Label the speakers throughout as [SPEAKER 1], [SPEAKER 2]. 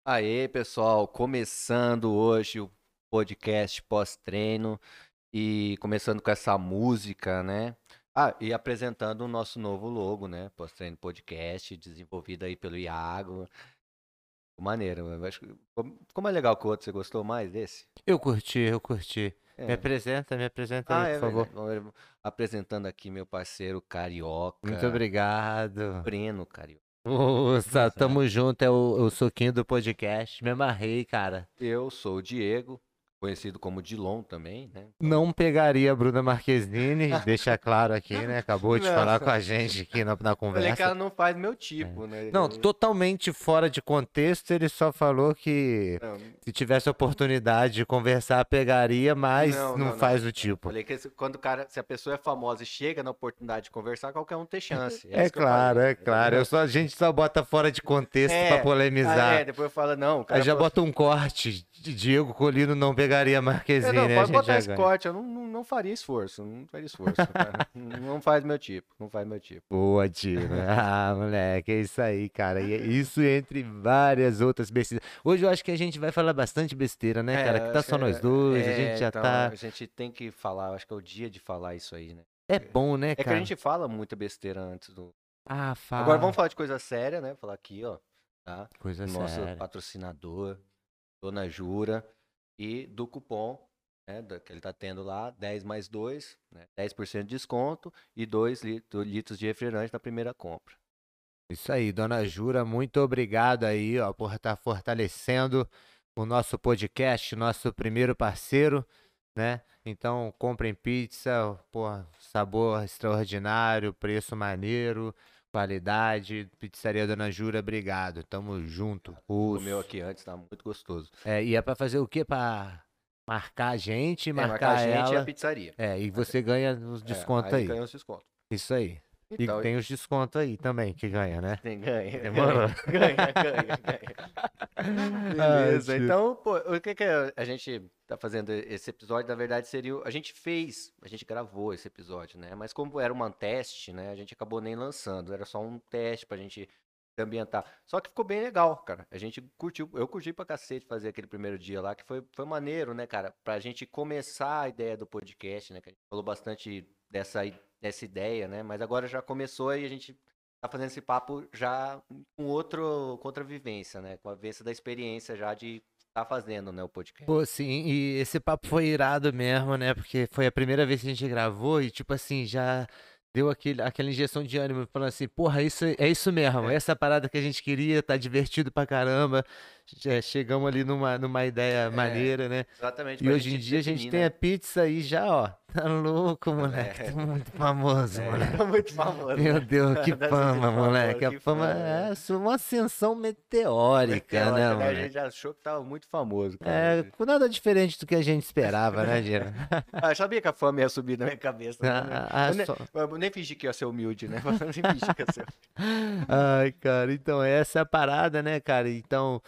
[SPEAKER 1] Aê, pessoal, começando hoje o podcast pós-treino e começando com essa música, né? Ah, e apresentando o nosso novo logo, né? Pós-treino podcast, desenvolvido aí pelo Iago. Maneiro, eu acho que ficou mais legal que o outro. Você gostou mais desse?
[SPEAKER 2] Eu curti, eu curti.
[SPEAKER 1] É.
[SPEAKER 2] Me apresenta aí,
[SPEAKER 1] Ah,
[SPEAKER 2] por
[SPEAKER 1] é
[SPEAKER 2] favor.
[SPEAKER 1] verdade. Apresentando aqui meu parceiro
[SPEAKER 2] Muito
[SPEAKER 1] Carioca,
[SPEAKER 2] obrigado.
[SPEAKER 1] Breno Carioca.
[SPEAKER 2] Nossa, tamo junto, é o suquinho do podcast. Me amarrei, cara.
[SPEAKER 1] Eu sou o Diego, conhecido como Dilon também, né? Então.
[SPEAKER 2] Não pegaria a Bruna Marquezine, deixa claro aqui, né? Acabou de
[SPEAKER 1] Não.
[SPEAKER 2] falar com a gente aqui na
[SPEAKER 1] Falei que
[SPEAKER 2] conversa.
[SPEAKER 1] ela não faz meu
[SPEAKER 2] É.
[SPEAKER 1] tipo, né?
[SPEAKER 2] Não, totalmente fora de contexto, ele só falou que
[SPEAKER 1] Não,
[SPEAKER 2] se tivesse oportunidade de conversar, pegaria, mas
[SPEAKER 1] não,
[SPEAKER 2] não
[SPEAKER 1] não, não.
[SPEAKER 2] faz o
[SPEAKER 1] Não.
[SPEAKER 2] tipo.
[SPEAKER 1] Falei que quando o cara, se a pessoa é famosa e chega na oportunidade de conversar, qualquer um tem chance. É
[SPEAKER 2] É
[SPEAKER 1] isso que eu falei,
[SPEAKER 2] claro, é claro.
[SPEAKER 1] entendeu?
[SPEAKER 2] A gente só bota fora de contexto pra polemizar.
[SPEAKER 1] Depois fala, não, o
[SPEAKER 2] Aí
[SPEAKER 1] cara
[SPEAKER 2] já
[SPEAKER 1] falou.
[SPEAKER 2] bota um corte. Diego Colino não pegaria
[SPEAKER 1] Não,
[SPEAKER 2] Marquezine, a
[SPEAKER 1] pode
[SPEAKER 2] gente
[SPEAKER 1] botar
[SPEAKER 2] já
[SPEAKER 1] esse
[SPEAKER 2] ganha.
[SPEAKER 1] corte, eu não faria esforço, não faria esforço, cara. Não faz meu tipo, não faz meu tipo.
[SPEAKER 2] Boa, Dino. Ah, moleque, é isso aí, cara. E é isso entre várias outras besteiras. Hoje eu acho que a gente vai falar bastante besteira, né, cara? Que
[SPEAKER 1] Eu
[SPEAKER 2] tá
[SPEAKER 1] acho que
[SPEAKER 2] só nós dois, a gente já
[SPEAKER 1] então,
[SPEAKER 2] tá.
[SPEAKER 1] a gente tem que falar, acho que é o dia de falar isso aí, né?
[SPEAKER 2] É bom, né,
[SPEAKER 1] É que a
[SPEAKER 2] cara?
[SPEAKER 1] gente fala muita besteira antes do.
[SPEAKER 2] Ah,
[SPEAKER 1] Agora vamos
[SPEAKER 2] fala.
[SPEAKER 1] falar de coisa séria, né? Falar aqui, ó, tá?
[SPEAKER 2] Coisa
[SPEAKER 1] Do nosso
[SPEAKER 2] séria.
[SPEAKER 1] patrocinador, Dona Jura, e do cupom, né? Que ele tá tendo lá, 10 mais 2, né? 10% de desconto e 2 litros de refrigerante na primeira compra.
[SPEAKER 2] Isso aí, dona Jura, muito obrigado aí, ó, por estar fortalecendo o nosso podcast, nosso primeiro parceiro, né? Então, comprem pizza, pô, sabor extraordinário, preço maneiro, qualidade. Pizzaria Dona Jura, obrigado. Tamo junto.
[SPEAKER 1] Comeu aqui antes, tá muito gostoso.
[SPEAKER 2] E é pra fazer o quê? Pra marcar a gente,
[SPEAKER 1] Marcar a
[SPEAKER 2] marcar
[SPEAKER 1] gente e a
[SPEAKER 2] ela.
[SPEAKER 1] pizzaria.
[SPEAKER 2] E você ganha os descontos
[SPEAKER 1] Aí
[SPEAKER 2] aí.
[SPEAKER 1] ganha os descontos.
[SPEAKER 2] Isso aí. E
[SPEAKER 1] Então,
[SPEAKER 2] tem os descontos aí também que ganha, né?
[SPEAKER 1] tem, ganha,
[SPEAKER 2] Demorou.
[SPEAKER 1] ganha.
[SPEAKER 2] Ai,
[SPEAKER 1] Beleza,
[SPEAKER 2] tio.
[SPEAKER 1] então, pô, o que que a gente tá fazendo esse episódio, na verdade, seria. A gente gravou esse episódio, né? Mas como era um teste, né? A gente acabou nem lançando, era só um teste pra gente se ambientar. Só que ficou bem legal, cara. A gente curtiu, eu curti pra cacete fazer aquele primeiro dia lá, que foi maneiro, né, cara? Pra gente começar a ideia do podcast, né? Que a gente falou bastante dessa ideia, né? Mas agora já começou e a gente tá fazendo esse papo já com outra vivência, né? Com a vivência da experiência já de estar fazendo, né, o podcast.
[SPEAKER 2] Pô, sim, e esse papo foi irado mesmo, né? Porque foi a primeira vez que a gente gravou e, tipo assim, já deu aquela injeção de ânimo, falando assim, porra, é isso mesmo,
[SPEAKER 1] É,
[SPEAKER 2] essa parada que a gente queria, tá divertido pra caramba. Chegamos ali numa ideia maneira, né?
[SPEAKER 1] exatamente
[SPEAKER 2] E
[SPEAKER 1] pra
[SPEAKER 2] hoje
[SPEAKER 1] gente
[SPEAKER 2] em dia a gente
[SPEAKER 1] definir,
[SPEAKER 2] tem a
[SPEAKER 1] né?
[SPEAKER 2] pizza aí já, ó. Tá louco, moleque. Tá
[SPEAKER 1] É,
[SPEAKER 2] muito famoso, moleque.
[SPEAKER 1] tá muito famoso,
[SPEAKER 2] Meu
[SPEAKER 1] né?
[SPEAKER 2] Deus, que
[SPEAKER 1] Tá sentindo
[SPEAKER 2] fama,
[SPEAKER 1] famoso,
[SPEAKER 2] moleque. A
[SPEAKER 1] que
[SPEAKER 2] fama
[SPEAKER 1] fama,
[SPEAKER 2] é
[SPEAKER 1] né?
[SPEAKER 2] uma ascensão meteórica, né,
[SPEAKER 1] Meteórica, né? A
[SPEAKER 2] moleque?
[SPEAKER 1] gente achou que tava muito famoso, cara.
[SPEAKER 2] É, com nada diferente do que a gente esperava, né, Dino?
[SPEAKER 1] Ah, eu sabia que a fama ia subir na minha cabeça, né?
[SPEAKER 2] Ah, só.
[SPEAKER 1] Eu nem fingi que ia ser humilde, né? Eu nem fingi que ia ser.
[SPEAKER 2] Ai, cara, então essa é a parada, né, cara? Então,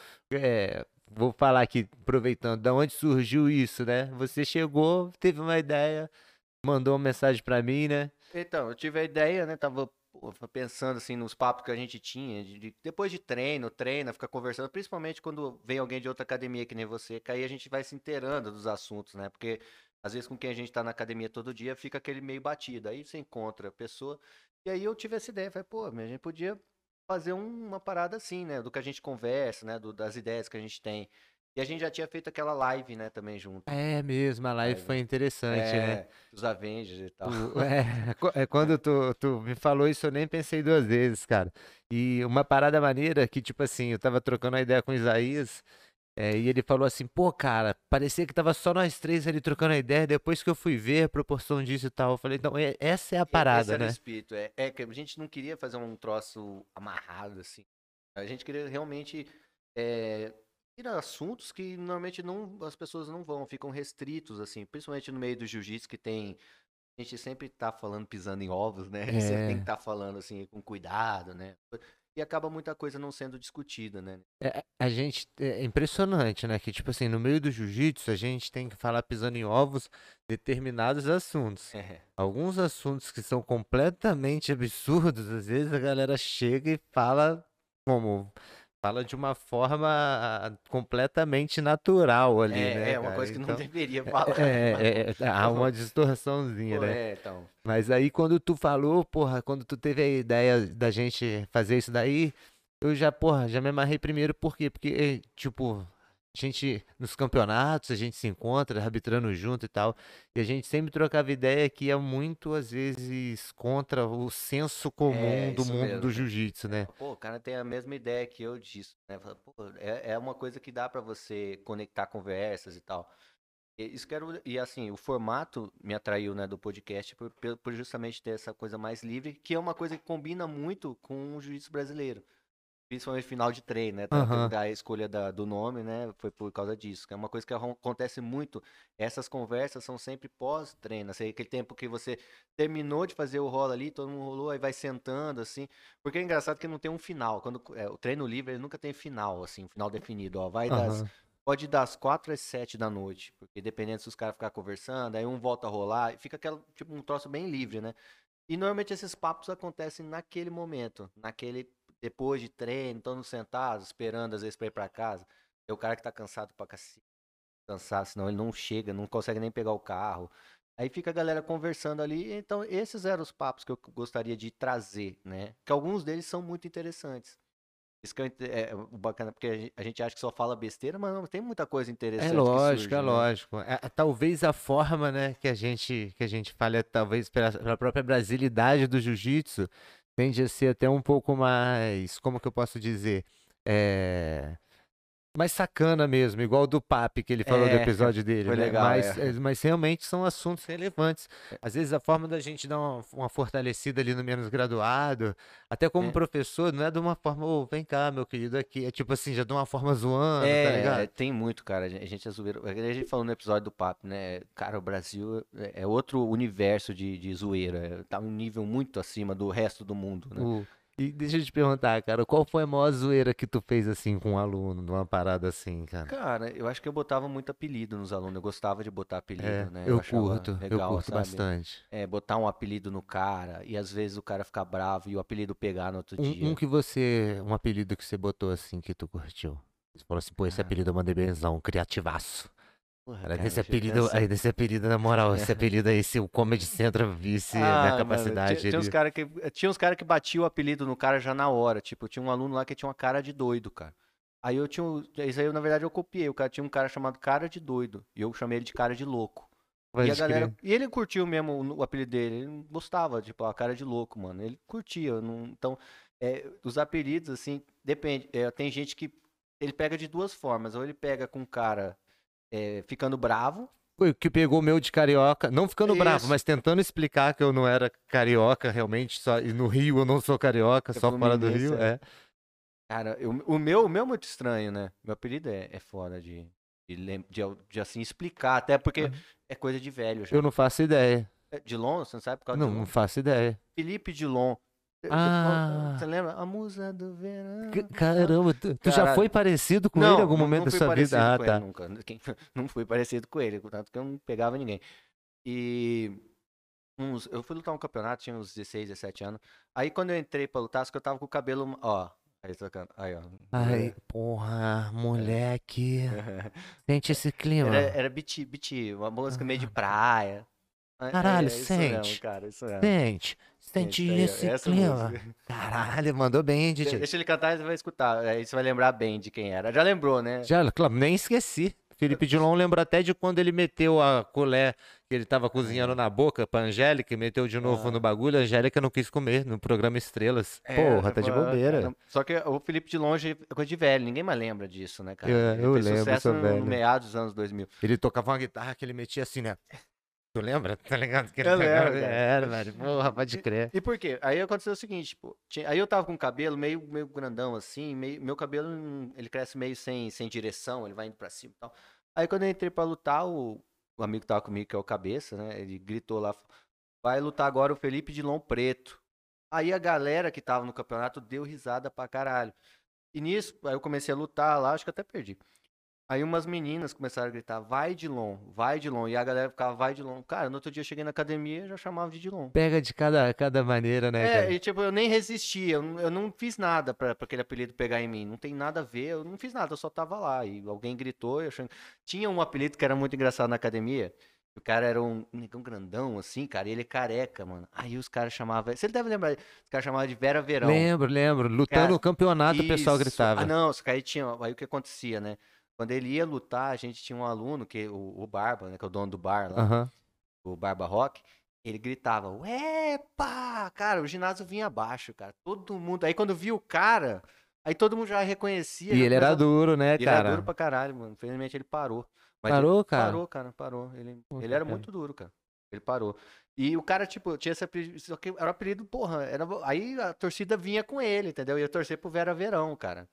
[SPEAKER 2] vou falar aqui, aproveitando, da onde surgiu isso, né? Você chegou, teve uma ideia, mandou uma mensagem pra mim, né?
[SPEAKER 1] Então, eu tive a ideia, né? Tava pô, pensando assim nos papos que a gente tinha, depois de treina, fica conversando, principalmente quando vem alguém de outra academia que nem você, que aí a gente vai se inteirando dos assuntos, né? Porque às vezes com quem a gente tá na academia todo dia fica aquele meio batido. Aí você encontra a pessoa. E aí eu tive essa ideia, falei, pô, mas a gente podia fazer uma parada assim, né? Do que a gente conversa, né? Das ideias que a gente tem. E a gente já tinha feito aquela live, né, também junto.
[SPEAKER 2] É mesmo, a live
[SPEAKER 1] Live.
[SPEAKER 2] foi interessante, né?
[SPEAKER 1] Dos Avengers e tal.
[SPEAKER 2] Quando tu me falou isso, eu nem pensei duas vezes, cara. E uma parada maneira que, tipo assim, eu tava trocando uma ideia com o Isaías, e ele falou assim, pô, cara, parecia que tava só nós três ali trocando a ideia, depois que eu fui ver a proporção disso e tal, eu falei, então, essa é a
[SPEAKER 1] Esse
[SPEAKER 2] parada,
[SPEAKER 1] era o
[SPEAKER 2] né?
[SPEAKER 1] espírito. É que a gente não queria fazer um troço amarrado, assim. A gente queria realmente é, ir a assuntos que normalmente não, as pessoas não vão, ficam restritos, assim. Principalmente no meio do jiu-jitsu, que tem. A gente sempre tá falando pisando em ovos, né? A gente sempre tem que
[SPEAKER 2] É,
[SPEAKER 1] estar falando, assim, com cuidado, né? E acaba muita coisa não sendo discutida, né?
[SPEAKER 2] a gente, é impressionante, né? Que, tipo assim, no meio do jiu-jitsu, a gente tem que falar pisando em ovos determinados assuntos.
[SPEAKER 1] É,
[SPEAKER 2] Alguns assuntos que são completamente absurdos, às vezes a galera chega e fala como. fala de uma forma completamente natural ali, né,
[SPEAKER 1] É uma
[SPEAKER 2] cara?
[SPEAKER 1] coisa que não
[SPEAKER 2] Então,
[SPEAKER 1] deveria falar.
[SPEAKER 2] há uma distorçãozinha,
[SPEAKER 1] Pô,
[SPEAKER 2] né?
[SPEAKER 1] então.
[SPEAKER 2] Mas aí quando tu falou, porra, quando tu teve a ideia da gente fazer isso daí, eu já, porra, já me amarrei primeiro, por quê? Porque, tipo, a gente, nos campeonatos, a gente se encontra arbitrando junto e tal, e a gente sempre trocava ideia que é muito, às vezes, contra o senso comum
[SPEAKER 1] É,
[SPEAKER 2] do
[SPEAKER 1] isso
[SPEAKER 2] mundo do
[SPEAKER 1] mesmo.
[SPEAKER 2] jiu-jitsu, né?
[SPEAKER 1] Pô, o cara tem a mesma ideia que eu disso, né? Fala, pô, é uma coisa que dá pra você conectar conversas e tal. Isso quero, e assim, o formato me atraiu, né, do podcast por justamente ter essa coisa mais livre, que é uma coisa que combina muito com o jiu-jitsu brasileiro. Principalmente final de treino, né?
[SPEAKER 2] Aham.
[SPEAKER 1] A escolha do nome, né? Foi por causa disso. Que é uma coisa que acontece muito. Essas conversas são sempre pós-treino. Assim, aquele tempo que você terminou de fazer o rolo ali, todo mundo rolou, aí vai sentando, assim. Porque é engraçado que não tem um final. O treino livre, ele nunca tem final, assim, um final definido. Ó,
[SPEAKER 2] Aham.
[SPEAKER 1] pode ir das 4 às 7 da noite. Porque dependendo se os caras ficarem conversando, aí um volta a rolar, e fica aquela, tipo, um troço bem livre, né? E normalmente esses papos acontecem naquele momento, depois de treino, todos sentados, esperando às vezes pra ir pra casa. É o cara que tá cansado pra cacete, cansar, senão ele não chega, não consegue nem pegar o carro. Aí fica a galera conversando ali, então esses eram os papos que eu gostaria de trazer, né? Que alguns deles são muito interessantes. Isso que é o bacana, porque a gente acha que só fala besteira, mas não, tem muita coisa
[SPEAKER 2] É
[SPEAKER 1] interessante que
[SPEAKER 2] lógico, é
[SPEAKER 1] surge, né?
[SPEAKER 2] lógico. Talvez a forma, né, que a gente fala, talvez pela própria brasilidade do jiu-jitsu, tende a ser até um pouco mais, como que eu posso dizer? É, mais sacana mesmo, igual o do Papi que ele falou do
[SPEAKER 1] É,
[SPEAKER 2] episódio dele,
[SPEAKER 1] foi
[SPEAKER 2] né?
[SPEAKER 1] legal,
[SPEAKER 2] Mas realmente são assuntos relevantes. Às vezes a forma da gente dar uma fortalecida ali no menos graduado, até como
[SPEAKER 1] É.
[SPEAKER 2] professor, não é de uma forma, ô, vem cá, meu querido, aqui. É tipo assim, já de uma forma zoando, tá ligado?
[SPEAKER 1] Tem muito, cara. A gente é zoeiro. A gente falou no episódio do Papo, né? Cara, o Brasil é outro universo de zoeira. Tá um nível muito acima do resto do mundo, né?
[SPEAKER 2] E deixa eu te perguntar, cara, qual foi a maior zoeira que tu fez assim com um aluno, numa parada assim, cara?
[SPEAKER 1] Cara, eu acho que eu botava muito apelido nos alunos. Eu gostava de botar
[SPEAKER 2] É,
[SPEAKER 1] apelido, né? Eu achava
[SPEAKER 2] eu
[SPEAKER 1] legal,
[SPEAKER 2] curto
[SPEAKER 1] sabe?
[SPEAKER 2] bastante.
[SPEAKER 1] É, botar um apelido no cara e às vezes o cara ficar bravo e o apelido pegar no outro
[SPEAKER 2] Um
[SPEAKER 1] dia.
[SPEAKER 2] que você, um apelido que você botou assim que tu curtiu. Você falou assim, pô, esse
[SPEAKER 1] Ah,
[SPEAKER 2] apelido eu mandei benzão, criativaço.
[SPEAKER 1] porra,
[SPEAKER 2] Cara,
[SPEAKER 1] cara, deixa eu pensar.
[SPEAKER 2] nesse apelido, na moral, esse apelido aí, se o Comedy Central visse a minha
[SPEAKER 1] Ah, mano,
[SPEAKER 2] capacidade, ele...
[SPEAKER 1] tinha uns cara que batiam o apelido no cara já na hora. Tipo, tinha um aluno lá que tinha uma cara de doido, cara. Aí eu tinha. Isso aí, na verdade, eu copiei. O cara tinha um cara chamado Cara de Doido. E eu chamei ele de Cara de Louco. E a
[SPEAKER 2] Pode
[SPEAKER 1] galera.
[SPEAKER 2] crer.
[SPEAKER 1] E ele curtiu mesmo o apelido dele. Ele não gostava, tipo, a cara de louco, mano. Ele curtia. Então, os apelidos, assim, depende. Tem gente que. Ele pega de duas formas. Ou ele pega com o cara ficando bravo.
[SPEAKER 2] Foi o que pegou o meu de carioca, não ficando bravo,
[SPEAKER 1] Isso.
[SPEAKER 2] mas tentando explicar que eu não era carioca realmente, só, e no Rio eu não sou carioca,
[SPEAKER 1] É
[SPEAKER 2] só fora do
[SPEAKER 1] Fluminense,
[SPEAKER 2] Rio,
[SPEAKER 1] é.
[SPEAKER 2] é.
[SPEAKER 1] Cara, o meu é muito estranho, né? Meu apelido é foda de, assim explicar, até porque é coisa de velho
[SPEAKER 2] Eu
[SPEAKER 1] já.
[SPEAKER 2] não faço ideia.
[SPEAKER 1] Dilon, você não sabe por causa de
[SPEAKER 2] Não, não
[SPEAKER 1] Dilon?
[SPEAKER 2] faço ideia.
[SPEAKER 1] Felipe Dilon. Você
[SPEAKER 2] Ah,
[SPEAKER 1] lembra? A musa do verão.
[SPEAKER 2] caramba, tu já foi
[SPEAKER 1] Caralho.
[SPEAKER 2] parecido com ele em
[SPEAKER 1] Não,
[SPEAKER 2] algum
[SPEAKER 1] não,
[SPEAKER 2] momento
[SPEAKER 1] não
[SPEAKER 2] da
[SPEAKER 1] fui
[SPEAKER 2] sua
[SPEAKER 1] parecido
[SPEAKER 2] vida? Ah,
[SPEAKER 1] com ele
[SPEAKER 2] tá.
[SPEAKER 1] nunca. Não fui parecido com ele, tanto que eu não pegava ninguém. E eu fui lutar um campeonato, tinha uns 16, 17 anos. Aí quando eu entrei pra lutar, acho que eu tava com o cabelo, ó. Aí, aí, ó.
[SPEAKER 2] Ai, porra, moleque. Sente esse clima.
[SPEAKER 1] Era beat, uma música meio de
[SPEAKER 2] Ah,
[SPEAKER 1] praia.
[SPEAKER 2] caralho,
[SPEAKER 1] É isso mesmo,
[SPEAKER 2] sente.
[SPEAKER 1] cara, isso mesmo.
[SPEAKER 2] Sente. Sente
[SPEAKER 1] Gente, aí, ó,
[SPEAKER 2] esse
[SPEAKER 1] essa
[SPEAKER 2] clima.
[SPEAKER 1] música.
[SPEAKER 2] Caralho, mandou bem, DJ.
[SPEAKER 1] Deixa ele cantar e você vai escutar. Aí você vai lembrar bem de quem era. Já lembrou, né?
[SPEAKER 2] Já, claro, nem esqueci. Felipe Dilon lembra até de quando ele meteu a colher que ele tava cozinhando na boca pra Angélica e meteu de novo no
[SPEAKER 1] Ah,
[SPEAKER 2] bagulho. A Angélica não quis comer no programa Estrelas. Porra, tá
[SPEAKER 1] pô,
[SPEAKER 2] de bobeira.
[SPEAKER 1] cara. Só que o Felipe de Longe é coisa de velho, ninguém mais lembra disso, né, cara? Ele
[SPEAKER 2] Eu
[SPEAKER 1] fez
[SPEAKER 2] lembro,
[SPEAKER 1] sucesso
[SPEAKER 2] sou
[SPEAKER 1] no
[SPEAKER 2] velho.
[SPEAKER 1] meados dos anos 2000.
[SPEAKER 2] Ele tocava uma guitarra que ele metia assim, né? Tu lembra? Tá ligado? Que ele
[SPEAKER 1] Eu
[SPEAKER 2] pegava.
[SPEAKER 1] lembro, cara.
[SPEAKER 2] Era, velho. Porra, pode crer.
[SPEAKER 1] E por quê? Aí aconteceu o seguinte, tipo, aí eu tava com o cabelo meio grandão assim, meu cabelo, ele cresce meio sem direção, ele vai indo pra cima e tal. Aí quando eu entrei pra lutar, o amigo que tava comigo, que é o Cabeça, né, ele gritou lá, vai lutar agora o Felipe Dilon Preto. Aí a galera que tava no campeonato deu risada pra caralho. E nisso, aí eu comecei a lutar lá, acho que até perdi. Aí umas meninas começaram a gritar, vai Dilon, vai Dilon. E a galera ficava, vai Dilon. Cara, no outro dia eu cheguei na academia e já chamava de Dilon.
[SPEAKER 2] Pega de cada maneira, né,
[SPEAKER 1] É,
[SPEAKER 2] cara?
[SPEAKER 1] e tipo, eu nem resisti, eu não fiz nada pra aquele apelido pegar em mim. Não tem nada a ver, eu não fiz nada, eu só tava lá. E alguém gritou, eu achando... Tinha um apelido que era muito engraçado na academia. O cara era um negão grandão, assim, cara, e ele é careca, mano. Aí os caras chamavam. Você deve lembrar, os caras chamavam de Vera Verão.
[SPEAKER 2] Lembro, lembro. Lutando no
[SPEAKER 1] Cara,
[SPEAKER 2] campeonato, o pessoal
[SPEAKER 1] isso. Ah,
[SPEAKER 2] gritava.
[SPEAKER 1] não, só que aí tinha. Aí o que acontecia, né? Quando ele ia lutar, a gente tinha um aluno, o Barba, né? Que é o dono do bar lá,
[SPEAKER 2] Aham.
[SPEAKER 1] o Barba Rock. Ele gritava, Uepa! Cara, o ginásio vinha abaixo, cara. Todo mundo. Aí quando via o cara, aí todo mundo já reconhecia,
[SPEAKER 2] E
[SPEAKER 1] já
[SPEAKER 2] ele era
[SPEAKER 1] começava.
[SPEAKER 2] duro, né,
[SPEAKER 1] Ele era duro
[SPEAKER 2] cara?
[SPEAKER 1] pra caralho, mano. Infelizmente ele parou. Mas ele
[SPEAKER 2] Parou, cara?
[SPEAKER 1] parou, cara, parou. Ele,
[SPEAKER 2] Puta,
[SPEAKER 1] ele era
[SPEAKER 2] cara.
[SPEAKER 1] muito duro, cara. Ele parou. E o cara, tipo, tinha esse apelido, só que era um apelido, porra, aí a torcida vinha com ele, entendeu? Ia torcer pro Vera Verão, cara.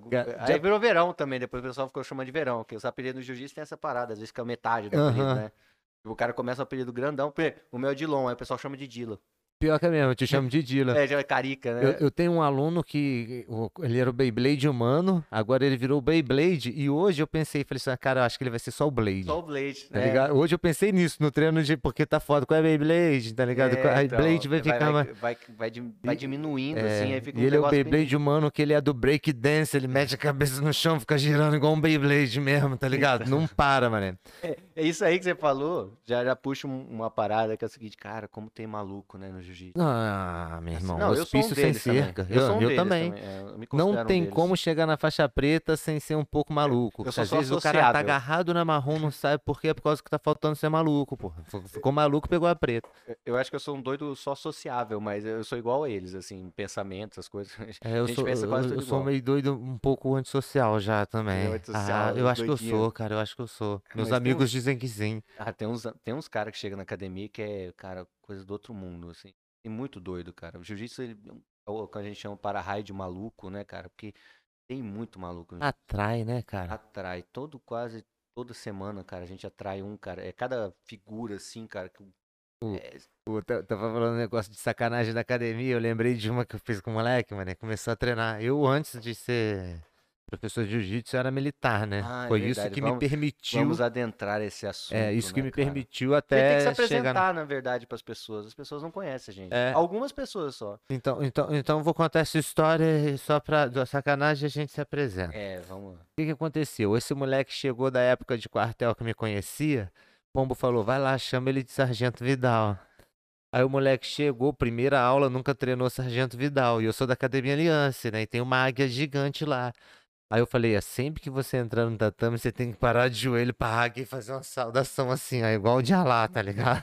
[SPEAKER 1] Aí
[SPEAKER 2] Já...
[SPEAKER 1] virou Verão também, depois o pessoal ficou chamando de Verão, porque os apelidos no jiu-jitsu tem essa parada, às vezes fica metade do apelido,
[SPEAKER 2] Aham.
[SPEAKER 1] né? O cara começa um apelido grandão, o meu é Dilon, aí o pessoal chama de Dila.
[SPEAKER 2] Pior que é mesmo, eu te chamo de Dila.
[SPEAKER 1] É, já é carica,
[SPEAKER 2] Eu,
[SPEAKER 1] né?
[SPEAKER 2] eu tenho um aluno que ele era o Beyblade humano, agora ele virou o Beyblade, e hoje eu pensei, falei assim, ah, cara, eu acho que ele vai ser só o
[SPEAKER 1] Só
[SPEAKER 2] Blade,
[SPEAKER 1] o Blade,
[SPEAKER 2] tá
[SPEAKER 1] né?
[SPEAKER 2] ligado? Hoje eu pensei nisso, no treino de, porque tá foda, qual é Beyblade, tá ligado?
[SPEAKER 1] É,
[SPEAKER 2] A Blade
[SPEAKER 1] então,
[SPEAKER 2] vai
[SPEAKER 1] vai,
[SPEAKER 2] ficar
[SPEAKER 1] vai,
[SPEAKER 2] mais...
[SPEAKER 1] vai, vai, vai diminuindo, assim, aí fica
[SPEAKER 2] E
[SPEAKER 1] um
[SPEAKER 2] ele é o
[SPEAKER 1] negócio bem...
[SPEAKER 2] Beyblade humano, que ele é do break dance, ele mete a cabeça no chão, fica girando igual um Beyblade mesmo, tá ligado? Não para, mano.
[SPEAKER 1] É isso aí que você falou, já puxa uma parada que é o seguinte, cara, como tem maluco, né, no jiu-jitsu.
[SPEAKER 2] Ah, meu
[SPEAKER 1] Assim,
[SPEAKER 2] irmão,
[SPEAKER 1] não, eu sou um
[SPEAKER 2] hospício sem
[SPEAKER 1] deles também.
[SPEAKER 2] cerca.
[SPEAKER 1] Eu
[SPEAKER 2] Eu,
[SPEAKER 1] sou um
[SPEAKER 2] eu
[SPEAKER 1] deles
[SPEAKER 2] também.
[SPEAKER 1] também. Eu me
[SPEAKER 2] Não
[SPEAKER 1] considero um
[SPEAKER 2] tem como
[SPEAKER 1] deles.
[SPEAKER 2] chegar na faixa preta sem ser um pouco maluco.
[SPEAKER 1] Eu
[SPEAKER 2] Porque
[SPEAKER 1] sou
[SPEAKER 2] às
[SPEAKER 1] só
[SPEAKER 2] vezes o cara tá
[SPEAKER 1] sociável.
[SPEAKER 2] agarrado na marrom, não sabe por quê, é por causa que tá faltando ser maluco, pô. Ficou maluco, pegou a preta.
[SPEAKER 1] Eu acho que eu sou um doido só sociável, mas eu sou igual a eles, assim, em pensamentos, as coisas.
[SPEAKER 2] É,
[SPEAKER 1] A gente pensa quase
[SPEAKER 2] eu
[SPEAKER 1] tudo
[SPEAKER 2] sou
[SPEAKER 1] igual.
[SPEAKER 2] meio doido, um pouco antissocial já
[SPEAKER 1] Meio
[SPEAKER 2] também. Ah,
[SPEAKER 1] antissocial,
[SPEAKER 2] eu
[SPEAKER 1] os
[SPEAKER 2] acho que eu
[SPEAKER 1] doidinhos.
[SPEAKER 2] sou, cara, eu acho que eu sou. Meus
[SPEAKER 1] Mas tem
[SPEAKER 2] amigos
[SPEAKER 1] uns,
[SPEAKER 2] dizem que sim.
[SPEAKER 1] tem uns caras que chegam na academia que é, cara, coisa do outro mundo, assim. E muito doido, cara. O jiu-jitsu, é o que a gente chama para-raio de maluco, né, cara? Porque tem muito maluco no jiu-jitsu.
[SPEAKER 2] Atrai, né, cara?
[SPEAKER 1] Atrai. Quase toda semana, cara, a gente atrai um, cara. É cada figura, assim, cara, que é,
[SPEAKER 2] Pô, tava falando um negócio de sacanagem da academia, eu lembrei de uma que eu fiz com o moleque, mano, ele começou a treinar. Eu, antes de ser professor de jiu-jitsu, eu era militar, né?
[SPEAKER 1] Ah, é
[SPEAKER 2] Foi isso
[SPEAKER 1] verdade.
[SPEAKER 2] que me
[SPEAKER 1] Vamos
[SPEAKER 2] permitiu,
[SPEAKER 1] adentrar esse assunto,
[SPEAKER 2] isso que
[SPEAKER 1] né,
[SPEAKER 2] me
[SPEAKER 1] cara?
[SPEAKER 2] permitiu
[SPEAKER 1] A gente tem que se
[SPEAKER 2] até chegar.
[SPEAKER 1] apresentar, na verdade, para as pessoas. As pessoas não conhecem a gente.
[SPEAKER 2] É,
[SPEAKER 1] Algumas pessoas só.
[SPEAKER 2] então eu vou contar essa história e só pra da sacanagem a gente se apresenta.
[SPEAKER 1] É, vamos lá.
[SPEAKER 2] O que que aconteceu? Esse moleque chegou da época de quartel que me conhecia, Pombo falou, vai lá, chama ele de Sargento Vidal. Aí o moleque chegou, primeira aula, nunca treinou Sargento Vidal. E eu sou da Academia Aliança, né? E tem uma águia gigante lá. Aí eu falei, é sempre que você entrar no tatame, você tem que parar de joelho pra águia e fazer uma saudação assim, ó, igual o de Alá, tá ligado?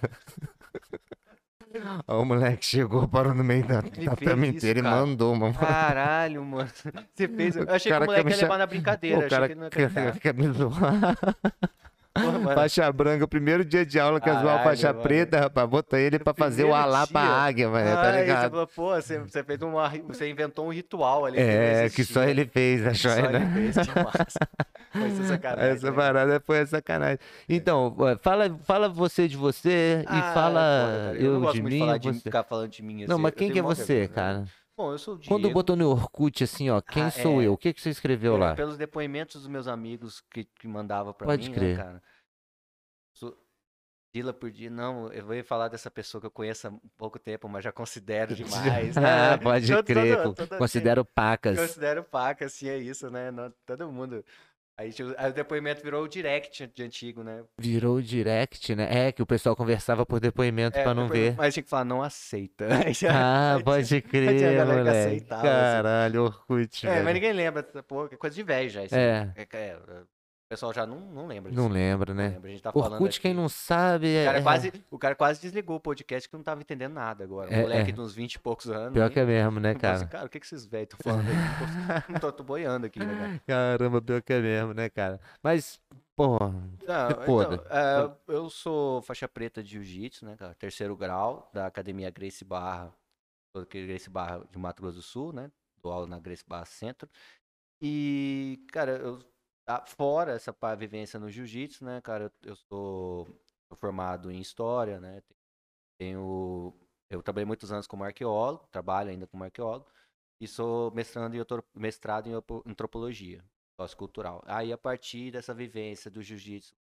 [SPEAKER 2] Aí o moleque chegou, parou no meio da
[SPEAKER 1] Ele
[SPEAKER 2] tatame
[SPEAKER 1] fez isso,
[SPEAKER 2] inteiro e
[SPEAKER 1] cara.
[SPEAKER 2] mandou, mano.
[SPEAKER 1] Caralho, mano. Você fez. Eu
[SPEAKER 2] O
[SPEAKER 1] achei que o
[SPEAKER 2] cara quer
[SPEAKER 1] moleque
[SPEAKER 2] me
[SPEAKER 1] ia levar na
[SPEAKER 2] O
[SPEAKER 1] brincadeira. Achei
[SPEAKER 2] cara
[SPEAKER 1] que ele não ia
[SPEAKER 2] quer,
[SPEAKER 1] acreditar.
[SPEAKER 2] quer me zoar.
[SPEAKER 1] Pô, mano.
[SPEAKER 2] Faixa branca, primeiro dia de aula, casual, faixa
[SPEAKER 1] Caralho, mano.
[SPEAKER 2] preta, rapaz. Bota ele
[SPEAKER 1] No
[SPEAKER 2] pra fazer o
[SPEAKER 1] primeiro
[SPEAKER 2] alá pra
[SPEAKER 1] dia.
[SPEAKER 2] águia, mano, tá
[SPEAKER 1] Ai, você
[SPEAKER 2] ligado?
[SPEAKER 1] falou, pô, você fez você inventou um ritual ali que não
[SPEAKER 2] É, que só
[SPEAKER 1] existia.
[SPEAKER 2] ele fez, a
[SPEAKER 1] Que só
[SPEAKER 2] joia,
[SPEAKER 1] ele
[SPEAKER 2] né?
[SPEAKER 1] fez, que massa. Foi ser sacanagem,
[SPEAKER 2] Essa
[SPEAKER 1] né, cara?
[SPEAKER 2] parada foi a sacanagem. Então, fala você de você e
[SPEAKER 1] Ah, é foda,
[SPEAKER 2] fala
[SPEAKER 1] cara. Eu não
[SPEAKER 2] eu
[SPEAKER 1] gosto
[SPEAKER 2] de
[SPEAKER 1] muito de
[SPEAKER 2] mim
[SPEAKER 1] falar
[SPEAKER 2] ou você.
[SPEAKER 1] ficar falando de mim
[SPEAKER 2] Não,
[SPEAKER 1] assim.
[SPEAKER 2] mas
[SPEAKER 1] Eu
[SPEAKER 2] quem
[SPEAKER 1] tenho
[SPEAKER 2] que é
[SPEAKER 1] mó
[SPEAKER 2] você,
[SPEAKER 1] vergonha, né?
[SPEAKER 2] cara?
[SPEAKER 1] Bom, eu sou o
[SPEAKER 2] Quando
[SPEAKER 1] Diego.
[SPEAKER 2] botou no Orkut assim, ó, quem
[SPEAKER 1] Ah,
[SPEAKER 2] sou eu? O que que você escreveu lá?
[SPEAKER 1] pelos depoimentos dos meus amigos que mandavam pra
[SPEAKER 2] Pode
[SPEAKER 1] mim, né,
[SPEAKER 2] crer.
[SPEAKER 1] cara? Sou Dila por dia. Não, eu vou falar dessa pessoa que eu conheço há pouco tempo, mas já considero demais.
[SPEAKER 2] Ah, pode crer,
[SPEAKER 1] Assim,
[SPEAKER 2] considero pacas.
[SPEAKER 1] considero paca, assim, é isso, né? Todo mundo. Aí o depoimento virou o direct de antigo, né?
[SPEAKER 2] Virou direct, né? É, que o pessoal conversava por depoimento pra não ver.
[SPEAKER 1] Mas tinha que falar, não aceita.
[SPEAKER 2] Ah, pode
[SPEAKER 1] Aí tinha a
[SPEAKER 2] crer,
[SPEAKER 1] galera que
[SPEAKER 2] moleque.
[SPEAKER 1] aceitava, assim.
[SPEAKER 2] Caralho, Orkut,
[SPEAKER 1] Mas
[SPEAKER 2] velho.
[SPEAKER 1] ninguém lembra, pô, que é coisa de velho já, isso aí.
[SPEAKER 2] É,
[SPEAKER 1] O pessoal já não lembra
[SPEAKER 2] não
[SPEAKER 1] disso aí.
[SPEAKER 2] lembro,
[SPEAKER 1] Não
[SPEAKER 2] né?
[SPEAKER 1] lembra, a gente tá falando
[SPEAKER 2] Orkut, quem
[SPEAKER 1] aqui.
[SPEAKER 2] não sabe,
[SPEAKER 1] O cara quase desligou o podcast que não tava entendendo nada agora. Um moleque
[SPEAKER 2] é.
[SPEAKER 1] de uns 20 e poucos anos
[SPEAKER 2] Pior que
[SPEAKER 1] aí.
[SPEAKER 2] é mesmo, né,
[SPEAKER 1] Falou assim,
[SPEAKER 2] cara?
[SPEAKER 1] cara, o que que esses velhos estão falando aí? Tô boiando aqui, né, cara?
[SPEAKER 2] Caramba, pior que é mesmo, né, cara? Mas, porra, se
[SPEAKER 1] Não, então,
[SPEAKER 2] foda.
[SPEAKER 1] eu sou faixa preta de jiu-jitsu, né, cara? Terceiro grau da Academia Gracie Barra, do que Gracie Barra de Mato Grosso do Sul, né? Dou aula na Gracie Barra Centro. E, cara, fora essa vivência no jiu-jitsu, né, cara, eu sou formado em história, né? Tenho, eu trabalhei muitos anos como arqueólogo, trabalho ainda como arqueólogo, e sou mestrado em antropologia. sociocultural. Aí, a partir dessa vivência do jiu-jitsu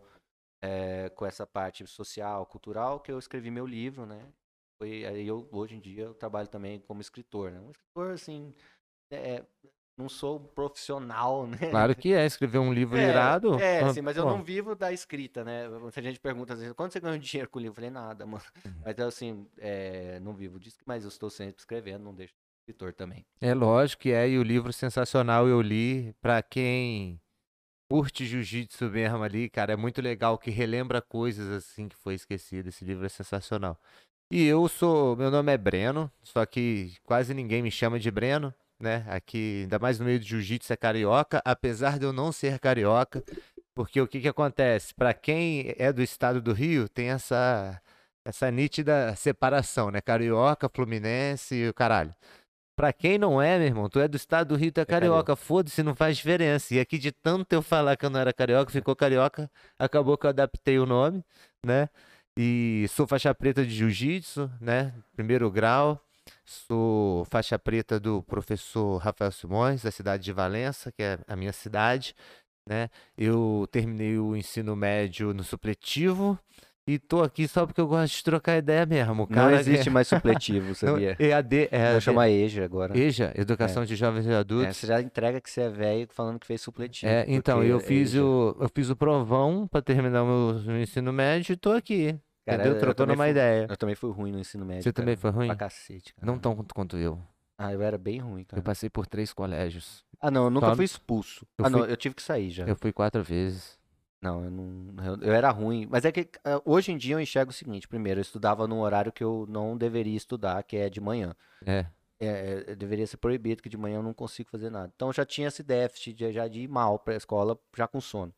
[SPEAKER 1] com essa parte social, cultural, que eu escrevi meu livro, né? Aí hoje em dia, eu trabalho também como escritor, né? Um escritor, assim, é, não sou profissional, né?
[SPEAKER 2] Claro que é, escrever um livro irado.
[SPEAKER 1] Assim, mas eu
[SPEAKER 2] Pô.
[SPEAKER 1] não vivo da escrita, né? Muita gente pergunta às vezes, quanto você ganha dinheiro com o livro? Eu falei, nada, mano. Mas assim, não vivo disso, mas eu estou sempre escrevendo, não deixo de ser escritor também.
[SPEAKER 2] É lógico que é, e o livro sensacional eu li. Pra quem curte jiu-jitsu mesmo ali, cara, é muito legal que relembra coisas assim que foi esquecido. Esse livro é sensacional. E meu nome é Breno, só que quase ninguém me chama de Breno, né? Aqui, ainda mais no meio do jiu-jitsu é carioca, apesar de eu não ser carioca, porque o que que acontece? Pra quem é do estado do Rio, tem essa nítida separação, né? Carioca, fluminense e o caralho. Pra quem não é, meu irmão, tu é do estado do Rio, tu é
[SPEAKER 1] É carioca.
[SPEAKER 2] carioca, foda-se, não faz diferença. E aqui de tanto eu falar que eu não era carioca, ficou carioca, acabou que eu adaptei o nome, né? E sou faixa preta de jiu-jitsu, né? Primeiro grau. Sou faixa preta do professor Rafael Simões, da cidade de Valença, que é a minha cidade, né? Eu terminei o ensino médio no supletivo e tô aqui só porque eu gosto de trocar ideia mesmo. O
[SPEAKER 1] Não
[SPEAKER 2] cara que
[SPEAKER 1] existe mais supletivo,
[SPEAKER 2] não,
[SPEAKER 1] sabia?
[SPEAKER 2] EAD,
[SPEAKER 1] Vai chamar EJA agora.
[SPEAKER 2] EJA,
[SPEAKER 1] É.
[SPEAKER 2] Educação de Jovens e
[SPEAKER 1] Você
[SPEAKER 2] Adultos.
[SPEAKER 1] já entrega que você é velho falando que fez supletivo, porque
[SPEAKER 2] Então,
[SPEAKER 1] é EJA.
[SPEAKER 2] eu fiz o provão para terminar meu ensino médio e tô aqui,
[SPEAKER 1] Cara,
[SPEAKER 2] entendeu? Trocando uma ideia.
[SPEAKER 1] eu também fui ruim no ensino
[SPEAKER 2] Você
[SPEAKER 1] médio,
[SPEAKER 2] também
[SPEAKER 1] cara.
[SPEAKER 2] foi
[SPEAKER 1] Pra
[SPEAKER 2] ruim?
[SPEAKER 1] cacete,
[SPEAKER 2] Não
[SPEAKER 1] cara.
[SPEAKER 2] tão quanto eu.
[SPEAKER 1] Ah, eu era bem ruim,
[SPEAKER 2] Eu
[SPEAKER 1] cara.
[SPEAKER 2] passei por 3 colégios.
[SPEAKER 1] Ah, não, eu nunca
[SPEAKER 2] Só,
[SPEAKER 1] fui expulso.
[SPEAKER 2] eu
[SPEAKER 1] Ah, não,
[SPEAKER 2] fui,
[SPEAKER 1] eu tive que sair já.
[SPEAKER 2] eu fui 4 vezes.
[SPEAKER 1] Não, eu não. Eu era ruim. Mas é que hoje em dia eu enxergo o seguinte: primeiro, eu estudava num horário que eu não deveria estudar, que é de manhã.
[SPEAKER 2] É.
[SPEAKER 1] Deveria ser proibido, que de manhã eu não consigo fazer nada. Então eu já tinha esse déficit já de ir mal pra escola, já com sono.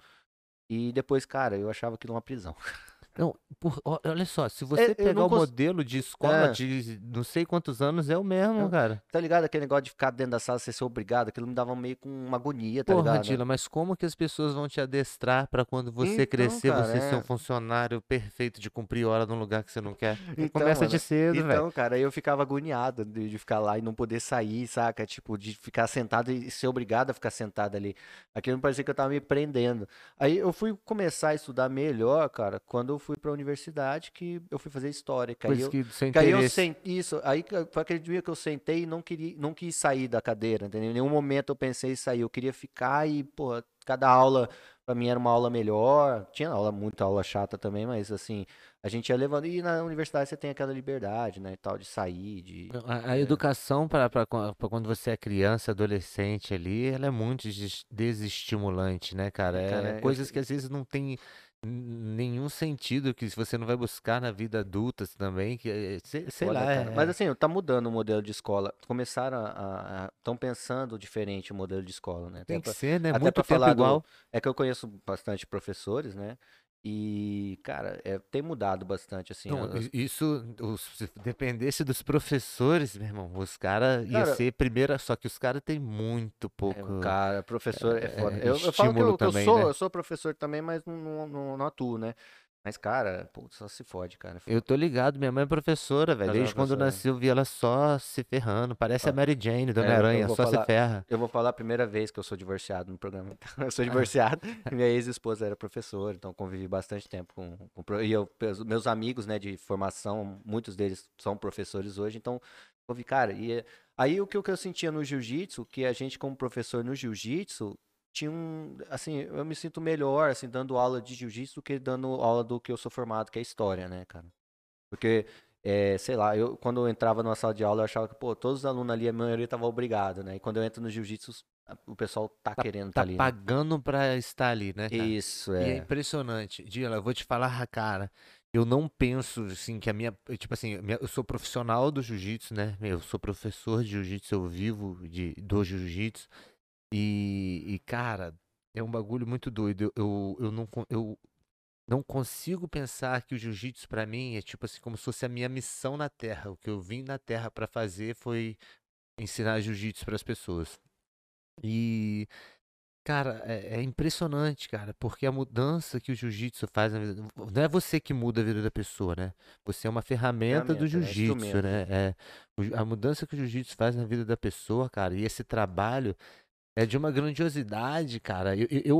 [SPEAKER 1] E depois, cara, eu achava aquilo uma prisão.
[SPEAKER 2] Não, olha só, se você
[SPEAKER 1] Eu
[SPEAKER 2] pegar
[SPEAKER 1] não
[SPEAKER 2] o
[SPEAKER 1] consigo.
[SPEAKER 2] modelo de escola de não sei quantos anos, é o mesmo, cara.
[SPEAKER 1] Tá ligado? Aquele negócio de ficar dentro da sala, você ser obrigado, aquilo me dava meio com uma agonia, tá
[SPEAKER 2] Porra,
[SPEAKER 1] ligado?
[SPEAKER 2] Dila, mas como que as pessoas vão te adestrar pra quando você
[SPEAKER 1] Então,
[SPEAKER 2] crescer,
[SPEAKER 1] cara,
[SPEAKER 2] você ser um funcionário perfeito de cumprir hora num lugar que você não quer?
[SPEAKER 1] Então,
[SPEAKER 2] Começa de
[SPEAKER 1] mano.
[SPEAKER 2] cedo, velho.
[SPEAKER 1] Então, cara, eu ficava agoniado de ficar lá e não poder sair, saca? Tipo, de ficar sentado e ser obrigado a ficar sentado ali. Aquilo me parecia que eu tava me prendendo. Aí eu fui começar a estudar melhor, cara, quando eu fui pra universidade, que eu fui fazer história.
[SPEAKER 2] Coisas que do seu
[SPEAKER 1] Que aí eu
[SPEAKER 2] interesse.
[SPEAKER 1] sentei isso, aí foi aquele dia que eu sentei e não quis sair da cadeira, entendeu? Em nenhum momento eu pensei em sair, eu queria ficar e, pô, cada aula pra mim era uma aula melhor. Tinha muita aula chata também, mas assim, a gente ia levando. E na universidade você tem aquela liberdade, né, e tal, de sair, de.
[SPEAKER 2] A educação para quando você é criança, adolescente ali, ela é muito desestimulante, né, cara? É
[SPEAKER 1] Cara,
[SPEAKER 2] coisas que às vezes não tem nenhum sentido, que se você não vai buscar na vida adulta também, que sei
[SPEAKER 1] foda,
[SPEAKER 2] lá,
[SPEAKER 1] cara. Mas assim, tá mudando o modelo de escola. Começaram estão pensando diferente o modelo de escola, né?
[SPEAKER 2] tem que ser, né?
[SPEAKER 1] Até
[SPEAKER 2] Muito
[SPEAKER 1] para
[SPEAKER 2] tempo
[SPEAKER 1] falar do.
[SPEAKER 2] igual.
[SPEAKER 1] É que eu conheço bastante professores, né? E, cara, tem mudado bastante, assim.
[SPEAKER 2] Não, isso, se dependesse dos professores, meu irmão, os caras ia
[SPEAKER 1] Cara,
[SPEAKER 2] ser primeira, só que os caras têm muito pouco
[SPEAKER 1] cara, professor é foda. Eu falo
[SPEAKER 2] estímulo
[SPEAKER 1] que
[SPEAKER 2] também, né?
[SPEAKER 1] eu sou professor também, mas não atuo, né? Mas, cara, pô, só se fode, cara. É
[SPEAKER 2] Eu
[SPEAKER 1] foda.
[SPEAKER 2] tô ligado, minha mãe é professora, velho.
[SPEAKER 1] Mas é uma
[SPEAKER 2] Desde quando eu
[SPEAKER 1] professora.
[SPEAKER 2] nasci eu vi ela só se ferrando. Parece a
[SPEAKER 1] Ó,
[SPEAKER 2] Mary Jane do
[SPEAKER 1] eu
[SPEAKER 2] Homem-Aranha,
[SPEAKER 1] vou
[SPEAKER 2] só se
[SPEAKER 1] falar.
[SPEAKER 2] ferra.
[SPEAKER 1] Eu vou falar a primeira vez que eu sou divorciado no programa. Eu sou divorciado e minha ex-esposa era professora, então convivi bastante tempo e meus amigos, né, de formação, muitos deles são professores hoje, então eu vi, cara, aí o que eu sentia no jiu-jitsu, que a gente como professor no jiu-jitsu tinha assim, eu me sinto melhor, assim, dando aula de jiu-jitsu do que dando aula do que eu sou formado, que é história, né, cara? Porque, sei lá, quando eu entrava numa sala de aula, eu achava que, pô, todos os alunos ali, a maioria tava obrigado, né? E quando eu entro no jiu-jitsu, o pessoal tá
[SPEAKER 2] Tá,
[SPEAKER 1] querendo tá
[SPEAKER 2] tá
[SPEAKER 1] ali, né?
[SPEAKER 2] pagando pra estar ali, né, cara?
[SPEAKER 1] Isso,
[SPEAKER 2] E é
[SPEAKER 1] é.
[SPEAKER 2] impressionante. Dila, eu vou te falar, cara, eu não penso, assim, que tipo assim, eu sou profissional do jiu-jitsu, né? Eu sou professor de jiu-jitsu, eu vivo do jiu-jitsu. Cara, é um bagulho muito doido. Eu não consigo pensar que o jiu-jitsu pra mim é tipo assim, como se fosse a minha missão na Terra. O que eu vim na Terra pra fazer foi ensinar jiu-jitsu pras pessoas. E, cara, é impressionante, cara, porque a mudança que o jiu-jitsu faz na vida. Não é você que muda a vida da pessoa, né? Você é uma ferramenta do
[SPEAKER 1] Ferramenta, é
[SPEAKER 2] jiu-jitsu,
[SPEAKER 1] instrumento.
[SPEAKER 2] né? A mudança que o jiu-jitsu faz na vida da pessoa, cara, e esse trabalho. É de uma grandiosidade, cara.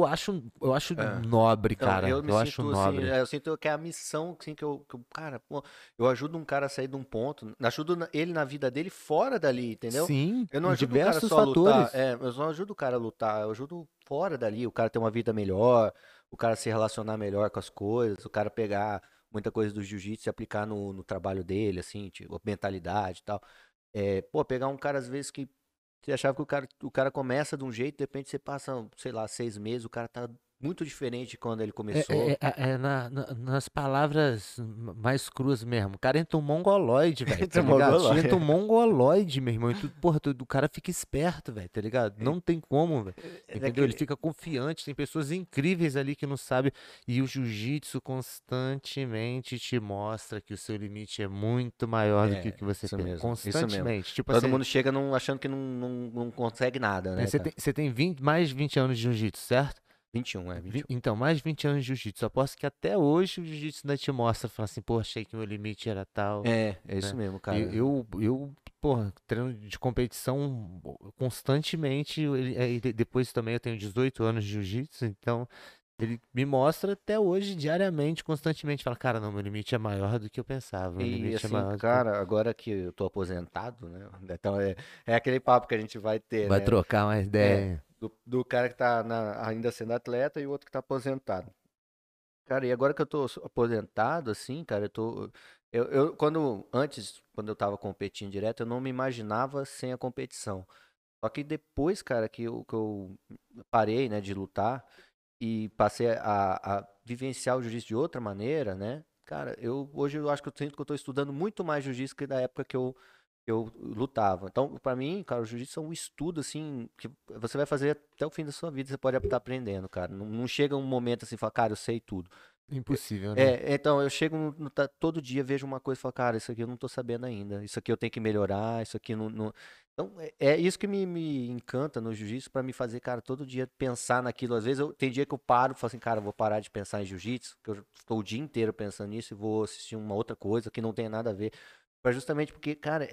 [SPEAKER 2] Eu acho
[SPEAKER 1] É.
[SPEAKER 2] nobre,
[SPEAKER 1] Então,
[SPEAKER 2] cara.
[SPEAKER 1] eu me
[SPEAKER 2] Eu acho
[SPEAKER 1] sinto assim,
[SPEAKER 2] nobre.
[SPEAKER 1] eu sinto que é a missão, assim, cara, pô, eu ajudo um cara a sair de um ponto, ajudo ele na vida dele fora dali, entendeu?
[SPEAKER 2] Sim,
[SPEAKER 1] Eu não
[SPEAKER 2] em
[SPEAKER 1] ajudo o cara
[SPEAKER 2] diversos
[SPEAKER 1] só a lutar,
[SPEAKER 2] fatores.
[SPEAKER 1] eu não ajudo o cara a lutar, eu ajudo fora dali, o cara ter uma vida melhor, o cara se relacionar melhor com as coisas, o cara pegar muita coisa do jiu-jitsu e aplicar no trabalho dele, assim, tipo, mentalidade e tal. Pô, pegar um cara às vezes que você achava que o cara começa de um jeito, de repente você passa, sei lá, 6 meses, o cara tá muito diferente de quando ele começou.
[SPEAKER 2] Nas palavras mais cruas mesmo. O cara entra um mongoloide, velho, tá
[SPEAKER 1] Então,
[SPEAKER 2] ligado?
[SPEAKER 1] Mongolão.
[SPEAKER 2] Você entra um mongoloide, meu irmão. E tu, porra, o cara fica esperto, velho, tá ligado? Não tem como, velho.
[SPEAKER 1] É
[SPEAKER 2] Entendeu? Ele
[SPEAKER 1] daquele.
[SPEAKER 2] fica confiante. Tem pessoas incríveis ali que não sabem. E o jiu-jitsu constantemente te mostra que o seu limite é muito maior do que o que você
[SPEAKER 1] Isso
[SPEAKER 2] pensa.
[SPEAKER 1] mesmo, isso mesmo.
[SPEAKER 2] Constantemente. Tipo
[SPEAKER 1] Todo
[SPEAKER 2] assim,
[SPEAKER 1] mundo chega achando que não consegue nada, né, cara?
[SPEAKER 2] você tem 20, mais de 20 anos de jiu-jitsu, certo?
[SPEAKER 1] 21, 21.
[SPEAKER 2] Então, mais de 20 anos de jiu-jitsu. Aposto que até hoje o jiu-jitsu ainda te mostra, fala assim, pô, achei que meu limite era tal,
[SPEAKER 1] É isso
[SPEAKER 2] né?
[SPEAKER 1] mesmo,
[SPEAKER 2] E
[SPEAKER 1] cara.
[SPEAKER 2] porra, treino de competição constantemente. Depois também eu tenho 18 anos de jiu-jitsu, então ele me mostra até hoje, diariamente, constantemente. Fala, cara, não, meu limite é maior do que eu pensava, meu
[SPEAKER 1] E
[SPEAKER 2] limite é
[SPEAKER 1] assim,
[SPEAKER 2] maior do que eu...
[SPEAKER 1] cara, agora que eu tô aposentado, né? Então é aquele papo que a gente vai ter,
[SPEAKER 2] Vai
[SPEAKER 1] né?
[SPEAKER 2] trocar uma ideia.
[SPEAKER 1] Do cara que tá ainda sendo atleta e o outro que tá aposentado. Cara, e agora que eu tô aposentado, assim, cara, eu tô. Quando eu tava competindo direto, eu não me imaginava sem a competição. Só que depois, cara, que eu parei, né, de lutar e passei a vivenciar o jiu-jitsu de outra maneira, né? Cara, hoje eu acho que eu sinto que eu tô estudando muito mais jiu-jitsu que da época que eu lutava. Então, pra mim, cara, o jiu-jitsu é um estudo, assim, que você vai fazer até o fim da sua vida, você pode estar aprendendo, cara. Não chega um momento assim, e fala, cara, eu sei tudo.
[SPEAKER 2] Impossível, né?
[SPEAKER 1] Então, eu chego todo dia, vejo uma coisa e falo, cara, isso aqui eu não tô sabendo ainda, isso aqui eu tenho que melhorar, isso aqui não. Então, é isso que me encanta no jiu-jitsu, pra me fazer, cara, todo dia pensar naquilo. Às vezes, tem dia que eu paro e falo assim, cara, eu vou parar de pensar em jiu-jitsu, que eu estou o dia inteiro pensando nisso e vou assistir uma outra coisa que não tem nada a ver. Mas justamente porque, cara,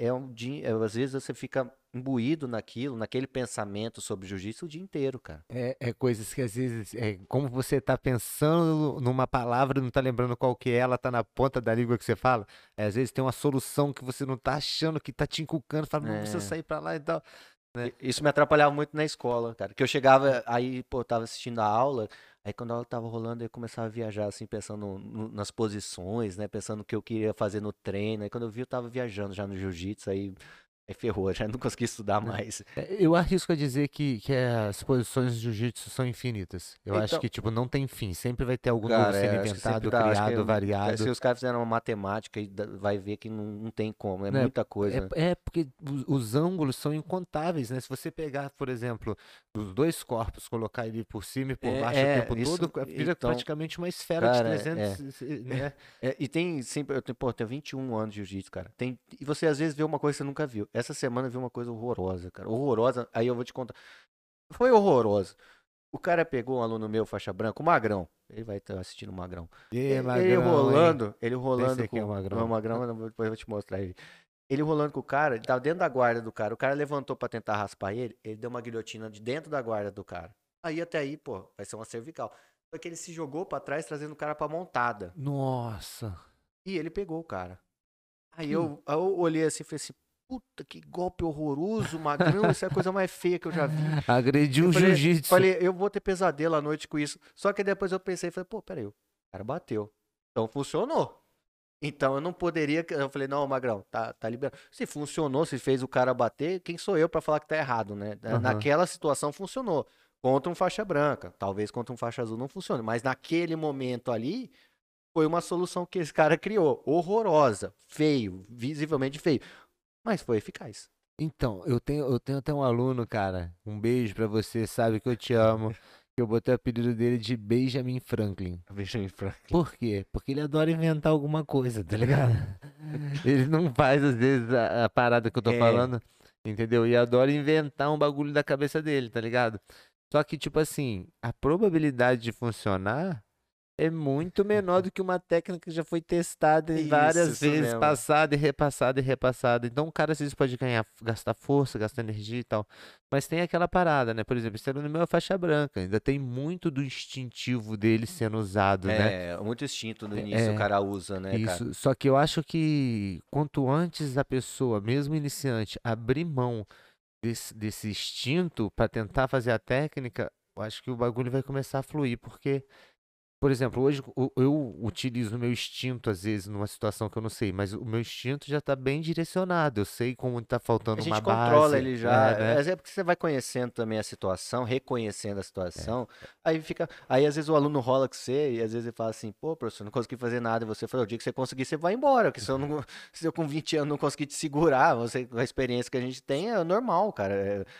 [SPEAKER 1] às vezes você fica imbuído naquele pensamento sobre jiu-jitsu o dia inteiro, cara.
[SPEAKER 2] É coisas que às vezes, como você tá pensando numa palavra, não tá lembrando qual que é, ela tá na ponta da língua que você fala. Às vezes tem uma solução que você não tá achando que tá te encucando, fala, não precisa
[SPEAKER 1] É.
[SPEAKER 2] sair pra lá e tal, né?
[SPEAKER 1] Isso me atrapalhava muito na escola, cara. Que eu chegava, aí, pô, tava assistindo a aula, aí quando a aula tava rolando, eu começava a viajar, assim, pensando nas posições, né? Pensando o que eu queria fazer no treino. Aí quando eu vi, eu tava viajando já no jiu-jitsu, aí ferrou, já não consegui estudar
[SPEAKER 2] Né?
[SPEAKER 1] mais.
[SPEAKER 2] Eu arrisco a dizer que as posições de jiu-jitsu são infinitas. Eu acho
[SPEAKER 1] Então,
[SPEAKER 2] que, tipo, não tem fim. Sempre vai ter algo novo
[SPEAKER 1] cara,
[SPEAKER 2] sendo
[SPEAKER 1] acho que sempre
[SPEAKER 2] inventado,
[SPEAKER 1] dá. Acho que
[SPEAKER 2] criado,
[SPEAKER 1] se
[SPEAKER 2] variado.
[SPEAKER 1] os caras fizeram uma matemática, vai ver que não tem como, é
[SPEAKER 2] Né?
[SPEAKER 1] muita coisa.
[SPEAKER 2] Porque os ângulos são incontáveis, né? Se você pegar, por exemplo, os dois corpos, colocar ele por cima e por baixo o tempo todo,
[SPEAKER 1] Isso,
[SPEAKER 2] vira
[SPEAKER 1] então,
[SPEAKER 2] praticamente uma esfera de
[SPEAKER 1] cara,
[SPEAKER 2] 300, né?
[SPEAKER 1] E tem sempre, pô, eu tenho 21 anos de jiu-jitsu, cara. E você às vezes vê uma coisa que você nunca viu. Essa semana eu vi uma coisa horrorosa, cara. Horrorosa, aí eu vou te contar. Foi horroroso. O cara pegou um aluno meu, faixa branca, o Magrão. Ele vai estar assistindo o Magrão.
[SPEAKER 2] E
[SPEAKER 1] Ele
[SPEAKER 2] magrão, hein?
[SPEAKER 1] rolando
[SPEAKER 2] Pensei que é
[SPEAKER 1] com o
[SPEAKER 2] magrão.
[SPEAKER 1] Magrão, depois eu vou te mostrar ele. Ele rolando com o cara, ele tava dentro da guarda do cara. O cara levantou pra tentar raspar ele deu uma guilhotina de dentro da guarda do cara. Aí até aí, pô, vai ser uma cervical. Só que ele se jogou pra trás, trazendo o cara pra montada.
[SPEAKER 2] Nossa,
[SPEAKER 1] E ele pegou o cara. Aí
[SPEAKER 2] que
[SPEAKER 1] eu olhei assim e falei assim, puta, que golpe horroroso, Magrão, isso é a coisa mais feia que eu já vi.
[SPEAKER 2] agrediu
[SPEAKER 1] Eu
[SPEAKER 2] o
[SPEAKER 1] falei,
[SPEAKER 2] jiu-jitsu.
[SPEAKER 1] falei, eu vou ter pesadelo à noite com isso. Só que depois eu pensei, falei, pô, peraí, o cara bateu. Então funcionou. Então eu não poderia. Eu falei, não, Magrão, tá liberado. Se funcionou, se fez o cara bater, quem sou eu pra falar que tá errado, né?
[SPEAKER 2] Aham.
[SPEAKER 1] Naquela situação funcionou. Contra um faixa branca. Talvez contra um faixa azul não funcione. Mas naquele momento ali, foi uma solução que esse cara criou. Horrorosa, feio, visivelmente feio. Mas foi eficaz.
[SPEAKER 2] Então, eu tenho até um aluno, cara. Um beijo pra você, sabe que eu te amo. Que eu botei o apelido dele de Benjamin Franklin.
[SPEAKER 1] Benjamin Franklin.
[SPEAKER 2] Por quê? Porque ele adora inventar alguma coisa, tá ligado? Ele não faz, às vezes, a parada que eu tô
[SPEAKER 1] É,
[SPEAKER 2] falando, entendeu? E adora inventar um bagulho da cabeça dele, tá ligado? Só que, tipo assim, a probabilidade de funcionar é muito menor do que uma técnica que já foi testada várias
[SPEAKER 1] Isso
[SPEAKER 2] vezes,
[SPEAKER 1] mesmo.
[SPEAKER 2] passada e repassada e repassada. Então o cara às vezes pode gastar força, gastar energia e tal. Mas tem aquela parada, né? Por exemplo, esse aluno meu é faixa branca, ainda tem muito do instintivo dele sendo usado, né?
[SPEAKER 1] É, muito instinto no início o
[SPEAKER 2] É,
[SPEAKER 1] cara usa, né, cara?
[SPEAKER 2] isso. Só que eu acho que quanto antes a pessoa, mesmo iniciante, abrir mão desse instinto para tentar fazer a técnica, eu acho que o bagulho vai começar a fluir, porque por exemplo, hoje eu utilizo o meu instinto, às vezes, numa situação que eu não sei, mas o meu instinto já está bem direcionado. Eu sei como está
[SPEAKER 1] A
[SPEAKER 2] faltando uma
[SPEAKER 1] gente controla
[SPEAKER 2] base,
[SPEAKER 1] ele já,
[SPEAKER 2] né?
[SPEAKER 1] é porque você vai conhecendo também a situação, reconhecendo a situação, aí fica, aí às vezes o aluno rola com você e às vezes ele fala assim, pô, professor, não consegui fazer nada, e você falou, o dia que você conseguir, você vai embora, porque se eu não, se eu com 20 anos não conseguir te segurar, você, com a experiência que a gente tem, é normal, cara,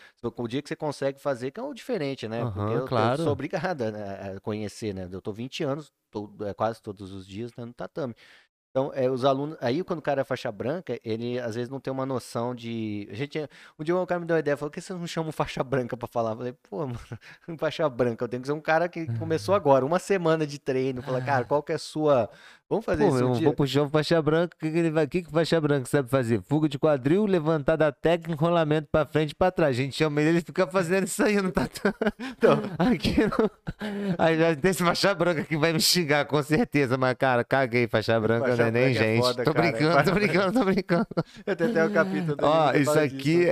[SPEAKER 1] o dia que você consegue fazer que é o diferente, né, porque
[SPEAKER 2] Aham,
[SPEAKER 1] eu sou
[SPEAKER 2] claro.
[SPEAKER 1] obrigado a conhecer, né, eu tô 20 anos, quase todos os dias, né, no tatame. Então, os alunos. Aí, quando o cara é faixa branca, ele às vezes não tem uma noção de. Um dia o cara me deu uma ideia, falou: por que você não chama um faixa branca pra falar? Eu falei: pô, mano, um faixa branca, eu tenho que ser um cara que começou agora, uma semana de treino. Fala, cara, qual que é a sua. Vamos fazer
[SPEAKER 2] Pô,
[SPEAKER 1] isso um
[SPEAKER 2] eu vou
[SPEAKER 1] dia?
[SPEAKER 2] puxar o faixa branca, o que, que ele vai, que o faixa branca sabe fazer? Fuga de quadril, levantada técnica, enrolamento pra frente e pra trás. A gente chama ele, ele fica fazendo isso aí, não tá
[SPEAKER 1] Então,
[SPEAKER 2] aqui não. Aí já tem esse faixa branca que vai me xingar, com certeza, mas cara, caguei, faixa branca não
[SPEAKER 1] faixa
[SPEAKER 2] é nem
[SPEAKER 1] branca é
[SPEAKER 2] gente.
[SPEAKER 1] foda,
[SPEAKER 2] Tô
[SPEAKER 1] cara.
[SPEAKER 2] brincando, tô brincando, tô brincando.
[SPEAKER 1] Eu tenho até um capítulo do livro
[SPEAKER 2] Ó,
[SPEAKER 1] que
[SPEAKER 2] isso
[SPEAKER 1] fala disso.
[SPEAKER 2] aqui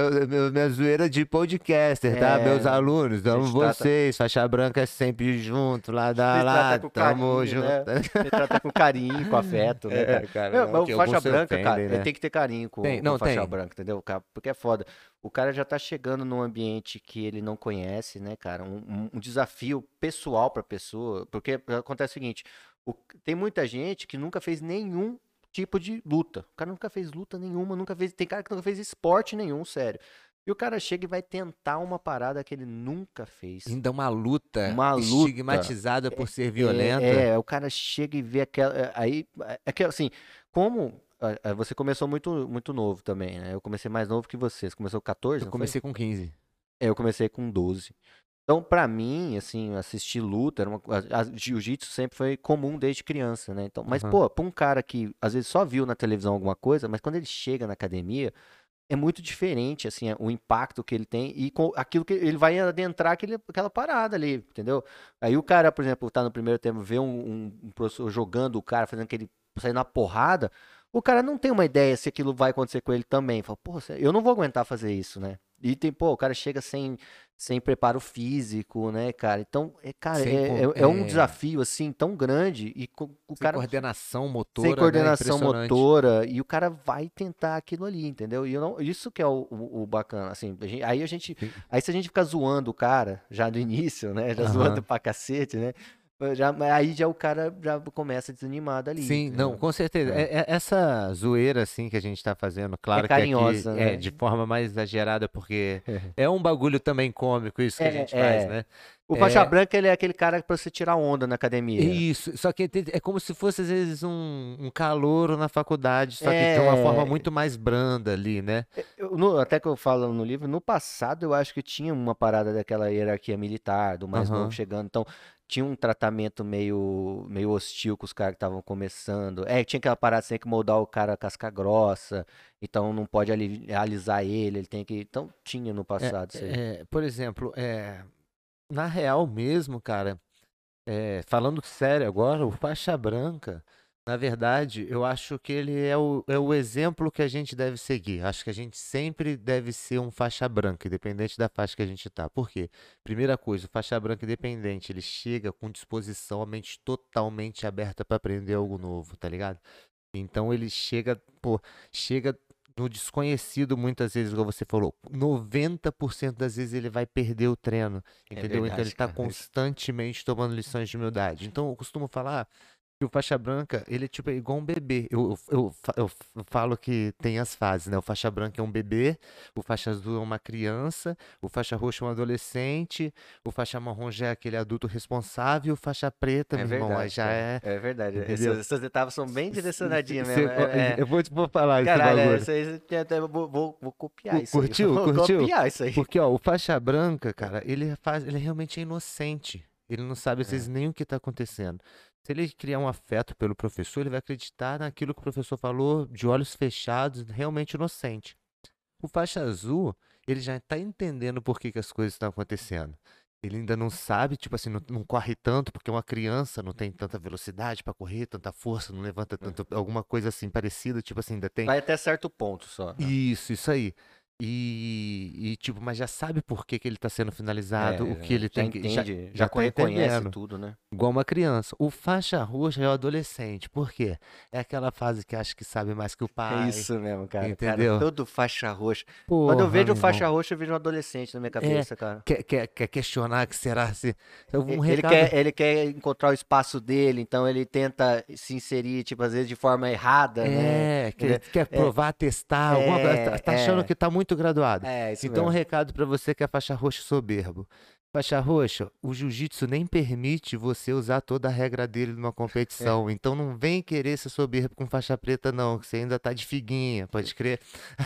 [SPEAKER 2] é minha zoeira de podcaster, tá? Meus
[SPEAKER 1] É,
[SPEAKER 2] alunos,
[SPEAKER 1] a
[SPEAKER 2] amo
[SPEAKER 1] gente trata.
[SPEAKER 2] vocês. Faixa branca é sempre junto, lá
[SPEAKER 1] A
[SPEAKER 2] da
[SPEAKER 1] gente trata
[SPEAKER 2] lá,
[SPEAKER 1] com
[SPEAKER 2] tamo
[SPEAKER 1] carinho,
[SPEAKER 2] junto.
[SPEAKER 1] né? A gente trata com carinho, com afeto, né, cara?
[SPEAKER 2] É, cara,
[SPEAKER 1] Meu,
[SPEAKER 2] não,
[SPEAKER 1] mas o
[SPEAKER 2] que
[SPEAKER 1] faixa
[SPEAKER 2] alguns se
[SPEAKER 1] branca, cara,
[SPEAKER 2] ofendem, né?
[SPEAKER 1] tem que ter carinho
[SPEAKER 2] Tem,
[SPEAKER 1] com o
[SPEAKER 2] não,
[SPEAKER 1] faixa
[SPEAKER 2] tem.
[SPEAKER 1] branca, entendeu? Porque é foda. O cara já tá chegando num ambiente que ele não conhece, né, cara? Um desafio pessoal pra pessoa. Porque acontece o seguinte: o- tem muita gente que nunca fez nenhum tipo de luta. O cara nunca fez luta nenhuma, nunca fez. Tem cara que nunca fez esporte nenhum, sério. E o cara chega e vai tentar uma parada que ele nunca fez.
[SPEAKER 2] Ainda uma luta
[SPEAKER 1] Uma luta.
[SPEAKER 2] estigmatizada por ser violenta.
[SPEAKER 1] O cara chega e vê aquela. Aí, é que assim, como você começou muito novo também, né? Eu comecei mais novo que você. Você começou com 14,
[SPEAKER 2] Eu
[SPEAKER 1] não foi?
[SPEAKER 2] comecei com 15.
[SPEAKER 1] Eu comecei com 12. Então, pra mim, assim, assistir luta, jiu-jitsu sempre foi comum desde criança, né? Então, mas,
[SPEAKER 2] Aham.
[SPEAKER 1] pô, pra um cara que às vezes só viu na televisão alguma coisa, mas quando ele chega na academia, é muito diferente, assim, o impacto que ele tem e com aquilo que ele vai adentrar aquela parada ali, entendeu? Aí o cara, por exemplo, tá no primeiro tempo, vê um professor jogando o cara, fazendo aquele, saindo na porrada, o cara não tem uma ideia se aquilo vai acontecer com ele também. Fala, pô, eu não vou aguentar fazer isso, né? E tem, pô, o cara chega sem preparo físico, né, cara? Então, cara,
[SPEAKER 2] Sem,
[SPEAKER 1] é um desafio, assim, tão grande e o
[SPEAKER 2] sem
[SPEAKER 1] cara
[SPEAKER 2] coordenação
[SPEAKER 1] sem
[SPEAKER 2] motora, né?
[SPEAKER 1] coordenação
[SPEAKER 2] Impressionante.
[SPEAKER 1] motora e o cara vai tentar aquilo ali, entendeu? E eu não, isso que é o bacana, assim,
[SPEAKER 2] Sim.
[SPEAKER 1] aí se a gente ficar zoando o cara já do início, né, já zoando
[SPEAKER 2] Aham.
[SPEAKER 1] pra cacete, né, aí já o cara já começa desanimado ali,
[SPEAKER 2] Sim, não,
[SPEAKER 1] entendeu?
[SPEAKER 2] com certeza.
[SPEAKER 1] É,
[SPEAKER 2] Essa zoeira, assim, que a gente tá fazendo,
[SPEAKER 1] é
[SPEAKER 2] claro que aqui
[SPEAKER 1] carinhosa,
[SPEAKER 2] é
[SPEAKER 1] né?
[SPEAKER 2] de forma mais exagerada, porque é um bagulho também cômico isso que a gente faz,
[SPEAKER 1] É.
[SPEAKER 2] né?
[SPEAKER 1] O faixa
[SPEAKER 2] É,
[SPEAKER 1] branca, ele é aquele cara pra você tirar onda na academia.
[SPEAKER 2] isso, só que é como se fosse, às vezes, um calouro na faculdade, só que de uma forma
[SPEAKER 1] É,
[SPEAKER 2] muito mais branda ali, né?
[SPEAKER 1] até que eu falo no livro, no passado eu acho que tinha uma parada daquela hierarquia militar, do mais novo
[SPEAKER 2] Aham.
[SPEAKER 1] chegando, então tinha um tratamento meio hostil com os caras que estavam começando. Tinha aquela parada, você tem que moldar o cara casca grossa, então não pode alisar ele tem que. Então tinha no passado isso aí.
[SPEAKER 2] Por exemplo, na real mesmo, cara. Falando sério agora, o faixa branca, na verdade, eu acho que ele é o exemplo que a gente deve seguir. Acho que a gente sempre deve ser um faixa branca, independente da faixa que a gente tá. Por quê? Primeira coisa, o faixa branca independente, ele chega com disposição, a mente totalmente aberta para aprender algo novo, tá ligado? Então ele chega, pô, chega no desconhecido muitas vezes, como você falou, 90% das vezes ele vai perder o treino,
[SPEAKER 1] É
[SPEAKER 2] entendeu? Então ele
[SPEAKER 1] verdade,
[SPEAKER 2] está
[SPEAKER 1] cara.
[SPEAKER 2] constantemente tomando lições de humildade. Então eu costumo falar que o faixa branca, ele é tipo é igual um bebê. Eu falo que tem as fases, né? O faixa branca é um bebê, o faixa azul é uma criança, o faixa roxo é um adolescente, o faixa marrom já é aquele adulto responsável, e o faixa preta,
[SPEAKER 1] É
[SPEAKER 2] meu irmão, aí
[SPEAKER 1] verdade,
[SPEAKER 2] já
[SPEAKER 1] cara.
[SPEAKER 2] é,
[SPEAKER 1] É verdade.
[SPEAKER 2] entendeu?
[SPEAKER 1] Essas etapas são bem direcionadinhas mesmo.
[SPEAKER 2] Cê- eu vou falar esse
[SPEAKER 1] Caralho,
[SPEAKER 2] bagulho.
[SPEAKER 1] isso aí até vou copiar isso aí.
[SPEAKER 2] Curtiu?
[SPEAKER 1] Vou
[SPEAKER 2] Curtiu?
[SPEAKER 1] copiar isso aí.
[SPEAKER 2] Porque, ó, o faixa branca, cara, ele realmente é inocente. Ele não sabe, às vezes, nem o que está acontecendo. Se ele criar um afeto pelo professor, ele vai acreditar naquilo que o professor falou, de olhos fechados, realmente inocente. O faixa azul, ele já está entendendo por que que as coisas estão acontecendo. Ele ainda não sabe, tipo assim, não corre tanto, porque uma criança não tem tanta velocidade para correr, tanta força, não levanta tanto, alguma coisa assim parecida, tipo assim, ainda tem.
[SPEAKER 1] Vai até certo ponto só, né?
[SPEAKER 2] Isso aí. Tipo, mas já sabe por que que ele está sendo finalizado, o que ele
[SPEAKER 1] Já
[SPEAKER 2] tem que. Já,
[SPEAKER 1] entende, já
[SPEAKER 2] já
[SPEAKER 1] até
[SPEAKER 2] tá
[SPEAKER 1] reconhece
[SPEAKER 2] entendendo.
[SPEAKER 1] tudo, né?
[SPEAKER 2] Igual uma criança. O faixa roxa é o adolescente. Por quê? É aquela fase que acha que sabe mais que o
[SPEAKER 1] É
[SPEAKER 2] pai.
[SPEAKER 1] isso mesmo, cara. Cara,
[SPEAKER 2] Entendeu?
[SPEAKER 1] todo faixa roxa. Quando eu
[SPEAKER 2] Porra,
[SPEAKER 1] vejo
[SPEAKER 2] meu
[SPEAKER 1] faixa
[SPEAKER 2] irmão.
[SPEAKER 1] roxa, eu vejo um adolescente na minha
[SPEAKER 2] É,
[SPEAKER 1] cabeça, cara.
[SPEAKER 2] quer questionar que será se. Um
[SPEAKER 1] Ele
[SPEAKER 2] recado.
[SPEAKER 1] quer, ele quer encontrar o espaço dele, então ele tenta se inserir, tipo, às vezes de forma errada, né?
[SPEAKER 2] Quer
[SPEAKER 1] É,
[SPEAKER 2] provar, testar, alguma coisa.
[SPEAKER 1] é,
[SPEAKER 2] Tá achando
[SPEAKER 1] é,
[SPEAKER 2] que tá muito graduado.
[SPEAKER 1] isso
[SPEAKER 2] Então, um
[SPEAKER 1] mesmo.
[SPEAKER 2] recado pra você que é faixa roxa soberbo. Faixa roxa, o jiu-jitsu nem permite você usar toda a regra dele numa competição. Então não vem querer ser soberbo com faixa preta, não, que você ainda tá de figuinha, pode crer.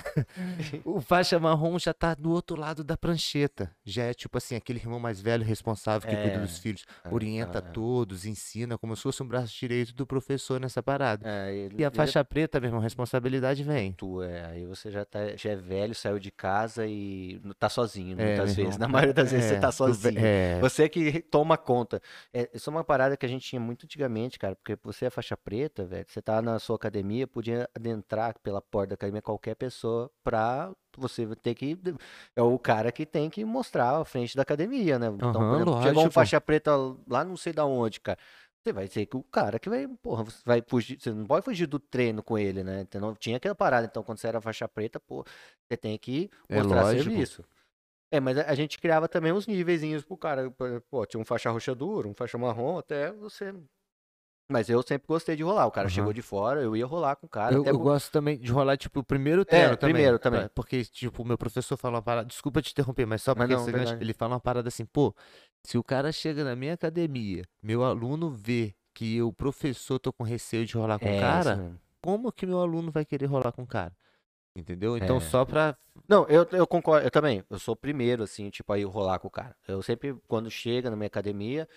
[SPEAKER 2] O faixa marrom já tá do outro lado da prancheta. Já é tipo assim, aquele irmão mais velho responsável que cuida dos filhos. Orienta todos, ensina como se fosse um braço direito do professor nessa parada. E a
[SPEAKER 1] ele
[SPEAKER 2] faixa preta, meu irmão, responsabilidade vem.
[SPEAKER 1] aí você já é velho, saiu de casa e não tá sozinho,
[SPEAKER 2] Meu
[SPEAKER 1] muitas vezes.
[SPEAKER 2] irmão.
[SPEAKER 1] Na maioria das vezes você tá sozinho.
[SPEAKER 2] É.
[SPEAKER 1] Você que toma conta. Isso é uma parada que a gente tinha muito antigamente, cara, porque você é faixa preta, velho, você tá na sua academia, podia adentrar pela porta da academia qualquer pessoa pra você ter que. É o cara que tem que mostrar a frente da academia, né? Então, por
[SPEAKER 2] Aham,
[SPEAKER 1] exemplo, chegou um
[SPEAKER 2] lógico.
[SPEAKER 1] faixa preta lá não sei da onde, cara. Você vai ser que o cara que vai, porra, você vai fugir, você não pode fugir do treino com ele, né? Então não tinha aquela parada. Então quando você era faixa preta, pô, você tem que
[SPEAKER 2] É
[SPEAKER 1] mostrar
[SPEAKER 2] lógico.
[SPEAKER 1] serviço. Mas a gente criava também uns nivezinhos pro cara. Pô, tinha um faixa roxa duro, um faixa marrom, até você. Mas eu sempre gostei de rolar. O cara chegou
[SPEAKER 2] Aham.
[SPEAKER 1] de fora, eu ia rolar com o cara,
[SPEAKER 2] Eu,
[SPEAKER 1] até
[SPEAKER 2] eu
[SPEAKER 1] pro.
[SPEAKER 2] gosto também de rolar, tipo, o primeiro treino também.
[SPEAKER 1] Primeiro também.
[SPEAKER 2] Porque, tipo, o meu professor fala uma parada. Desculpa te interromper, mas só
[SPEAKER 1] Mas
[SPEAKER 2] porque
[SPEAKER 1] não, verdade.
[SPEAKER 2] ele fala uma parada assim, pô, se o cara chega na minha academia, meu aluno vê que o professor tô com receio de rolar com o
[SPEAKER 1] É, isso
[SPEAKER 2] cara,
[SPEAKER 1] mesmo.
[SPEAKER 2] como que meu aluno vai querer rolar com o cara? Entendeu? Então,
[SPEAKER 1] É.
[SPEAKER 2] só pra.
[SPEAKER 1] Não, eu concordo, eu também. Eu sou o primeiro, assim, tipo, aí rolar com o cara. Eu sempre, quando chega na minha academia,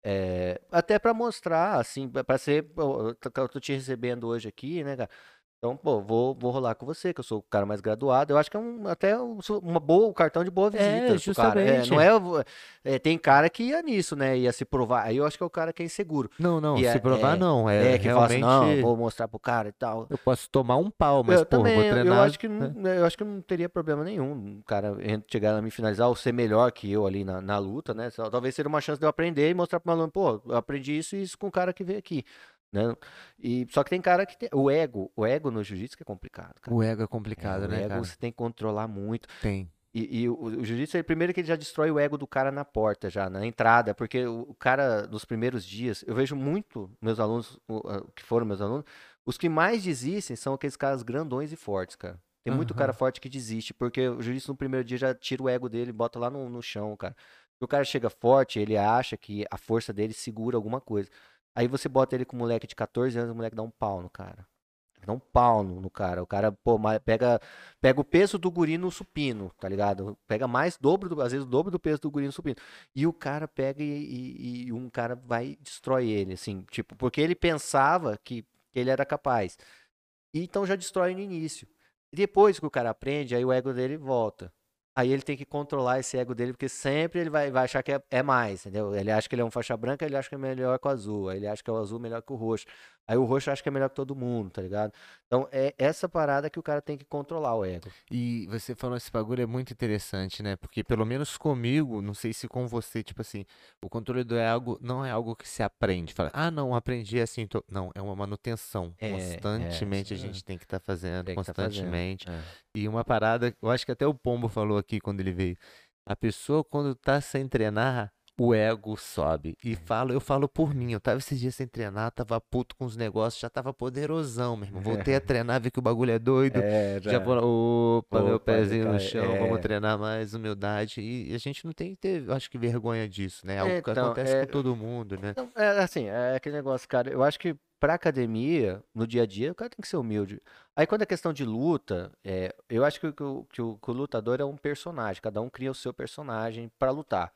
[SPEAKER 1] até pra mostrar, assim, pra ser. Pô, eu tô te recebendo hoje aqui, né, cara? Então, pô, vou rolar com você, que eu sou o cara mais graduado. Eu acho que é até uma boa, um cartão de
[SPEAKER 2] É,
[SPEAKER 1] boas-vindas pro cara. Não
[SPEAKER 2] justamente.
[SPEAKER 1] é, tem cara que ia nisso, né? Ia se provar. Aí eu acho que é o cara que é inseguro.
[SPEAKER 2] Não, não,
[SPEAKER 1] Que
[SPEAKER 2] se provar não. É
[SPEAKER 1] que fala assim, não,
[SPEAKER 2] realmente.
[SPEAKER 1] vou mostrar pro cara e tal.
[SPEAKER 2] Eu posso tomar um pau, mas,
[SPEAKER 1] Eu
[SPEAKER 2] porra, vou
[SPEAKER 1] também,
[SPEAKER 2] treinar. Né?
[SPEAKER 1] eu acho que não teria problema nenhum, o cara chegar lá me finalizar ou ser melhor que eu ali na luta, né? Talvez seria uma chance de eu aprender e mostrar pro meu aluno, pô, eu aprendi isso e isso com o cara que veio aqui, né? E só que tem cara que tem o ego no jiu-jitsu que é complicado, cara.
[SPEAKER 2] O ego é complicado,
[SPEAKER 1] O
[SPEAKER 2] né,
[SPEAKER 1] ego
[SPEAKER 2] cara?
[SPEAKER 1] você tem que controlar muito.
[SPEAKER 2] Tem.
[SPEAKER 1] E o jiu-jitsu, primeiro que ele já destrói o ego do cara na porta, já, na entrada, porque o cara, nos primeiros dias, eu vejo muito meus alunos, que foram meus alunos, os que mais desistem são aqueles caras grandões e fortes, cara. Tem muito cara
[SPEAKER 2] Aham.
[SPEAKER 1] forte que desiste, porque o jiu-jitsu no primeiro dia já tira o ego dele e bota lá no chão, cara. E o cara chega forte, ele acha que a força dele segura alguma coisa. Aí você bota ele com um moleque de 14 anos, o moleque dá um pau no cara. Dá um pau no cara. O cara, pô, pega o peso do guri no supino, tá ligado? Pega mais dobro, às vezes o dobro do peso do guri no supino. E o cara pega e um cara vai e destrói ele, assim, tipo, porque ele pensava que ele era capaz. E então já destrói no início. E depois que o cara aprende, aí o ego dele volta. Aí ele tem que controlar esse ego dele, porque sempre ele vai achar que é mais, entendeu? Ele acha que ele é um faixa branca, ele acha que é melhor que o azul. Aí ele acha que é o azul melhor que o roxo. Aí o roxo acha que é melhor que todo mundo, tá ligado? Então é essa parada que o cara tem que controlar o ego.
[SPEAKER 2] E você falou esse bagulho é muito interessante, né? Porque pelo menos comigo, não sei se com você, tipo assim, o controle do ego não é algo que se aprende. Fala, ah, não, aprendi assim. Não, é uma manutenção. Constantemente a gente tem que estar fazendo,
[SPEAKER 1] Tem que estar fazendo.
[SPEAKER 2] constantemente. E uma parada, eu acho que até o Pombo falou aqui quando ele veio. A pessoa, quando tá sem treinar, o ego sobe. Eu falo por mim. Eu tava esses dias sem treinar, tava puto com os negócios, já tava poderosão, meu irmão. Voltei a treinar, vi que o bagulho é doido. Já
[SPEAKER 1] Já.
[SPEAKER 2] vou, opa, meu
[SPEAKER 1] Opa,
[SPEAKER 2] pezinho no
[SPEAKER 1] cara,
[SPEAKER 2] chão, vamos treinar mais, humildade. E a gente não tem que ter, eu acho que vergonha disso, né? Algo que
[SPEAKER 1] Então,
[SPEAKER 2] acontece com todo mundo, né?
[SPEAKER 1] não, assim, é aquele negócio, cara. Eu acho que pra academia, no dia a dia, o cara tem que ser humilde. Aí quando é questão de luta, eu acho que o lutador é um personagem. Cada um cria o seu personagem pra lutar.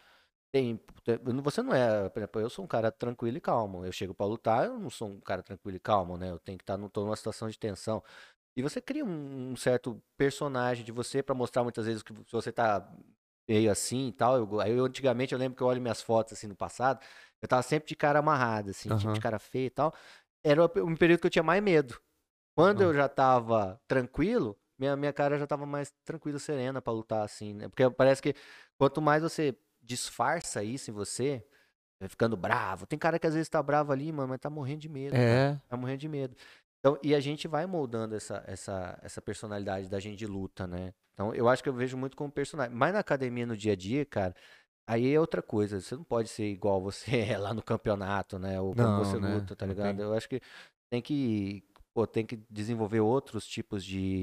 [SPEAKER 1] Você não é, por exemplo, eu sou um cara tranquilo e calmo. Eu chego pra lutar, eu não sou um cara tranquilo e calmo, né? Eu tenho que estar tô numa situação de tensão. E você cria um certo personagem de você pra mostrar muitas vezes que se você tá meio assim e tal. Antigamente eu lembro que eu olho minhas fotos assim no passado, eu tava sempre de cara amarrada, assim, tipo de
[SPEAKER 2] Aham.
[SPEAKER 1] cara feia e tal. Era um período que eu tinha mais medo. Quando
[SPEAKER 2] Aham.
[SPEAKER 1] eu já tava tranquilo, minha cara já tava mais tranquila, serena pra lutar, assim, né? Porque parece que quanto mais você disfarça isso em você, vai ficando bravo. Tem cara que às vezes tá bravo ali, mano, mas tá morrendo de medo, cara.
[SPEAKER 2] É,
[SPEAKER 1] Tá morrendo de medo. Então, e a gente vai moldando essa personalidade da gente de luta, né? Então, eu acho que eu vejo muito como personagem. Mas na academia, no dia a dia, cara, aí é outra coisa. Você não pode ser igual você é lá no campeonato, né? Ou como
[SPEAKER 2] não,
[SPEAKER 1] você
[SPEAKER 2] né?
[SPEAKER 1] luta, tá
[SPEAKER 2] Não
[SPEAKER 1] ligado?
[SPEAKER 2] tem.
[SPEAKER 1] Eu acho que tem que, pô, tem que desenvolver outros tipos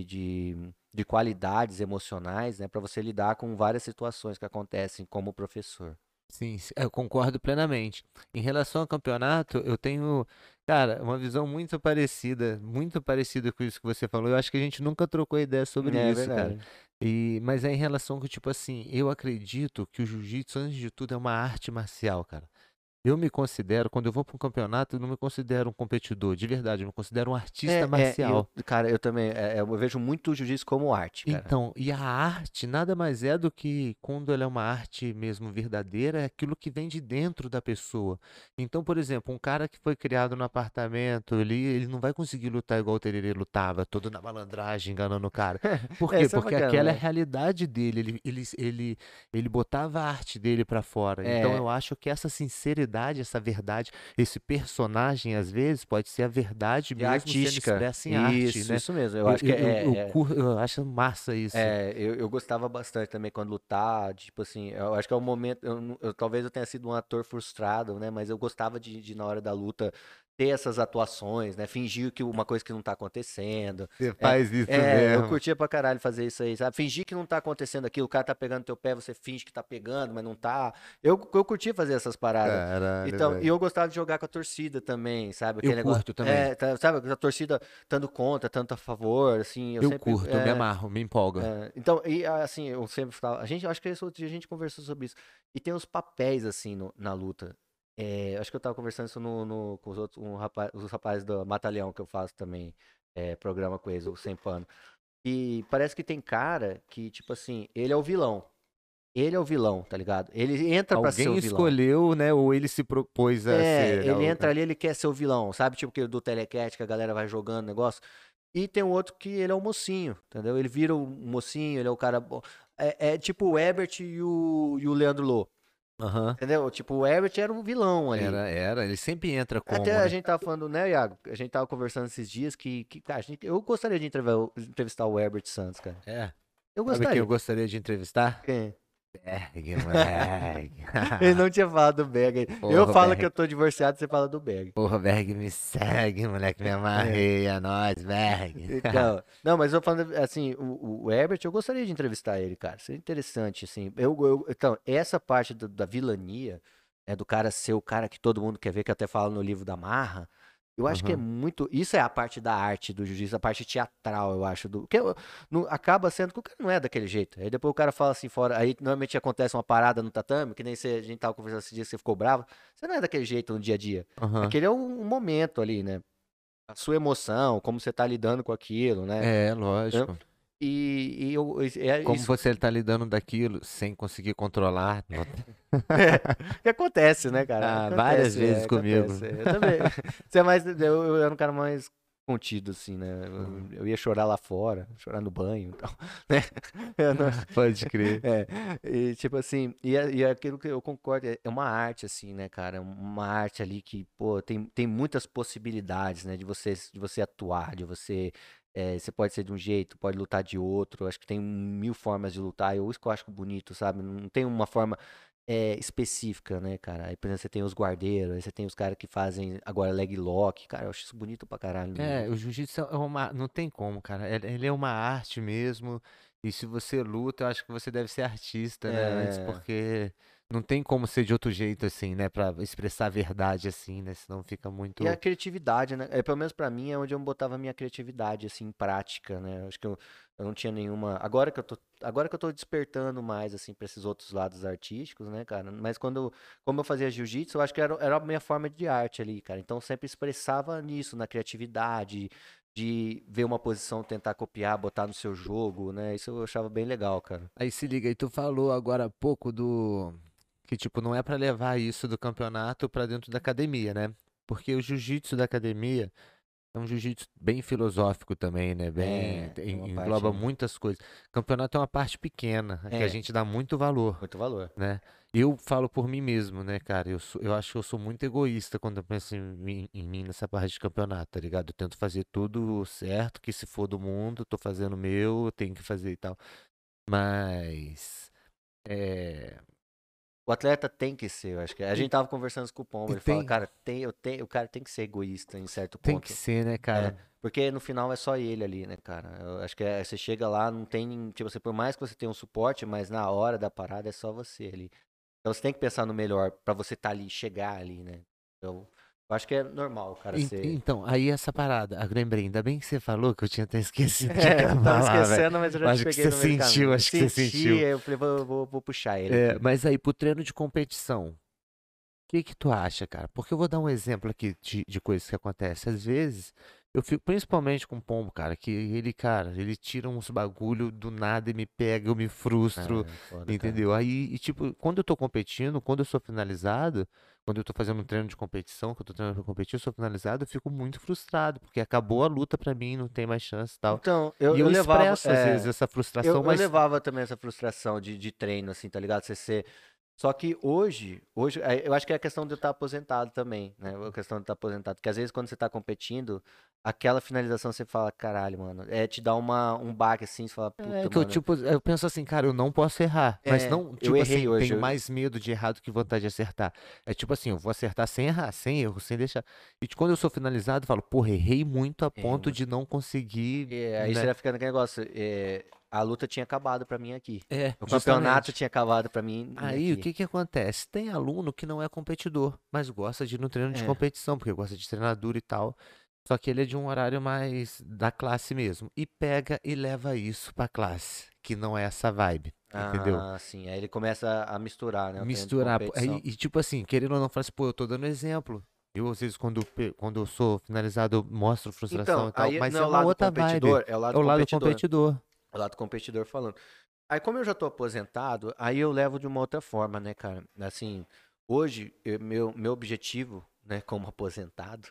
[SPEAKER 1] de qualidades emocionais, né? Pra você lidar com várias situações que acontecem como professor.
[SPEAKER 2] Sim, eu concordo plenamente. Em relação ao campeonato, eu tenho, cara, uma visão muito parecida com isso que você falou. Eu acho que a gente nunca trocou ideia sobre
[SPEAKER 1] É
[SPEAKER 2] isso, cara.
[SPEAKER 1] verdade.
[SPEAKER 2] Mas é em relação que, tipo assim, eu acredito que o jiu-jitsu, antes de tudo, é uma arte marcial, cara. Eu me considero, quando eu vou para um campeonato, eu não me considero um competidor, de verdade, eu me considero um artista marcial.
[SPEAKER 1] Cara, eu também, eu vejo muito o jiu-jitsu como arte, cara.
[SPEAKER 2] Então, e a arte nada mais é do que, quando ela é uma arte mesmo verdadeira, é aquilo que vem de dentro da pessoa. Então, por exemplo, um cara que foi criado no apartamento, ele não vai conseguir lutar igual o Tererê lutava, todo na malandragem, enganando o cara. Por quê?
[SPEAKER 1] Essa é
[SPEAKER 2] Porque aquela é a
[SPEAKER 1] bacana, né?
[SPEAKER 2] realidade dele, ele botava a arte dele pra fora. Então,
[SPEAKER 1] É,
[SPEAKER 2] eu acho que essa sinceridade, essa verdade, esse personagem, às vezes, pode ser a verdade
[SPEAKER 1] é
[SPEAKER 2] mesmo sendo
[SPEAKER 1] artística.
[SPEAKER 2] expressa em arte, né?
[SPEAKER 1] Isso mesmo. Eu acho que
[SPEAKER 2] Eu acho massa isso.
[SPEAKER 1] eu gostava bastante também quando lutar, tipo assim, eu acho que é um momento, talvez eu tenha sido um ator frustrado, né, mas eu gostava de na hora da luta ter essas atuações, né, fingir que uma coisa que não tá acontecendo,
[SPEAKER 2] Você faz isso
[SPEAKER 1] eu
[SPEAKER 2] mesmo.
[SPEAKER 1] curtia pra caralho fazer isso aí, sabe, fingir que não tá acontecendo aquilo, o cara tá pegando teu pé, você finge que tá pegando, mas não tá, eu curtia fazer essas paradas,
[SPEAKER 2] Caralho,
[SPEAKER 1] então, e
[SPEAKER 2] velho.
[SPEAKER 1] eu gostava de jogar com a torcida também, sabe,
[SPEAKER 2] Eu
[SPEAKER 1] aquele negócio,
[SPEAKER 2] curto também.
[SPEAKER 1] sabe, a torcida tanto contra, tanto a favor, assim, eu
[SPEAKER 2] Eu
[SPEAKER 1] sempre,
[SPEAKER 2] curto, eu me amarro, me empolga.
[SPEAKER 1] então, e assim, eu sempre falo, acho que esse outro dia a gente conversou sobre isso. E tem os papéis, assim, na luta. Acho que eu tava conversando isso com os outros, os rapazes do Mata-Leão, que eu faço também, programa com eles, o Sem Pano. E parece que tem cara que, tipo assim, ele é o vilão. Ele é o vilão, tá ligado? Ele entra pra ser o
[SPEAKER 2] Alguém
[SPEAKER 1] vilão.
[SPEAKER 2] escolheu, né? Ou ele se propôs a ser.
[SPEAKER 1] Ele entra ali, ele quer ser o vilão, sabe? Tipo que do Telecat, que a galera vai jogando negócio. E tem um outro que ele é o mocinho, entendeu? Ele vira o mocinho, ele é o cara bom. É tipo o Herbert e o Leandro Lô,
[SPEAKER 2] Aham.
[SPEAKER 1] entendeu? Tipo, o Herbert era um vilão ali.
[SPEAKER 2] Era. Ele sempre entra
[SPEAKER 1] Até
[SPEAKER 2] como,
[SPEAKER 1] a
[SPEAKER 2] né?
[SPEAKER 1] gente tava falando, né, Iago? A gente tava conversando esses dias cara, eu gostaria de entrevistar o Herbert Santos, cara.
[SPEAKER 2] É.
[SPEAKER 1] Eu
[SPEAKER 2] Sabe quem eu
[SPEAKER 1] gostaria.
[SPEAKER 2] gostaria de entrevistar?
[SPEAKER 1] Quem?
[SPEAKER 2] Berg, moleque.
[SPEAKER 1] Ele não tinha falado do Berg ainda. Eu
[SPEAKER 2] Porra,
[SPEAKER 1] falo que eu
[SPEAKER 2] Berg.
[SPEAKER 1] tô divorciado, você fala do Berg.
[SPEAKER 2] Porra, Berg, me segue, moleque. Me
[SPEAKER 1] É.
[SPEAKER 2] amarrei. É nóis, Berg.
[SPEAKER 1] Então, não, mas eu falando assim, o Herbert, eu gostaria de entrevistar ele, cara. Seria interessante, assim. Então, essa parte da vilania, né, do cara ser o cara que todo mundo quer ver, que até fala no livro da Marra, eu acho que é
[SPEAKER 2] Aham.
[SPEAKER 1] muito. Isso é a parte da arte do jiu-jitsu, a parte teatral, eu acho. Que acaba sendo que o cara não é daquele jeito. Aí depois o cara fala assim fora. Aí normalmente acontece uma parada no tatame, que nem a gente tava conversando esse dia, você ficou bravo. Você não é daquele jeito no dia a dia.
[SPEAKER 2] Aham.
[SPEAKER 1] Aquele é um momento ali, né? A sua emoção, como você tá lidando com aqulo, né?
[SPEAKER 2] É,
[SPEAKER 1] Né?
[SPEAKER 2] lógico.
[SPEAKER 1] É
[SPEAKER 2] Como
[SPEAKER 1] isso
[SPEAKER 2] você está lidando daquilo sem conseguir controlar.
[SPEAKER 1] que acontece, né, cara?
[SPEAKER 2] Ah, várias
[SPEAKER 1] Acontece,
[SPEAKER 2] vezes comigo.
[SPEAKER 1] acontece. Eu também. Você é mais, eu era um cara mais contido, assim, né?
[SPEAKER 2] Uhum.
[SPEAKER 1] Eu ia chorar lá fora, chorar no banho e tal, né? Eu não-
[SPEAKER 2] Pode crer.
[SPEAKER 1] é, e tipo assim, e aquilo que eu concordo, é uma arte, assim, né, cara? Uma arte ali que, pô, tem muitas possibilidades, né, de você atuar, você pode ser de um jeito, pode lutar de outro. Acho que tem mil formas de lutar. Isso que eu acho bonito, sabe? Não tem uma forma específica, né, cara? Aí, por exemplo, você tem os guardeiros, aí você tem os caras que fazem agora leg lock. Cara, eu acho isso bonito pra caralho no
[SPEAKER 2] É, o
[SPEAKER 1] jiu-jitsu.
[SPEAKER 2] jiu-jitsu é uma. Não tem como, cara. Ele é uma arte mesmo. E se você luta, eu acho que você deve ser artista, né? Antes,
[SPEAKER 1] É,
[SPEAKER 2] porque não tem como ser de outro jeito, assim, né? Pra expressar a verdade, assim, né? Senão fica muito.
[SPEAKER 1] E a criatividade, né? Pelo menos pra mim é onde eu botava a minha criatividade assim em prática, né? Eu acho que eu não tinha nenhuma. Agora que eu tô despertando mais assim para esses outros lados artísticos, né, cara? Mas como eu fazia jiu-jitsu, eu acho que era a minha forma de arte ali, cara. Então eu sempre expressava nisso, na criatividade, de ver uma posição, tentar copiar, botar no seu jogo, né? Isso eu achava bem legal, cara.
[SPEAKER 2] Aí se liga, aí tu falou agora há pouco do. Que, tipo, não é pra levar isso do campeonato pra dentro da academia, né? Porque o jiu-jitsu da academia. É um jiu-jitsu bem filosófico também, né? Bem,
[SPEAKER 1] Tem uma
[SPEAKER 2] engloba
[SPEAKER 1] parte.
[SPEAKER 2] muitas coisas. Campeonato é uma parte pequena, que a
[SPEAKER 1] É,
[SPEAKER 2] gente dá muito valor,
[SPEAKER 1] muito valor.
[SPEAKER 2] né? Eu falo por mim mesmo, né, cara? Eu acho que eu sou muito egoísta quando eu penso em mim nessa parte de campeonato, tá ligado? Eu tento fazer tudo certo, que se for do mundo, tô fazendo o meu, eu tenho que fazer e tal. Mas, é,
[SPEAKER 1] O atleta tem que ser, eu acho que. A
[SPEAKER 2] e,
[SPEAKER 1] gente tava conversando isso com o Pombo,
[SPEAKER 2] e
[SPEAKER 1] ele fala,
[SPEAKER 2] tem,
[SPEAKER 1] cara, o cara tem que ser egoísta em certo
[SPEAKER 2] tem que
[SPEAKER 1] ponto.
[SPEAKER 2] ser, né,
[SPEAKER 1] É,
[SPEAKER 2] cara?
[SPEAKER 1] porque no final é só ele ali, né, cara? Eu acho que você chega lá, não tem, tipo, você, por mais que você tenha um suporte, mas na hora da parada é só você ali. Então você tem que pensar no melhor pra você estar ali, chegar ali, né? Então, eu acho que é normal o cara ser.
[SPEAKER 2] Então, aí essa parada, eu lembrei, ainda bem que você falou que eu tinha até esquecido de
[SPEAKER 1] É, tava
[SPEAKER 2] falar, velho.
[SPEAKER 1] esquecendo, mas eu já te
[SPEAKER 2] Acho que
[SPEAKER 1] peguei
[SPEAKER 2] você
[SPEAKER 1] no meio do
[SPEAKER 2] sentiu,
[SPEAKER 1] caminho. Eu
[SPEAKER 2] acho que você
[SPEAKER 1] senti,
[SPEAKER 2] sentiu.
[SPEAKER 1] aí eu falei, vou puxar ele
[SPEAKER 2] É,
[SPEAKER 1] aqui.
[SPEAKER 2] mas aí, pro treino de competição, o que tu acha, cara? Porque eu vou dar um exemplo aqui de coisas que acontecem. Às vezes, eu fico principalmente com o pombo, cara, que ele, cara, ele tira uns bagulho do nada e me pega, eu me frustro,
[SPEAKER 1] Ah, foda, cara.
[SPEAKER 2] entendeu? Aí, e, tipo, quando eu tô competindo, quando eu sou finalizado, quando eu tô fazendo um treino de competição, que eu tô treinando pra competir, eu sou finalizado, eu fico muito frustrado, porque acabou a luta pra mim, não tem mais chance e tal.
[SPEAKER 1] Então,
[SPEAKER 2] E
[SPEAKER 1] eu
[SPEAKER 2] eu
[SPEAKER 1] levava.
[SPEAKER 2] expresso, às vezes, essa frustração,
[SPEAKER 1] Eu
[SPEAKER 2] mas.
[SPEAKER 1] levava também essa frustração de treino, assim, tá ligado? Só que hoje, eu acho que é a questão de eu estar aposentado também, né? A questão de estar aposentado. Porque às vezes quando você tá competindo, aquela finalização você fala, caralho, mano. Te dá um baque assim, você fala,
[SPEAKER 2] É
[SPEAKER 1] puta,
[SPEAKER 2] que eu,
[SPEAKER 1] mano.
[SPEAKER 2] tipo, eu penso assim, cara, eu não posso errar. Mas não,
[SPEAKER 1] Eu
[SPEAKER 2] tipo
[SPEAKER 1] errei
[SPEAKER 2] assim,
[SPEAKER 1] hoje.
[SPEAKER 2] tenho mais medo de errar do que vontade de acertar. É tipo assim, eu vou acertar sem errar, sem erro, sem deixar. E quando eu sou finalizado, eu falo, porra, errei muito a
[SPEAKER 1] Errei
[SPEAKER 2] ponto
[SPEAKER 1] muito.
[SPEAKER 2] de não conseguir,
[SPEAKER 1] Aí você
[SPEAKER 2] né?
[SPEAKER 1] vai ficando aquele negócio. A luta tinha acabado pra mim aqui.
[SPEAKER 2] É,
[SPEAKER 1] O campeonato
[SPEAKER 2] justamente.
[SPEAKER 1] tinha acabado pra mim
[SPEAKER 2] Aí o
[SPEAKER 1] aqui.
[SPEAKER 2] que que acontece? Tem aluno que não é competidor, mas gosta de ir no treino de
[SPEAKER 1] É.
[SPEAKER 2] competição, porque gosta de treinadura e tal. Só que ele é de um horário mais da classe mesmo. E pega e leva isso pra classe, que não é essa vibe, entendeu?
[SPEAKER 1] Ah, sim. Aí ele começa a misturar, né? O treino de
[SPEAKER 2] Misturar. Aí,
[SPEAKER 1] competição.
[SPEAKER 2] e tipo assim, querendo ou não, fala assim, pô, eu tô dando exemplo. Eu, às vezes, quando eu sou finalizado, eu mostro frustração
[SPEAKER 1] Então,
[SPEAKER 2] e tal,
[SPEAKER 1] aí
[SPEAKER 2] mas
[SPEAKER 1] não é
[SPEAKER 2] é
[SPEAKER 1] o
[SPEAKER 2] uma
[SPEAKER 1] lado
[SPEAKER 2] outra vibe.
[SPEAKER 1] competidor, é o
[SPEAKER 2] É
[SPEAKER 1] lado
[SPEAKER 2] o lado
[SPEAKER 1] competidor.
[SPEAKER 2] competidor.
[SPEAKER 1] É o lado competidor falando. Aí, como eu já tô aposentado, aí eu levo de uma outra forma, né, cara? Assim, hoje, meu objetivo, né, como aposentado,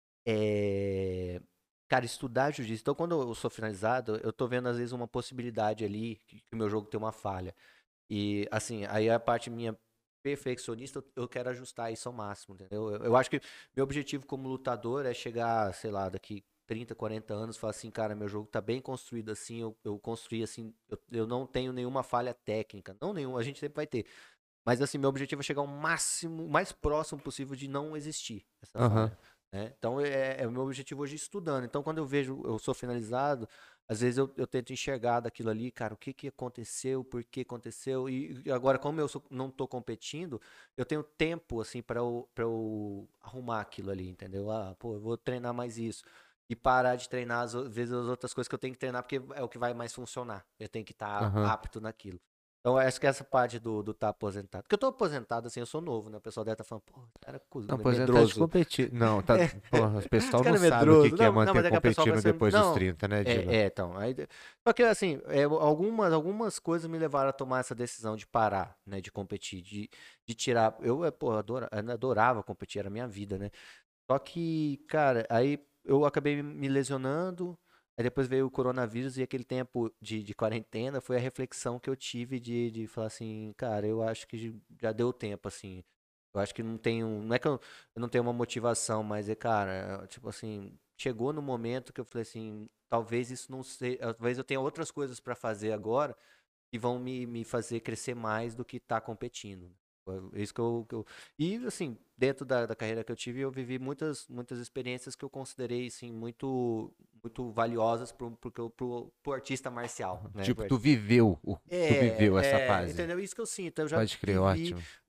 [SPEAKER 1] é, cara, estudar jiu-jitsu. Então, quando eu sou finalizado, eu tô vendo, às vezes, uma possibilidade ali que o meu jogo tem uma falha. E, assim, aí a parte minha perfeccionista, eu quero ajustar isso ao máximo, entendeu? Eu acho que meu objetivo como lutador é chegar, sei lá, daqui 30, 40 anos, falar assim, cara, meu jogo tá bem construído assim, eu construí assim, eu não tenho nenhuma falha técnica, não nenhuma, a gente sempre vai ter. Mas assim, meu objetivo é chegar ao máximo, o mais próximo possível de não existir essa
[SPEAKER 2] Aham.
[SPEAKER 1] falha, né? Então é o meu objetivo hoje estudando. Então quando eu vejo, eu sou finalizado, às vezes eu tento enxergar daquilo ali, cara, o que que aconteceu, por que aconteceu, e agora como não tô competindo, eu tenho tempo assim para eu arrumar aquilo ali, entendeu? Ah, pô, eu vou treinar mais isso. E parar de treinar, às vezes, as outras coisas que eu tenho que treinar, porque é o que vai mais funcionar. Eu tenho que estar
[SPEAKER 2] Aham.
[SPEAKER 1] apto naquilo. Então, acho que essa parte do tá aposentado. Porque eu tô aposentado, assim, eu sou novo, né? O pessoal deve estar falando, pô, esse cara
[SPEAKER 2] Não,
[SPEAKER 1] é
[SPEAKER 2] pois é, tá de
[SPEAKER 1] medroso.
[SPEAKER 2] competir. Não, tá. Porra, o
[SPEAKER 1] Esse
[SPEAKER 2] pessoal não
[SPEAKER 1] cara é
[SPEAKER 2] sabe o que
[SPEAKER 1] medroso.
[SPEAKER 2] que é
[SPEAKER 1] Não,
[SPEAKER 2] manter
[SPEAKER 1] mas é que a pessoa
[SPEAKER 2] competindo
[SPEAKER 1] pensa,
[SPEAKER 2] depois dos
[SPEAKER 1] não,
[SPEAKER 2] 30, né, Dila?
[SPEAKER 1] então. Só que, assim, algumas coisas me levaram a tomar essa decisão de parar, né? De competir, de tirar. Pô, eu adorava competir, era a minha vida, né? Só que, cara, aí eu acabei me lesionando, aí depois veio o coronavírus e aquele tempo de quarentena foi a reflexão que eu tive de falar assim, cara, eu acho que já deu tempo, assim. Eu acho que não tenho, não é que eu não tenho uma motivação, mas cara, tipo assim, chegou no momento que eu falei assim, talvez isso não seja, talvez eu tenha outras coisas pra fazer agora que vão me fazer crescer mais do que estar competindo. É isso E, assim, dentro da carreira que eu tive, eu vivi muitas experiências que eu considerei, assim, muito valiosas pro artista marcial, né?
[SPEAKER 2] Tipo, tu viveu essa fase.
[SPEAKER 1] Entendeu? Isso que eu sinto. Eu já
[SPEAKER 2] Pode crer,
[SPEAKER 1] vivi
[SPEAKER 2] ótimo.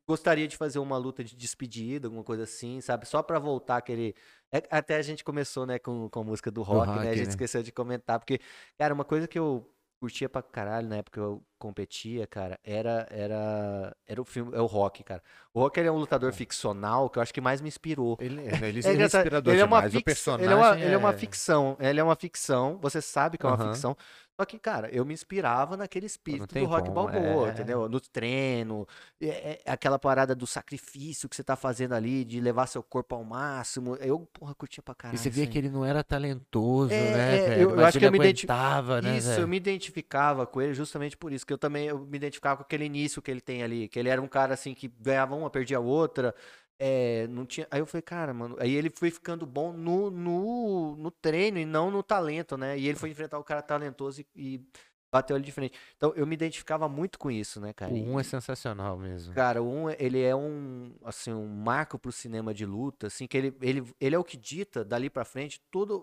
[SPEAKER 1] gostaria de fazer uma luta de despedida, alguma coisa assim, sabe? Só pra voltar aquele. Até a gente começou, né, com a música do
[SPEAKER 2] Do
[SPEAKER 1] rock, né? A
[SPEAKER 2] rock,
[SPEAKER 1] gente
[SPEAKER 2] né?
[SPEAKER 1] esqueceu de comentar, porque, cara, uma coisa que eu curtia pra caralho na época que eu competia, cara, era o filme, é o Rock, cara. O Rock, ele é um lutador
[SPEAKER 2] Pô,
[SPEAKER 1] ficcional que eu acho que mais me inspirou.
[SPEAKER 2] ele
[SPEAKER 1] É
[SPEAKER 2] é
[SPEAKER 1] engraçado,
[SPEAKER 2] inspirador demais. O personagem
[SPEAKER 1] ele é uma
[SPEAKER 2] é.
[SPEAKER 1] ficção, ele é uma ficção, você sabe que é uma
[SPEAKER 2] Aham.
[SPEAKER 1] ficção, só que, cara, eu me inspirava naquele
[SPEAKER 2] Pô, não
[SPEAKER 1] espírito do
[SPEAKER 2] tem
[SPEAKER 1] Rock
[SPEAKER 2] como.
[SPEAKER 1] Balboa, entendeu? No treino, aquela parada do sacrifício que você tá fazendo ali, de levar seu corpo ao máximo, eu, porra, curtia pra
[SPEAKER 2] E você
[SPEAKER 1] caralho isso
[SPEAKER 2] via
[SPEAKER 1] aí.
[SPEAKER 2] que ele não era talentoso, né, velho?
[SPEAKER 1] Eu
[SPEAKER 2] Mas
[SPEAKER 1] acho que
[SPEAKER 2] ele
[SPEAKER 1] eu me identifico.
[SPEAKER 2] aguentava, né,
[SPEAKER 1] Isso, eu
[SPEAKER 2] velho?
[SPEAKER 1] me identificava com ele justamente por isso, que eu me identificava com aquele início que ele tem ali, que ele era um cara assim que ganhava uma, perdia a outra, não tinha. Aí eu falei, cara, mano, aí ele foi ficando bom no treino e não no talento, né? E ele foi enfrentar o cara talentoso e bateu ele de frente. Então eu me identificava muito com isso, né, cara?
[SPEAKER 2] O 1 é sensacional mesmo.
[SPEAKER 1] Cara, ele é assim, um marco pro cinema de luta, assim, que ele é o que dita dali pra frente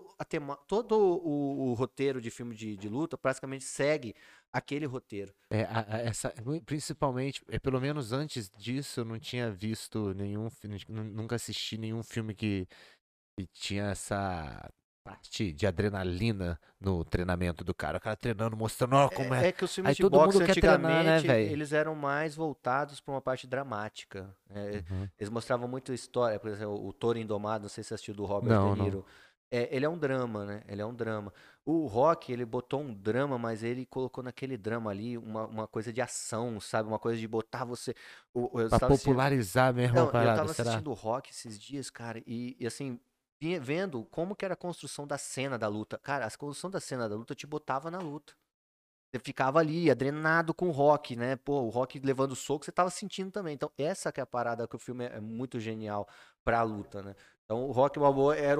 [SPEAKER 1] todo o roteiro de filme de luta praticamente segue aquele roteiro.
[SPEAKER 2] Principalmente, pelo menos antes disso, eu não tinha visto nenhum, nunca assisti nenhum filme que tinha essa parte de adrenalina no treinamento do cara. O cara treinando, mostrando, ó, como é.
[SPEAKER 1] É que os filmes
[SPEAKER 2] Aí
[SPEAKER 1] de
[SPEAKER 2] todo mundo
[SPEAKER 1] boxe
[SPEAKER 2] quer treinar, né,
[SPEAKER 1] antigamente,
[SPEAKER 2] velho?
[SPEAKER 1] eles eram mais voltados para uma parte dramática, né?
[SPEAKER 2] Uhum.
[SPEAKER 1] Eles mostravam muito história, por exemplo, o Toro Indomado, não sei se você assistiu do Robert De
[SPEAKER 2] Não, não.
[SPEAKER 1] Niro. Ele é um drama, né? Ele é um drama. O Rock, ele botou um drama, mas ele colocou naquele drama ali uma coisa de ação, sabe? Uma coisa de botar você. Eu
[SPEAKER 2] Pra
[SPEAKER 1] estava assistindo.
[SPEAKER 2] popularizar mesmo a
[SPEAKER 1] Então, eu
[SPEAKER 2] parada,
[SPEAKER 1] tava
[SPEAKER 2] será?
[SPEAKER 1] assistindo o Rock esses dias, cara, e assim, vendo como que era a construção da cena da luta. Cara, a construção da cena da luta te botava na luta. Você ficava ali, adrenado com o Rock, né? Pô, o Rock levando soco, você tava sentindo também. Então, essa que é a parada que o filme é muito genial pra luta, né? Então, o Rock Balboa era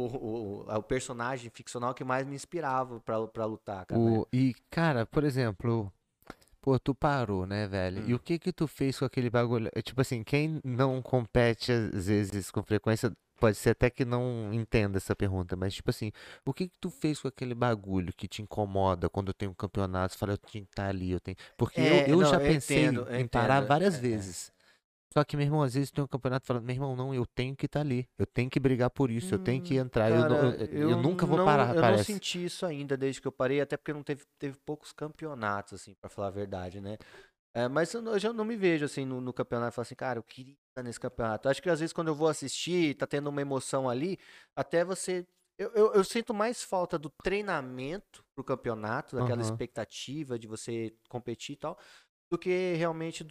[SPEAKER 1] o personagem ficcional que mais me inspirava pra lutar, cara, né?
[SPEAKER 2] Cara, por exemplo, pô, tu parou, né, velho? E o
[SPEAKER 1] Hum.
[SPEAKER 2] que que tu fez com aquele bagulho? Tipo assim, quem não compete às vezes com frequência, pode ser até que não entenda essa pergunta, mas tipo assim, o que que tu fez com aquele bagulho que te incomoda quando tem um campeonato? Você fala, eu tenho que estar ali, eu tenho. Porque eu
[SPEAKER 1] Não,
[SPEAKER 2] já pensei
[SPEAKER 1] eu
[SPEAKER 2] em parar
[SPEAKER 1] entendo.
[SPEAKER 2] várias vezes. Só que, meu irmão, às vezes tem um campeonato falando, meu irmão, não, eu tenho que estar ali, eu tenho que brigar por isso, eu tenho que entrar,
[SPEAKER 1] Cara,
[SPEAKER 2] eu nunca vou parar,
[SPEAKER 1] eu não
[SPEAKER 2] parece.
[SPEAKER 1] senti isso ainda desde que eu parei, até porque não teve poucos campeonatos, assim, pra falar a verdade, né? Mas eu já não me vejo, assim, no campeonato, e falar assim, cara, eu queria estar nesse campeonato. Acho que às vezes quando eu vou assistir, tá tendo uma emoção ali, até você. Eu sinto mais falta do treinamento pro campeonato, daquela
[SPEAKER 2] Aham.
[SPEAKER 1] expectativa de você competir e tal, do que realmente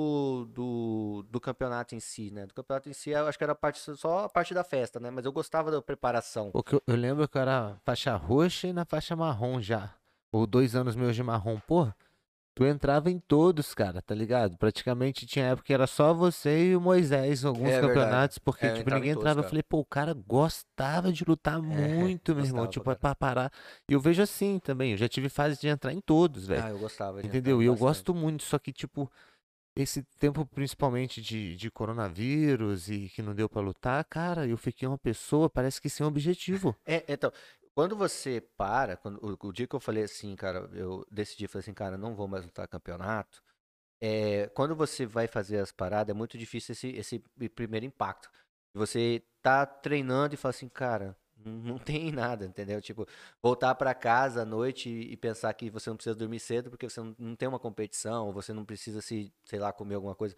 [SPEAKER 1] do campeonato em si, né? Do campeonato em si, eu acho que era só a parte da festa, né? Mas eu gostava da preparação.
[SPEAKER 2] Porque eu lembro que eu era faixa roxa e na faixa marrom já. Ou 2 anos meus de marrom. Pô, tu entrava em todos, cara, tá ligado? Praticamente tinha época que era só você e o Moisés em alguns
[SPEAKER 1] É verdade.
[SPEAKER 2] campeonatos, porque,
[SPEAKER 1] Eu
[SPEAKER 2] tipo,
[SPEAKER 1] entrava em
[SPEAKER 2] ninguém
[SPEAKER 1] todos,
[SPEAKER 2] entrava. Eu
[SPEAKER 1] cara.
[SPEAKER 2] falei, pô, o cara gostava de lutar muito, meu irmão.
[SPEAKER 1] Gostava pra
[SPEAKER 2] Tipo, é
[SPEAKER 1] caramba.
[SPEAKER 2] pra parar. E eu vejo assim também. Eu já tive fase de entrar em todos, velho.
[SPEAKER 1] Ah, eu gostava de entrar
[SPEAKER 2] Entendeu?
[SPEAKER 1] em
[SPEAKER 2] E eu
[SPEAKER 1] bastante.
[SPEAKER 2] gosto muito, só que, tipo, esse tempo principalmente de coronavírus e que não deu pra lutar, cara, eu fiquei uma pessoa, parece que sem objetivo.
[SPEAKER 1] Então, quando você o dia que eu falei assim, cara, eu decidi, falei assim, cara, não vou mais lutar campeonato. Quando você vai fazer as paradas, é muito difícil esse primeiro impacto. Você tá treinando e fala assim, cara, não tem nada, entendeu? Tipo, voltar pra casa à noite e pensar que você não precisa dormir cedo porque você não tem uma competição, ou você não precisa sei lá, comer alguma coisa.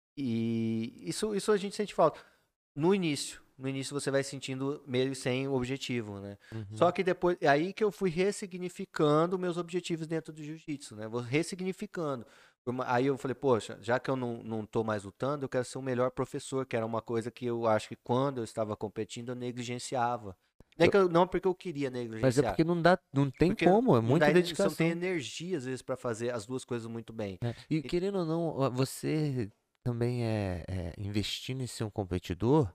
[SPEAKER 1] E isso a gente sente falta. No início você vai sentindo meio sem o objetivo, né? Só
[SPEAKER 2] Uhum.
[SPEAKER 1] que depois, é aí que eu fui ressignificando meus objetivos dentro do jiu-jitsu, né? Vou ressignificando. Aí eu falei, poxa, já que eu não tô mais lutando, eu quero ser o melhor professor, que era uma coisa que eu acho que quando eu estava competindo eu negligenciava.
[SPEAKER 2] Eu-
[SPEAKER 1] Não porque eu queria
[SPEAKER 2] Mas é
[SPEAKER 1] negligenciar,
[SPEAKER 2] porque não dá, não tem
[SPEAKER 1] porque
[SPEAKER 2] como, é
[SPEAKER 1] não dá,
[SPEAKER 2] muita
[SPEAKER 1] você não tem
[SPEAKER 2] dedicação.
[SPEAKER 1] energia às vezes para fazer as duas coisas muito bem.
[SPEAKER 2] Né? E
[SPEAKER 1] E-
[SPEAKER 2] querendo ou não, você também investindo em ser um competidor,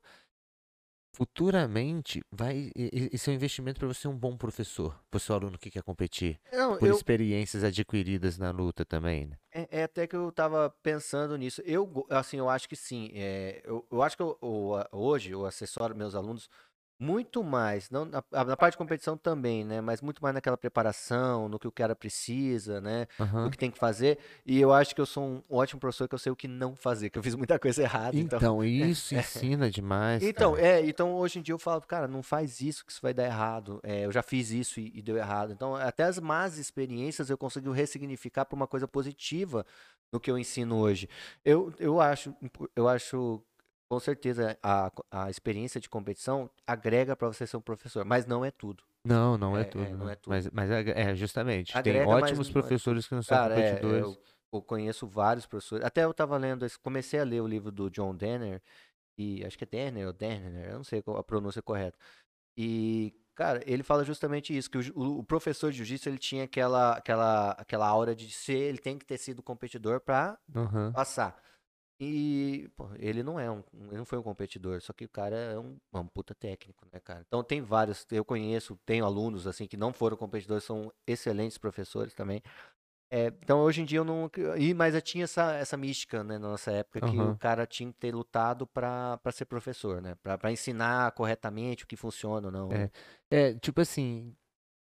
[SPEAKER 2] futuramente esse é um investimento para você ser um bom professor, para o seu aluno que quer competir,
[SPEAKER 1] Não,
[SPEAKER 2] por experiências adquiridas na luta também, né?
[SPEAKER 1] até que eu tava pensando nisso. Assim, eu acho que sim. Eu acho que hoje eu assessoro meus alunos Muito mais, não na parte de competição também, né? Mas muito mais naquela preparação, no que o cara precisa, né? Do
[SPEAKER 2] Aham.
[SPEAKER 1] que tem que fazer. E eu acho que eu sou um ótimo professor que eu sei o que não fazer, que eu fiz muita coisa errada, então.
[SPEAKER 2] Então, isso ensina demais,
[SPEAKER 1] Então,
[SPEAKER 2] cara.
[SPEAKER 1] então hoje em dia eu falo, cara, não faz isso que isso vai dar errado. Eu já fiz isso e deu errado. Então, até as más experiências eu consigo ressignificar para uma coisa positiva no que eu ensino hoje. Eu acho com certeza a experiência de competição agrega para você ser um professor, mas não é tudo.
[SPEAKER 2] Não, não é tudo,
[SPEAKER 1] Não
[SPEAKER 2] não.
[SPEAKER 1] é tudo.
[SPEAKER 2] Mas justamente, tem
[SPEAKER 1] Agrega, mas
[SPEAKER 2] ótimos
[SPEAKER 1] não é tudo.
[SPEAKER 2] professores que não são
[SPEAKER 1] Cara,
[SPEAKER 2] competidores.
[SPEAKER 1] eu conheço vários professores. Até eu tava lendo, comecei a ler o livro do John Denner, e acho que é Denner ou Denner, eu não sei qual a pronúncia correta. E, cara, ele fala justamente isso, que o professor de jiu-jitsu, ele tinha aquela aura de ser, ele tem que ter sido competidor pra
[SPEAKER 2] Aham.
[SPEAKER 1] passar. E, pô, ele não foi um competidor, só que o cara é um puta técnico, né, cara? Então tem vários, eu conheço, tenho alunos, assim, que não foram competidores, são excelentes professores também. Então hoje em dia eu não. Mas eu tinha essa mística, né, na nossa época, que o
[SPEAKER 2] Aham.
[SPEAKER 1] cara tinha que ter lutado pra ser professor, né? Pra ensinar corretamente o que funciona ou não, né?
[SPEAKER 2] É, tipo assim,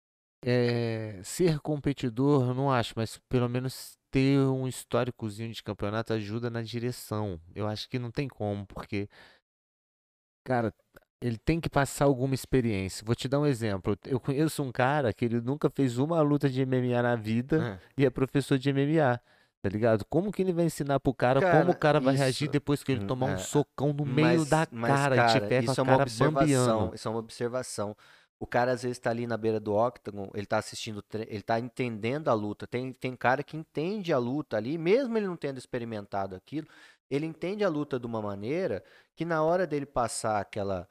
[SPEAKER 2] ser competidor, eu não acho, mas pelo menos ter um históricozinho de campeonato ajuda na direção. Eu acho que não tem como, porque, cara, ele tem que passar alguma experiência. Vou te dar um exemplo. Eu conheço um cara que ele nunca fez uma luta de MMA na vida
[SPEAKER 1] É.
[SPEAKER 2] e é professor de MMA. Tá ligado? Como que ele vai ensinar pro cara como o
[SPEAKER 1] Cara,
[SPEAKER 2] cara vai reagir
[SPEAKER 1] isso.
[SPEAKER 2] depois que ele tomar um
[SPEAKER 1] É,
[SPEAKER 2] socão no meio da
[SPEAKER 1] mas,
[SPEAKER 2] cara e
[SPEAKER 1] cara,
[SPEAKER 2] tiver com a
[SPEAKER 1] isso é uma
[SPEAKER 2] cara bambeando?
[SPEAKER 1] observação. Isso é uma observação. O cara às vezes tá ali na beira do octagon, ele tá assistindo, ele tá entendendo a luta. Tem cara que entende a luta ali, mesmo ele não tendo experimentado aquilo, ele entende a luta de uma maneira que na hora dele passar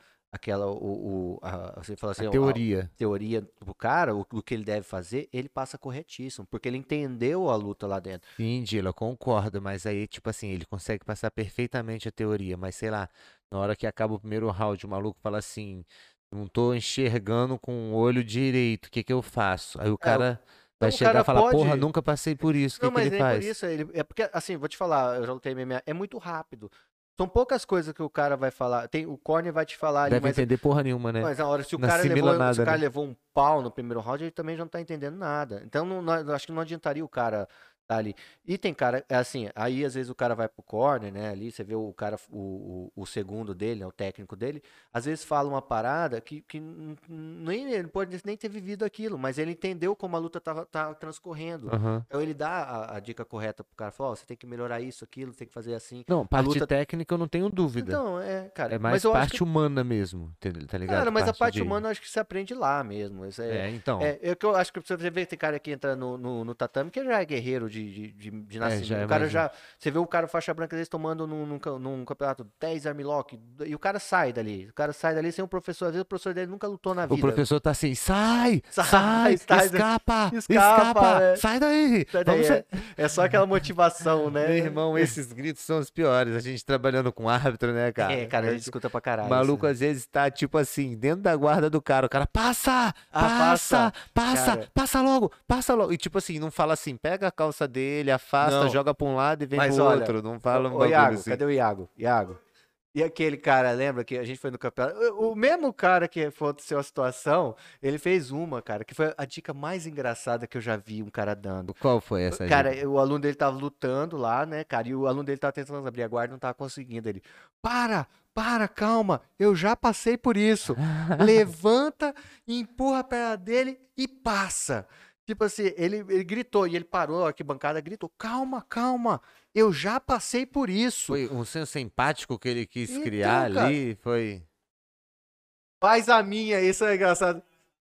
[SPEAKER 1] você fala
[SPEAKER 2] A
[SPEAKER 1] assim, a
[SPEAKER 2] teoria.
[SPEAKER 1] teoria pro cara, o que ele deve fazer, ele passa corretíssimo, porque ele entendeu a luta lá dentro.
[SPEAKER 2] Sim, Dila, eu concordo, mas aí, tipo assim, ele consegue passar perfeitamente a teoria, mas sei lá, na hora que acaba o primeiro round, o maluco fala assim, não tô enxergando com o olho direito, o que que eu faço? Aí o
[SPEAKER 1] É,
[SPEAKER 2] cara vai
[SPEAKER 1] não, o
[SPEAKER 2] chegar e
[SPEAKER 1] cara
[SPEAKER 2] falar, porra,
[SPEAKER 1] pode.
[SPEAKER 2] nunca passei por isso, o que
[SPEAKER 1] Não,
[SPEAKER 2] que
[SPEAKER 1] mas
[SPEAKER 2] ele
[SPEAKER 1] nem por
[SPEAKER 2] faz?
[SPEAKER 1] isso. É porque, assim, vou te falar, eu já lutei MMA, é muito rápido. São poucas coisas que o cara vai falar. O corner vai te falar ali,
[SPEAKER 2] Deve
[SPEAKER 1] mas,
[SPEAKER 2] entender porra nenhuma, né?
[SPEAKER 1] mas na hora,
[SPEAKER 2] Não assimila
[SPEAKER 1] se o
[SPEAKER 2] nada,
[SPEAKER 1] cara
[SPEAKER 2] né?
[SPEAKER 1] levou um pau no primeiro round, ele também já não tá entendendo nada. Então, eu acho que não adiantaria o cara tá ali. E tem cara, é assim, aí às vezes o cara vai pro corner, né? Ali você vê o cara, o segundo dele, né, o técnico dele, às vezes fala uma parada que nem ele pode nem ter vivido aquilo, mas ele entendeu como a luta tá transcorrendo.
[SPEAKER 2] Aham.
[SPEAKER 1] Então ele dá a dica correta pro cara, fala, ó, você tem que melhorar isso, aquilo, tem que fazer assim.
[SPEAKER 2] Não,
[SPEAKER 1] A
[SPEAKER 2] parte
[SPEAKER 1] luta.
[SPEAKER 2] técnica eu não tenho dúvida.
[SPEAKER 1] Então,
[SPEAKER 2] É
[SPEAKER 1] cara, mas
[SPEAKER 2] mais
[SPEAKER 1] eu acho que
[SPEAKER 2] parte humana mesmo, tá
[SPEAKER 1] cara,
[SPEAKER 2] ligado?
[SPEAKER 1] mas a
[SPEAKER 2] Parte
[SPEAKER 1] parte
[SPEAKER 2] de...
[SPEAKER 1] humana eu acho que se aprende lá mesmo.
[SPEAKER 2] Então,
[SPEAKER 1] É que eu acho que você vê que tem cara que entra no tatame que já é guerreiro de
[SPEAKER 2] já
[SPEAKER 1] nascimento. O
[SPEAKER 2] é
[SPEAKER 1] cara
[SPEAKER 2] mais...
[SPEAKER 1] já. Você vê o cara faixa branca às vezes tomando num campeonato 10 armlock e o cara sai dali. O cara sai dali sem um professor. Às vezes o professor dele nunca lutou na
[SPEAKER 2] O
[SPEAKER 1] vida.
[SPEAKER 2] professor tá assim, sai,
[SPEAKER 1] Sai,
[SPEAKER 2] sai,
[SPEAKER 1] sai,
[SPEAKER 2] escapa,
[SPEAKER 1] escapa,
[SPEAKER 2] escapa,
[SPEAKER 1] né?
[SPEAKER 2] sai daí,
[SPEAKER 1] Sai daí.
[SPEAKER 2] vamos sair.
[SPEAKER 1] É só aquela motivação,
[SPEAKER 2] Meu
[SPEAKER 1] né?
[SPEAKER 2] irmão, esses gritos são os piores. A gente trabalhando com árbitro, né, cara?
[SPEAKER 1] Cara, a gente escuta pra
[SPEAKER 2] O
[SPEAKER 1] caralho isso.
[SPEAKER 2] maluco às vezes tá tipo assim, dentro da guarda do cara. O cara passa,
[SPEAKER 1] Ah,
[SPEAKER 2] passa,
[SPEAKER 1] passa.
[SPEAKER 2] passa,
[SPEAKER 1] Cara,
[SPEAKER 2] passa logo, passa logo. E tipo assim, não fala assim, pega a calça dele, afasta,
[SPEAKER 1] não.
[SPEAKER 2] joga pra um lado e vem pro
[SPEAKER 1] Mas olha,
[SPEAKER 2] outro. Não fala um
[SPEAKER 1] ô
[SPEAKER 2] bagulho
[SPEAKER 1] Iago,
[SPEAKER 2] assim.
[SPEAKER 1] cadê o Iago? Iago. E aquele cara, lembra que a gente foi no campeonato? O mesmo cara que aconteceu a situação, ele fez uma, cara, que foi a dica mais engraçada que eu já vi um cara dando.
[SPEAKER 2] Qual foi essa
[SPEAKER 1] Cara,
[SPEAKER 2] dica?
[SPEAKER 1] o aluno dele tava lutando lá, né, cara, e o aluno dele tava tentando abrir a guarda, não tava conseguindo. Ele, calma, eu já passei por isso. Levanta, empurra a perna dele e passa. Tipo assim, ele gritou e ele parou, a arquibancada gritou: calma, calma, eu já passei por isso.
[SPEAKER 2] Foi um senso empático que ele quis criar
[SPEAKER 1] Então, cara,
[SPEAKER 2] ali, foi...
[SPEAKER 1] faz a minha, isso é engraçado.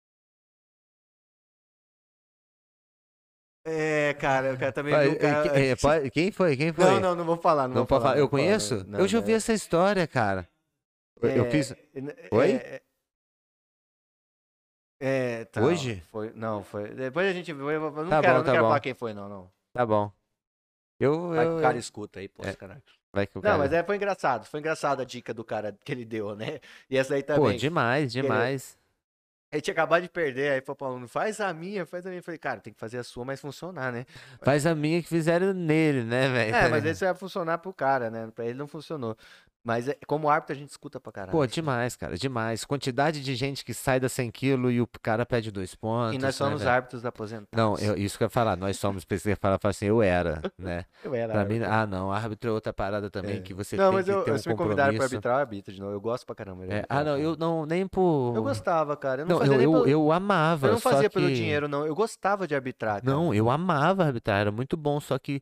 [SPEAKER 1] Cara, o cara também viu um cara.
[SPEAKER 2] Quem foi? Quem
[SPEAKER 1] Não,
[SPEAKER 2] foi?
[SPEAKER 1] não, não vou falar, não
[SPEAKER 2] Não
[SPEAKER 1] vou
[SPEAKER 2] pode
[SPEAKER 1] falar,
[SPEAKER 2] falar.
[SPEAKER 1] não
[SPEAKER 2] Eu
[SPEAKER 1] vou falar.
[SPEAKER 2] conheço? Eu
[SPEAKER 1] Não,
[SPEAKER 2] já ouvi
[SPEAKER 1] né?
[SPEAKER 2] essa história, cara. Eu
[SPEAKER 1] É,
[SPEAKER 2] fiz. Oi?
[SPEAKER 1] então,
[SPEAKER 2] Hoje?
[SPEAKER 1] foi, não, foi. Depois a gente vê, eu
[SPEAKER 2] Tá bom,
[SPEAKER 1] não
[SPEAKER 2] tá
[SPEAKER 1] quero falar
[SPEAKER 2] bom.
[SPEAKER 1] quem foi, não, não.
[SPEAKER 2] Tá bom.
[SPEAKER 1] Vai que o cara escuta aí, pô,
[SPEAKER 2] É,
[SPEAKER 1] caralho.
[SPEAKER 2] vai que o
[SPEAKER 1] Não, mas
[SPEAKER 2] cara.
[SPEAKER 1] foi engraçado a dica do cara que ele deu, né? E essa aí
[SPEAKER 2] Pô,
[SPEAKER 1] também.
[SPEAKER 2] demais,
[SPEAKER 1] Que
[SPEAKER 2] demais.
[SPEAKER 1] ele tinha acabado de perder, aí falou pro aluno, faz a minha, faz a minha. Eu falei, cara, tem que fazer a sua, mas funcionar, né?
[SPEAKER 2] Faz a minha que fizeram nele, né, velho?
[SPEAKER 1] Mas esse vai funcionar pro cara, né? Pra ele não funcionou. Mas como árbitro a gente escuta pra caralho.
[SPEAKER 2] Pô,
[SPEAKER 1] Assim.
[SPEAKER 2] demais, cara, demais. Quantidade de gente que sai da 100 kg e o cara pede 2
[SPEAKER 1] E nós
[SPEAKER 2] pontos, né,
[SPEAKER 1] somos
[SPEAKER 2] velho?
[SPEAKER 1] árbitros
[SPEAKER 2] Não,
[SPEAKER 1] aposentados.
[SPEAKER 2] isso que eu ia falar, nós somos, pensei que falar assim, eu era, né?
[SPEAKER 1] Eu era
[SPEAKER 2] Pra mim,
[SPEAKER 1] árbitro.
[SPEAKER 2] não, árbitro é outra parada também,
[SPEAKER 1] É.
[SPEAKER 2] que você
[SPEAKER 1] Não,
[SPEAKER 2] tem
[SPEAKER 1] mas
[SPEAKER 2] que ter um
[SPEAKER 1] se me convidaram pra
[SPEAKER 2] compromisso.
[SPEAKER 1] arbitrar, eu arbitro de novo. Eu gosto pra caramba de arbitrar,
[SPEAKER 2] Não,
[SPEAKER 1] cara.
[SPEAKER 2] eu não, nem
[SPEAKER 1] Eu
[SPEAKER 2] por...
[SPEAKER 1] gostava, cara. Eu não
[SPEAKER 2] Não,
[SPEAKER 1] fazia nem pelo.
[SPEAKER 2] eu
[SPEAKER 1] Eu
[SPEAKER 2] amava,
[SPEAKER 1] não
[SPEAKER 2] só
[SPEAKER 1] fazia pelo
[SPEAKER 2] que...
[SPEAKER 1] dinheiro, não. Eu gostava de arbitrar, cara.
[SPEAKER 2] Não, eu amava arbitrar, era muito bom, só que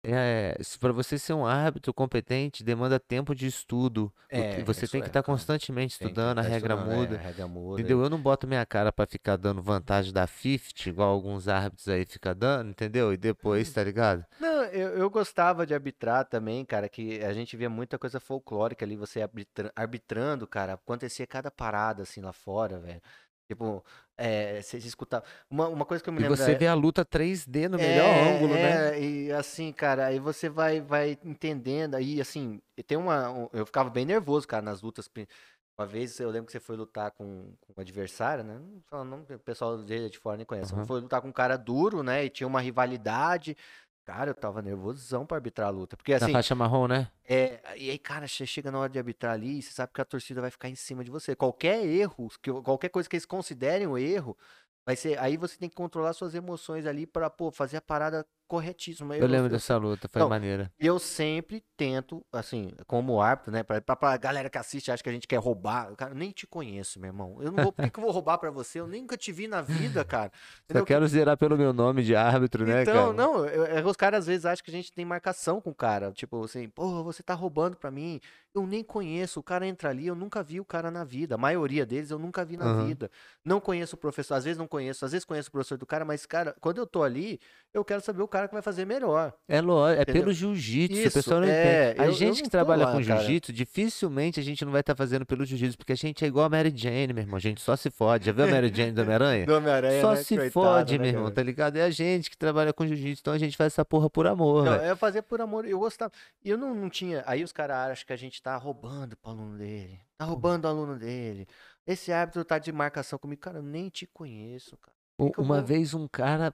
[SPEAKER 2] se para você ser um árbitro competente, demanda tempo de estudo. Você
[SPEAKER 1] Isso
[SPEAKER 2] tem que
[SPEAKER 1] é,
[SPEAKER 2] estar
[SPEAKER 1] cara.
[SPEAKER 2] constantemente
[SPEAKER 1] Tem que
[SPEAKER 2] estudando, a
[SPEAKER 1] estar
[SPEAKER 2] regra
[SPEAKER 1] estudando. É, a
[SPEAKER 2] muda.
[SPEAKER 1] regra muda.
[SPEAKER 2] Entendeu? Eu não boto minha cara pra ficar dando vantagem da 50, igual alguns árbitros aí ficam dando, entendeu? E depois, tá ligado?
[SPEAKER 1] Não, eu gostava de arbitrar também, cara, que a gente via muita coisa folclórica ali, você arbitrando, cara, acontecia cada parada assim lá fora, velho. Tipo, você escutava. Uma coisa que eu me
[SPEAKER 2] E
[SPEAKER 1] lembro
[SPEAKER 2] você vê a luta 3D no melhor ângulo, né?
[SPEAKER 1] e assim, cara, aí você vai entendendo, aí assim, eu ficava bem nervoso, cara, nas lutas. Uma vez eu lembro que você foi lutar com um adversário, né? Não fala não, o pessoal de fora nem conhece.
[SPEAKER 2] Aham.
[SPEAKER 1] Foi lutar com um cara duro, né? E tinha uma rivalidade. Cara, eu tava nervosão pra arbitrar a luta. Porque
[SPEAKER 2] Na
[SPEAKER 1] assim,
[SPEAKER 2] faixa marrom, né?
[SPEAKER 1] e aí, cara, você chega na hora de arbitrar ali, você sabe que a torcida vai ficar em cima de você. Qualquer erro, qualquer coisa que eles considerem um erro, vai ser. Aí você tem que controlar suas emoções ali pra, pô, fazer a parada corretíssima.
[SPEAKER 2] Eu lembro dessa luta, foi
[SPEAKER 1] Não,
[SPEAKER 2] maneira.
[SPEAKER 1] eu sempre tento, assim, como árbitro, né? Pra galera que assiste, acha que a gente quer roubar. Cara, eu nem te conheço, meu irmão. Eu não vou. Por que que eu vou roubar pra você? Eu nunca te vi na vida, cara.
[SPEAKER 2] Só
[SPEAKER 1] Entendeu?
[SPEAKER 2] quero zerar pelo meu nome de árbitro, né,
[SPEAKER 1] Então,
[SPEAKER 2] cara?
[SPEAKER 1] não, os caras às vezes acham que a gente tem marcação com o cara. Tipo assim, pô, você tá roubando pra mim. Eu nem conheço. O cara entra ali, eu nunca vi o cara na vida. A maioria deles eu nunca vi na
[SPEAKER 2] Aham.
[SPEAKER 1] vida. Não conheço o professor, às vezes não conheço, às vezes conheço o professor do cara, mas, cara, quando eu tô ali, eu quero saber o cara que vai fazer melhor.
[SPEAKER 2] É lógico, é
[SPEAKER 1] Entendeu?
[SPEAKER 2] pelo jiu-jitsu, o
[SPEAKER 1] Isso,
[SPEAKER 2] pessoal não entende. A
[SPEAKER 1] eu
[SPEAKER 2] gente que
[SPEAKER 1] não tô
[SPEAKER 2] trabalha com
[SPEAKER 1] lá, cara.
[SPEAKER 2] jiu-jitsu, dificilmente a gente não vai estar fazendo pelo jiu-jitsu, porque a gente é igual a Mary Jane, meu irmão. A gente só se fode. Já viu a Mary Jane do Homem-Aranha?
[SPEAKER 1] Do Homem-Aranha,
[SPEAKER 2] Só
[SPEAKER 1] né?
[SPEAKER 2] se
[SPEAKER 1] Coitado,
[SPEAKER 2] fode,
[SPEAKER 1] né,
[SPEAKER 2] meu irmão,
[SPEAKER 1] cara?
[SPEAKER 2] tá ligado? É a gente que trabalha com jiu-jitsu, então a gente faz essa porra por amor,
[SPEAKER 1] Não,
[SPEAKER 2] velho.
[SPEAKER 1] eu fazia por amor, eu gostava. E eu não tinha. Aí os caras acham que a gente tá roubando pro aluno dele. Tá roubando o aluno dele. Esse árbitro tá de marcação comigo. Cara, eu nem te conheço, cara. Por que que eu
[SPEAKER 2] Uma
[SPEAKER 1] vou.
[SPEAKER 2] vez um cara,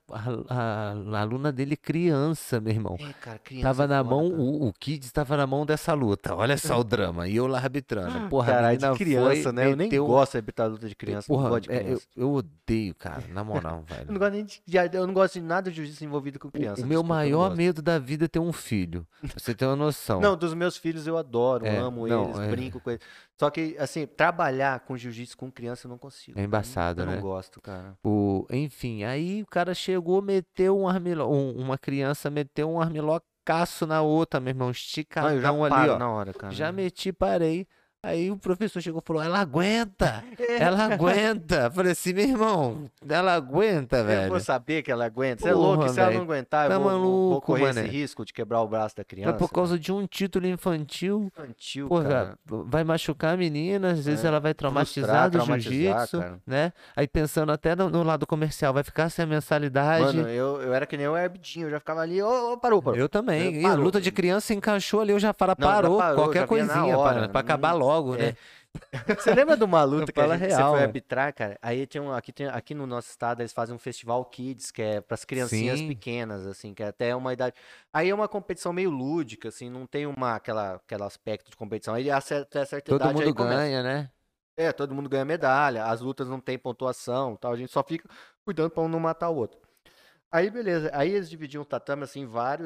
[SPEAKER 2] a aluna dele criança, meu irmão.
[SPEAKER 1] É, cara, criança é
[SPEAKER 2] Tava na
[SPEAKER 1] foda,
[SPEAKER 2] mão,
[SPEAKER 1] cara.
[SPEAKER 2] o Kids estava na mão dessa luta. Olha só o drama. E eu lá arbitrando. Porra, a
[SPEAKER 1] Caralho, de
[SPEAKER 2] menina foi,
[SPEAKER 1] criança, né? Eu nem
[SPEAKER 2] meteu.
[SPEAKER 1] gosto de arbitrar luta de criança. Não
[SPEAKER 2] Porra,
[SPEAKER 1] gosto de criança.
[SPEAKER 2] eu odeio, cara, na moral,
[SPEAKER 1] Eu
[SPEAKER 2] velho.
[SPEAKER 1] não gosto nem eu não gosto de nada de jiu-jitsu envolvido com
[SPEAKER 2] O
[SPEAKER 1] criança.
[SPEAKER 2] meu
[SPEAKER 1] Desculpa, eu não
[SPEAKER 2] maior
[SPEAKER 1] gosto.
[SPEAKER 2] medo da vida é ter um filho. Pra você ter uma noção.
[SPEAKER 1] Não, dos meus filhos eu adoro, amo eles,
[SPEAKER 2] Não,
[SPEAKER 1] brinco com eles. Só que, assim, trabalhar com jiu-jitsu com criança eu não consigo,
[SPEAKER 2] é
[SPEAKER 1] cara.
[SPEAKER 2] embaçado,
[SPEAKER 1] Eu não
[SPEAKER 2] né?
[SPEAKER 1] gosto, cara.
[SPEAKER 2] Enfim, aí o cara chegou, meteu uma criança meteu um armlocaço na outra, meu irmão,
[SPEAKER 1] Não, eu já
[SPEAKER 2] esticadão ali,
[SPEAKER 1] paro
[SPEAKER 2] ó.
[SPEAKER 1] na hora, cara.
[SPEAKER 2] Já meti, parei. Aí o professor chegou e falou: ela aguenta! Ela aguenta! Falei assim, meu irmão, ela aguenta,
[SPEAKER 1] Eu vou
[SPEAKER 2] velho.
[SPEAKER 1] saber que ela aguenta. Você é louco,
[SPEAKER 2] Porra,
[SPEAKER 1] e se ela não
[SPEAKER 2] velho.
[SPEAKER 1] aguentar, eu
[SPEAKER 2] Tá
[SPEAKER 1] vou
[SPEAKER 2] maluco,
[SPEAKER 1] correr esse
[SPEAKER 2] mané.
[SPEAKER 1] risco de quebrar o braço da
[SPEAKER 2] Mas por
[SPEAKER 1] criança, cara.
[SPEAKER 2] causa de um título infantil,
[SPEAKER 1] Infantil,
[SPEAKER 2] porra,
[SPEAKER 1] cara.
[SPEAKER 2] vai machucar a menina, às vezes ela vai
[SPEAKER 1] Frustrar,
[SPEAKER 2] traumatizar do
[SPEAKER 1] traumatizar,
[SPEAKER 2] jiu-jitsu,
[SPEAKER 1] cara.
[SPEAKER 2] né? Aí pensando até no lado comercial, vai ficar sem a
[SPEAKER 1] Mano,
[SPEAKER 2] mensalidade.
[SPEAKER 1] eu era que nem o Herbidinho, eu já ficava ali, ô, parou, parou.
[SPEAKER 2] Eu também. E a
[SPEAKER 1] Parou.
[SPEAKER 2] luta de criança encaixou ali, eu já falo,
[SPEAKER 1] Não, já
[SPEAKER 2] parou,
[SPEAKER 1] parou,
[SPEAKER 2] qualquer
[SPEAKER 1] já vinha na
[SPEAKER 2] coisinha,
[SPEAKER 1] hora.
[SPEAKER 2] pra acabar logo,
[SPEAKER 1] É.
[SPEAKER 2] né?
[SPEAKER 1] Você lembra de uma luta
[SPEAKER 2] Fala
[SPEAKER 1] que você
[SPEAKER 2] real,
[SPEAKER 1] foi
[SPEAKER 2] velho.
[SPEAKER 1] arbitrar, cara? Aí aqui no nosso estado eles fazem um festival Kids, que é pras criancinhas
[SPEAKER 2] Sim,
[SPEAKER 1] pequenas, assim, que é até uma idade. Aí é uma competição meio lúdica, assim, não tem aquele aspecto de competição. Aí até certa
[SPEAKER 2] todo
[SPEAKER 1] idade aí
[SPEAKER 2] mundo
[SPEAKER 1] começa.
[SPEAKER 2] ganha, né?
[SPEAKER 1] É, todo mundo ganha medalha, as lutas não tem pontuação, tal, a gente só fica cuidando pra um não matar o outro. Aí, beleza. Aí eles dividiam o tatame, assim, em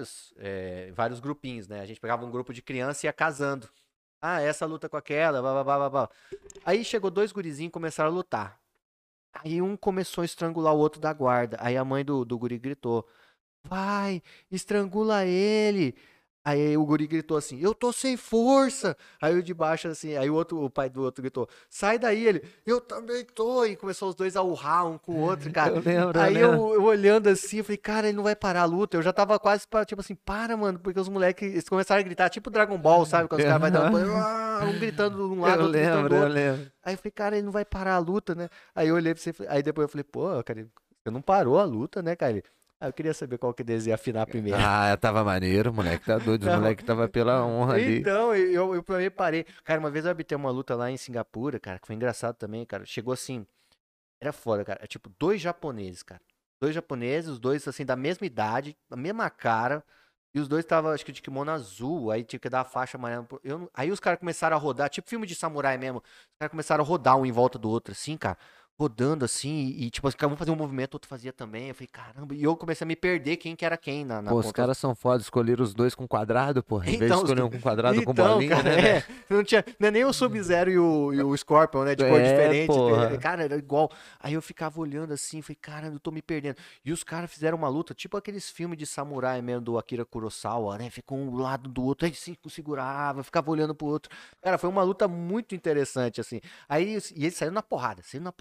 [SPEAKER 1] vários grupinhos, né? A gente pegava um grupo de criança e ia casando. Ah, essa luta com aquela, blá, blá, blá, blá, blá. Aí chegou dois gurizinhos e começaram a lutar. Aí um começou a estrangular o outro da guarda. Aí a mãe do guri gritou: vai, estrangula ele. Aí o guri gritou assim: eu tô sem força. Aí o de baixo assim, aí o pai do outro gritou: sai daí. Ele: eu também tô. E começou os dois a urrar um com o outro, cara.
[SPEAKER 2] Eu lembro, eu
[SPEAKER 1] Aí eu,
[SPEAKER 2] lembro.
[SPEAKER 1] eu olhando assim, eu falei: cara, ele não vai parar a luta. Eu já tava quase pra, tipo assim, para, mano, porque os moleques eles começaram a gritar, tipo Dragon Ball, sabe? Quando os caras vão dar um gritando de um lado,
[SPEAKER 2] Eu
[SPEAKER 1] outro gritando do
[SPEAKER 2] lembro, eu
[SPEAKER 1] outro.
[SPEAKER 2] lembro.
[SPEAKER 1] Aí eu falei: cara, ele não vai parar a luta, né? Aí eu olhei pra você, aí depois eu falei: pô, cara, você não parou a luta, né, cara? Aí eu queria saber qual que deles ia afinar primeiro.
[SPEAKER 2] Ah, tava maneiro, moleque, tá doido. Os
[SPEAKER 1] Não.
[SPEAKER 2] moleque tava pela honra ali.
[SPEAKER 1] Então, eu reparei. Cara, uma vez eu habitei uma luta lá em Singapura, cara, que foi engraçado também, cara. Chegou assim, era foda, cara. É tipo dois japoneses, cara. Dois japoneses, os dois assim, da mesma idade, da mesma cara. E os dois estavam, acho que de kimono azul, aí tinha que dar a faixa amarela. Aí os caras começaram a rodar, tipo filme de samurai mesmo. Os caras começaram a rodar um em volta do outro, assim, cara. Rodando assim, e tipo, cada um fazia um movimento, outro fazia também. Eu falei, caramba, e eu comecei a me perder quem que era quem na
[SPEAKER 2] Pô, os
[SPEAKER 1] ponta.
[SPEAKER 2] caras são foda, escolheram os dois com quadrado, porra. Em vez de
[SPEAKER 1] Então,
[SPEAKER 2] escolher um com quadrado com
[SPEAKER 1] então,
[SPEAKER 2] bolinha,
[SPEAKER 1] cara,
[SPEAKER 2] né, velho?
[SPEAKER 1] não é nem o Sub-Zero e o Scorpion, né, de cor
[SPEAKER 2] É,
[SPEAKER 1] diferente,
[SPEAKER 2] porra.
[SPEAKER 1] cara, era igual. Aí eu ficava olhando assim, falei, cara, eu tô me perdendo. E os caras fizeram uma luta, tipo aqueles filmes de samurai mesmo do Akira Kurosawa, né, ficou um lado do outro, aí se segurava, ficava olhando pro outro. Cara, foi uma luta muito interessante, assim. Aí, e eles saíram na porrada,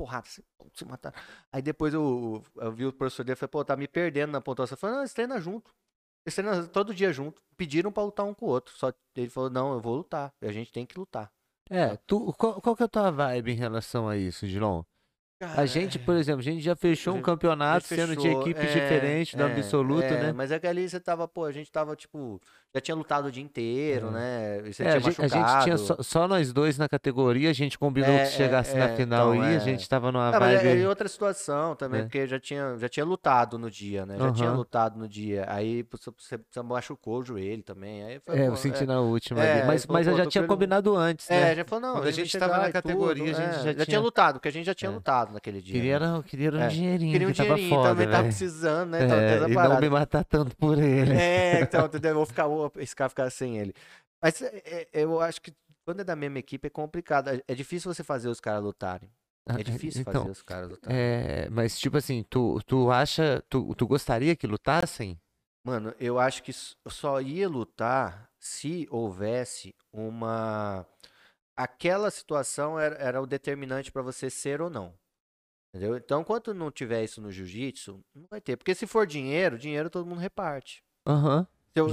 [SPEAKER 1] se mataram. Aí depois eu vi o professor dele e falei, pô, tá me perdendo na pontuação. Eu falei, não, eles treinam junto. Eles treinam todo dia junto. Pediram pra lutar um com o outro. Só ele falou, não, eu vou lutar. A gente tem que lutar.
[SPEAKER 2] É, qual que é a tua vibe em relação a isso, Dilon? A
[SPEAKER 1] Cara,
[SPEAKER 2] gente, por exemplo, a gente já fechou um
[SPEAKER 1] a gente
[SPEAKER 2] campeonato sendo de
[SPEAKER 1] fechou.
[SPEAKER 2] equipes diferentes do absoluto, né?
[SPEAKER 1] Mas é que ali você tava, pô, a gente tava, tipo, já tinha lutado o dia inteiro, né? E você
[SPEAKER 2] É,
[SPEAKER 1] tinha
[SPEAKER 2] a gente tinha
[SPEAKER 1] machucado.
[SPEAKER 2] só nós dois na categoria, a gente combinou que se chegasse na final
[SPEAKER 1] Então,
[SPEAKER 2] aí, a gente tava numa
[SPEAKER 1] Não, mas é
[SPEAKER 2] vibe,
[SPEAKER 1] outra situação também,
[SPEAKER 2] né?
[SPEAKER 1] porque já tinha lutado no dia, né? Já tinha
[SPEAKER 2] Aham.
[SPEAKER 1] lutado no dia. Aí você machucou o joelho também. Aí foi,
[SPEAKER 2] É, eu
[SPEAKER 1] pô,
[SPEAKER 2] senti na última ali.
[SPEAKER 1] aí
[SPEAKER 2] Mas,
[SPEAKER 1] falou,
[SPEAKER 2] mas eu
[SPEAKER 1] pô,
[SPEAKER 2] já
[SPEAKER 1] tô com
[SPEAKER 2] tinha
[SPEAKER 1] ele.
[SPEAKER 2] combinado antes, né?
[SPEAKER 1] Já falou, não,
[SPEAKER 2] Quando a
[SPEAKER 1] ele vai
[SPEAKER 2] gente tava na
[SPEAKER 1] chegar e
[SPEAKER 2] categoria,
[SPEAKER 1] tudo.
[SPEAKER 2] a gente já
[SPEAKER 1] Já tinha
[SPEAKER 2] tinha.
[SPEAKER 1] lutado, porque a gente já tinha
[SPEAKER 2] É.
[SPEAKER 1] lutado naquele dia, né?
[SPEAKER 2] Queria um
[SPEAKER 1] É.
[SPEAKER 2] dinheirinho
[SPEAKER 1] Queria um
[SPEAKER 2] que tava
[SPEAKER 1] dinheirinho,
[SPEAKER 2] foda,
[SPEAKER 1] também tava
[SPEAKER 2] velho.
[SPEAKER 1] precisando, né? Tava tendo
[SPEAKER 2] É,
[SPEAKER 1] essa
[SPEAKER 2] e não me
[SPEAKER 1] parada.
[SPEAKER 2] matar tanto por ele.
[SPEAKER 1] Então, entendeu? Esse cara ficar sem ele. Mas eu acho que quando é da mesma equipe é complicado. É difícil você fazer os caras lutarem.
[SPEAKER 2] Ah,
[SPEAKER 1] É difícil fazer
[SPEAKER 2] então,
[SPEAKER 1] os caras lutarem.
[SPEAKER 2] mas tipo assim, tu acha, tu gostaria que lutassem?
[SPEAKER 1] Mano, eu acho que só ia lutar se houvesse uma. Aquela situação era o determinante pra você ser ou não. Entendeu? Então, enquanto não tiver isso no jiu-jitsu, não vai ter. Porque se for dinheiro, dinheiro todo mundo reparte.
[SPEAKER 2] Aham,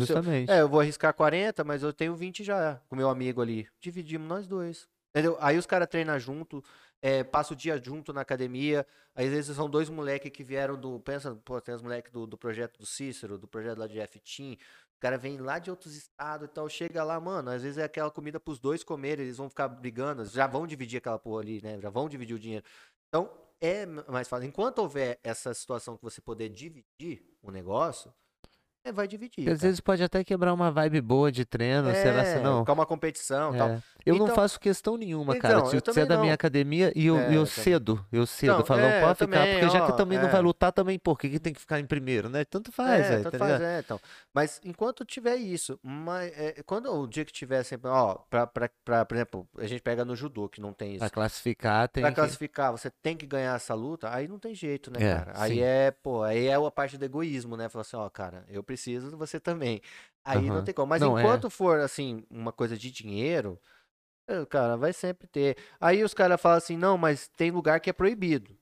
[SPEAKER 1] Eu
[SPEAKER 2] justamente.
[SPEAKER 1] vou arriscar 40, mas eu tenho 20 já com meu amigo ali. Dividimos nós dois. Entendeu? Aí os caras treinam junto, passa o dia junto na academia. Aí, às vezes são dois moleques que vieram do. Pensa, pô, tem os moleques do projeto do Cícero, do projeto lá de F-Team. O cara vem lá de outros estados e tal, chega lá, mano. Às vezes é aquela comida pros dois comerem, eles vão ficar brigando, já vão dividir aquela porra ali, né? Já vão dividir o dinheiro. Então, é mais fácil. Enquanto houver essa situação que você poder dividir o negócio, vai dividir,
[SPEAKER 2] Porque às
[SPEAKER 1] cara.
[SPEAKER 2] vezes pode até quebrar uma vibe boa de treino, será se não?
[SPEAKER 1] Ficar uma competição e tal.
[SPEAKER 2] É. Eu não
[SPEAKER 1] Então,
[SPEAKER 2] faço questão nenhuma, cara.
[SPEAKER 1] então,
[SPEAKER 2] Se
[SPEAKER 1] eu
[SPEAKER 2] você é
[SPEAKER 1] também
[SPEAKER 2] da minha
[SPEAKER 1] não.
[SPEAKER 2] academia e eu
[SPEAKER 1] Também.
[SPEAKER 2] cedo,
[SPEAKER 1] Então,
[SPEAKER 2] falando,
[SPEAKER 1] eu
[SPEAKER 2] pode ficar,
[SPEAKER 1] também,
[SPEAKER 2] porque já que
[SPEAKER 1] ó,
[SPEAKER 2] também não vai lutar também, por que que tem que ficar em primeiro, né? Tanto faz, velho,
[SPEAKER 1] tanto
[SPEAKER 2] tá
[SPEAKER 1] faz,
[SPEAKER 2] ligado?
[SPEAKER 1] então. Mas enquanto tiver isso, quando o dia que tiver sempre, ó, por exemplo, a gente pega no judô, que não tem
[SPEAKER 2] Pra
[SPEAKER 1] isso.
[SPEAKER 2] classificar
[SPEAKER 1] Pra
[SPEAKER 2] tem que.
[SPEAKER 1] classificar, você tem que ganhar essa luta, aí não tem jeito, né,
[SPEAKER 2] É,
[SPEAKER 1] cara?
[SPEAKER 2] sim.
[SPEAKER 1] Aí é a parte do egoísmo, né? Falar assim, ó, cara, eu preciso, você também. Aí não
[SPEAKER 2] Aham.
[SPEAKER 1] tem como. Mas
[SPEAKER 2] Não, é.
[SPEAKER 1] enquanto for, assim, uma coisa de dinheiro, cara, vai sempre ter. Aí os caras falam assim, não, mas tem lugar que é proibido.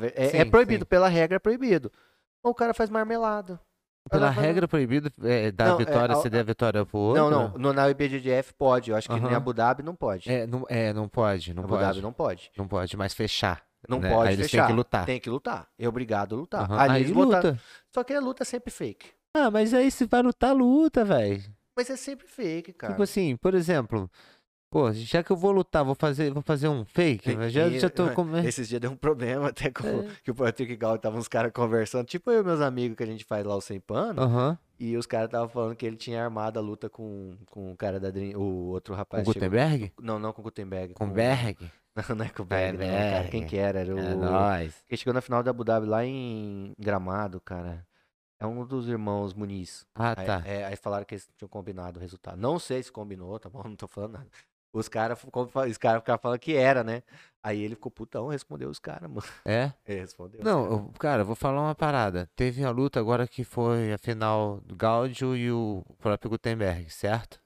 [SPEAKER 1] É
[SPEAKER 2] Sim,
[SPEAKER 1] proibido,
[SPEAKER 2] sim.
[SPEAKER 1] pela regra é proibido. Ou o cara faz marmelada. Vai
[SPEAKER 2] Pela
[SPEAKER 1] lá, faz
[SPEAKER 2] regra proibido dar a
[SPEAKER 1] Não,
[SPEAKER 2] vitória, você der a vitória pro
[SPEAKER 1] não, não.
[SPEAKER 2] outro?
[SPEAKER 1] Na IBJJF pode. Eu acho que em
[SPEAKER 2] Aham.
[SPEAKER 1] Abu Dhabi não pode.
[SPEAKER 2] Não pode, não
[SPEAKER 1] Abu Dhabi
[SPEAKER 2] pode.
[SPEAKER 1] não pode.
[SPEAKER 2] Não pode mais fechar,
[SPEAKER 1] Não
[SPEAKER 2] né? Aí
[SPEAKER 1] pode
[SPEAKER 2] eles têm que
[SPEAKER 1] fechar.
[SPEAKER 2] lutar.
[SPEAKER 1] Tem que lutar. É obrigado a lutar.
[SPEAKER 2] Aham.
[SPEAKER 1] Ali eles
[SPEAKER 2] Aí
[SPEAKER 1] botaram.
[SPEAKER 2] luta.
[SPEAKER 1] Só que a luta é sempre fake.
[SPEAKER 2] Ah, mas aí se vai lutar, luta, velho.
[SPEAKER 1] Mas é sempre fake,
[SPEAKER 2] Tipo
[SPEAKER 1] cara.
[SPEAKER 2] assim, por exemplo, pô, já que eu vou lutar, vou fazer um fake, mas já tô comendo.
[SPEAKER 1] Esses dias deu um problema até com
[SPEAKER 2] É.
[SPEAKER 1] que o Patrick Gal tava uns caras conversando, tipo eu e meus amigos que a gente faz lá o Sem Pano,
[SPEAKER 2] Aham.
[SPEAKER 1] e os caras estavam falando que ele tinha armado a luta com o cara o outro
[SPEAKER 2] Com
[SPEAKER 1] rapaz chegou.
[SPEAKER 2] Gutenberg?
[SPEAKER 1] Não com o Gutenberg,
[SPEAKER 2] Com Berg?
[SPEAKER 1] não é com o Berg, não, cara. Quem que era? Era
[SPEAKER 2] É
[SPEAKER 1] o
[SPEAKER 2] nóis.
[SPEAKER 1] que chegou na final da Abu Dhabi lá em Gramado, cara. É um dos irmãos Muniz.
[SPEAKER 2] Ah,
[SPEAKER 1] Aí,
[SPEAKER 2] tá.
[SPEAKER 1] aí falaram que eles tinham combinado o resultado. Não sei se combinou, tá bom? Não tô falando nada. Os caras ficaram falando que era, né? Aí ele ficou putão, respondeu os caras, mano.
[SPEAKER 2] É?
[SPEAKER 1] Ele respondeu os
[SPEAKER 2] Não,
[SPEAKER 1] caras.
[SPEAKER 2] cara, eu vou falar uma parada. Teve a luta agora que foi a final do Gaudio e o próprio Gutenberg, certo?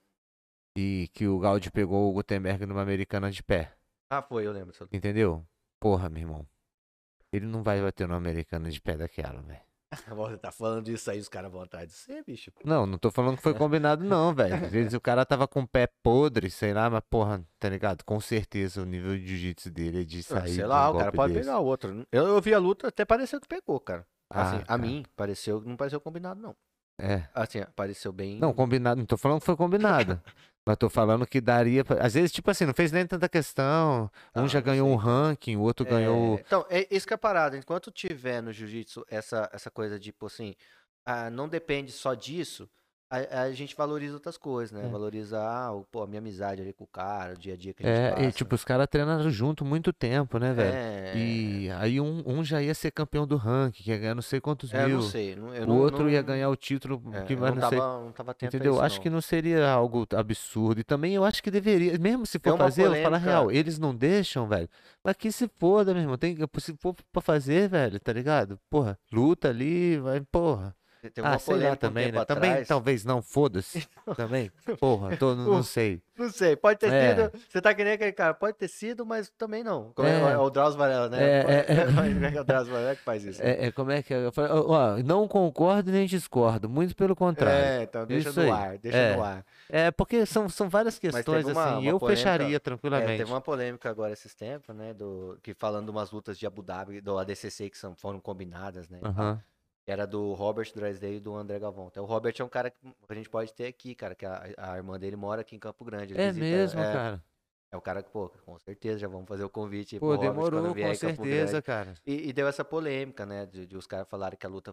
[SPEAKER 2] E que o Gaudio pegou o Gutenberg numa americana de pé.
[SPEAKER 1] Ah, foi, eu lembro.
[SPEAKER 2] Entendeu? Porra, meu irmão. Ele não vai bater numa americana de pé daquela, velho.
[SPEAKER 1] Você tá falando disso aí, os caras vão atrás de você, bicho.
[SPEAKER 2] Não tô falando que foi combinado, não, velho. Às vezes o cara tava com o pé podre, sei lá, mas porra, tá ligado? Com certeza o nível de jiu-jitsu dele é de sair
[SPEAKER 1] Sei
[SPEAKER 2] de um
[SPEAKER 1] lá, o cara
[SPEAKER 2] golpe
[SPEAKER 1] pode
[SPEAKER 2] desse.
[SPEAKER 1] pegar o outro. Eu vi a luta, até pareceu que pegou, cara. Assim,
[SPEAKER 2] Ah,
[SPEAKER 1] a
[SPEAKER 2] cara.
[SPEAKER 1] mim, não pareceu combinado, não.
[SPEAKER 2] É.
[SPEAKER 1] Assim, pareceu bem.
[SPEAKER 2] Não, combinado. Não tô falando que foi combinado. Mas tô falando que daria. Às vezes, tipo assim, não fez nem tanta questão. Um já
[SPEAKER 1] Não
[SPEAKER 2] ganhou um
[SPEAKER 1] sei, cara.
[SPEAKER 2] ranking, o outro ganhou.
[SPEAKER 1] Então, é isso que é a parada. Enquanto tiver no jiu-jitsu essa coisa de, tipo assim, não depende só disso, a gente valoriza outras coisas, né?
[SPEAKER 2] É.
[SPEAKER 1] Valoriza, pô, a minha amizade ali com o cara, o dia a dia que a gente
[SPEAKER 2] E
[SPEAKER 1] passa.
[SPEAKER 2] tipo, os caras treinaram junto muito tempo, né, velho?
[SPEAKER 1] É,
[SPEAKER 2] E aí um já ia ser campeão do ranking, que ia ganhar não sei quantos
[SPEAKER 1] eu não
[SPEAKER 2] mil.
[SPEAKER 1] sei, eu
[SPEAKER 2] O outro ia ganhar o título, que
[SPEAKER 1] eu
[SPEAKER 2] mais não sei.
[SPEAKER 1] não tava atento a
[SPEAKER 2] Entendeu?
[SPEAKER 1] isso,
[SPEAKER 2] Acho que
[SPEAKER 1] não.
[SPEAKER 2] não seria algo absurdo. E também eu acho que deveria, mesmo se
[SPEAKER 1] Tem
[SPEAKER 2] for
[SPEAKER 1] uma
[SPEAKER 2] fazer, eu vou falar real,
[SPEAKER 1] polêmica,
[SPEAKER 2] eles não deixam, velho. Mas que se foda, meu irmão. Se for pra fazer, velho, tá ligado? Porra, luta ali, vai, porra.
[SPEAKER 1] teve
[SPEAKER 2] Ah,
[SPEAKER 1] uma
[SPEAKER 2] sei lá
[SPEAKER 1] polêmica um
[SPEAKER 2] também,
[SPEAKER 1] tempo
[SPEAKER 2] né? Também,
[SPEAKER 1] atrás.
[SPEAKER 2] talvez não, foda-se. Também, porra, não
[SPEAKER 1] O-
[SPEAKER 2] sei.
[SPEAKER 1] Não sei, pode ter sido.
[SPEAKER 2] É,
[SPEAKER 1] Você tá que nem aquele cara, pode ter sido, mas também não. Como é
[SPEAKER 2] é,
[SPEAKER 1] o Drauzio Varela,
[SPEAKER 2] é,
[SPEAKER 1] né? Como é que é o
[SPEAKER 2] é,
[SPEAKER 1] Drauzio Varela que faz isso, né?
[SPEAKER 2] como é que é? Eu falei, ó, não concordo nem discordo, muito pelo contrário.
[SPEAKER 1] Então deixa
[SPEAKER 2] Isso
[SPEAKER 1] no
[SPEAKER 2] aí.
[SPEAKER 1] ar, deixa no ar.
[SPEAKER 2] Porque são várias
[SPEAKER 1] Mas teve
[SPEAKER 2] questões assim, e
[SPEAKER 1] uma
[SPEAKER 2] eu
[SPEAKER 1] polêmica.
[SPEAKER 2] fecharia
[SPEAKER 1] Teve
[SPEAKER 2] tranquilamente.
[SPEAKER 1] uma polêmica agora esses tempos, né? Que falando de umas lutas de Abu Dhabi, do ADCC foram combinadas, né? E tal.
[SPEAKER 2] Aham.
[SPEAKER 1] Que era do Robert Drysdale e do André Galvão. Então, o Robert é um cara que a gente pode ter aqui, cara, que a irmã dele mora aqui em Campo Grande. Ele
[SPEAKER 2] É
[SPEAKER 1] visita.
[SPEAKER 2] mesmo, cara.
[SPEAKER 1] É o cara que, pô, com certeza já vamos fazer o convite aí pro
[SPEAKER 2] Pô,
[SPEAKER 1] Robert quando
[SPEAKER 2] demorou,
[SPEAKER 1] vier
[SPEAKER 2] com
[SPEAKER 1] em Campo
[SPEAKER 2] certeza,
[SPEAKER 1] Grande.
[SPEAKER 2] cara.
[SPEAKER 1] E deu essa polêmica, né? De os caras falarem que a luta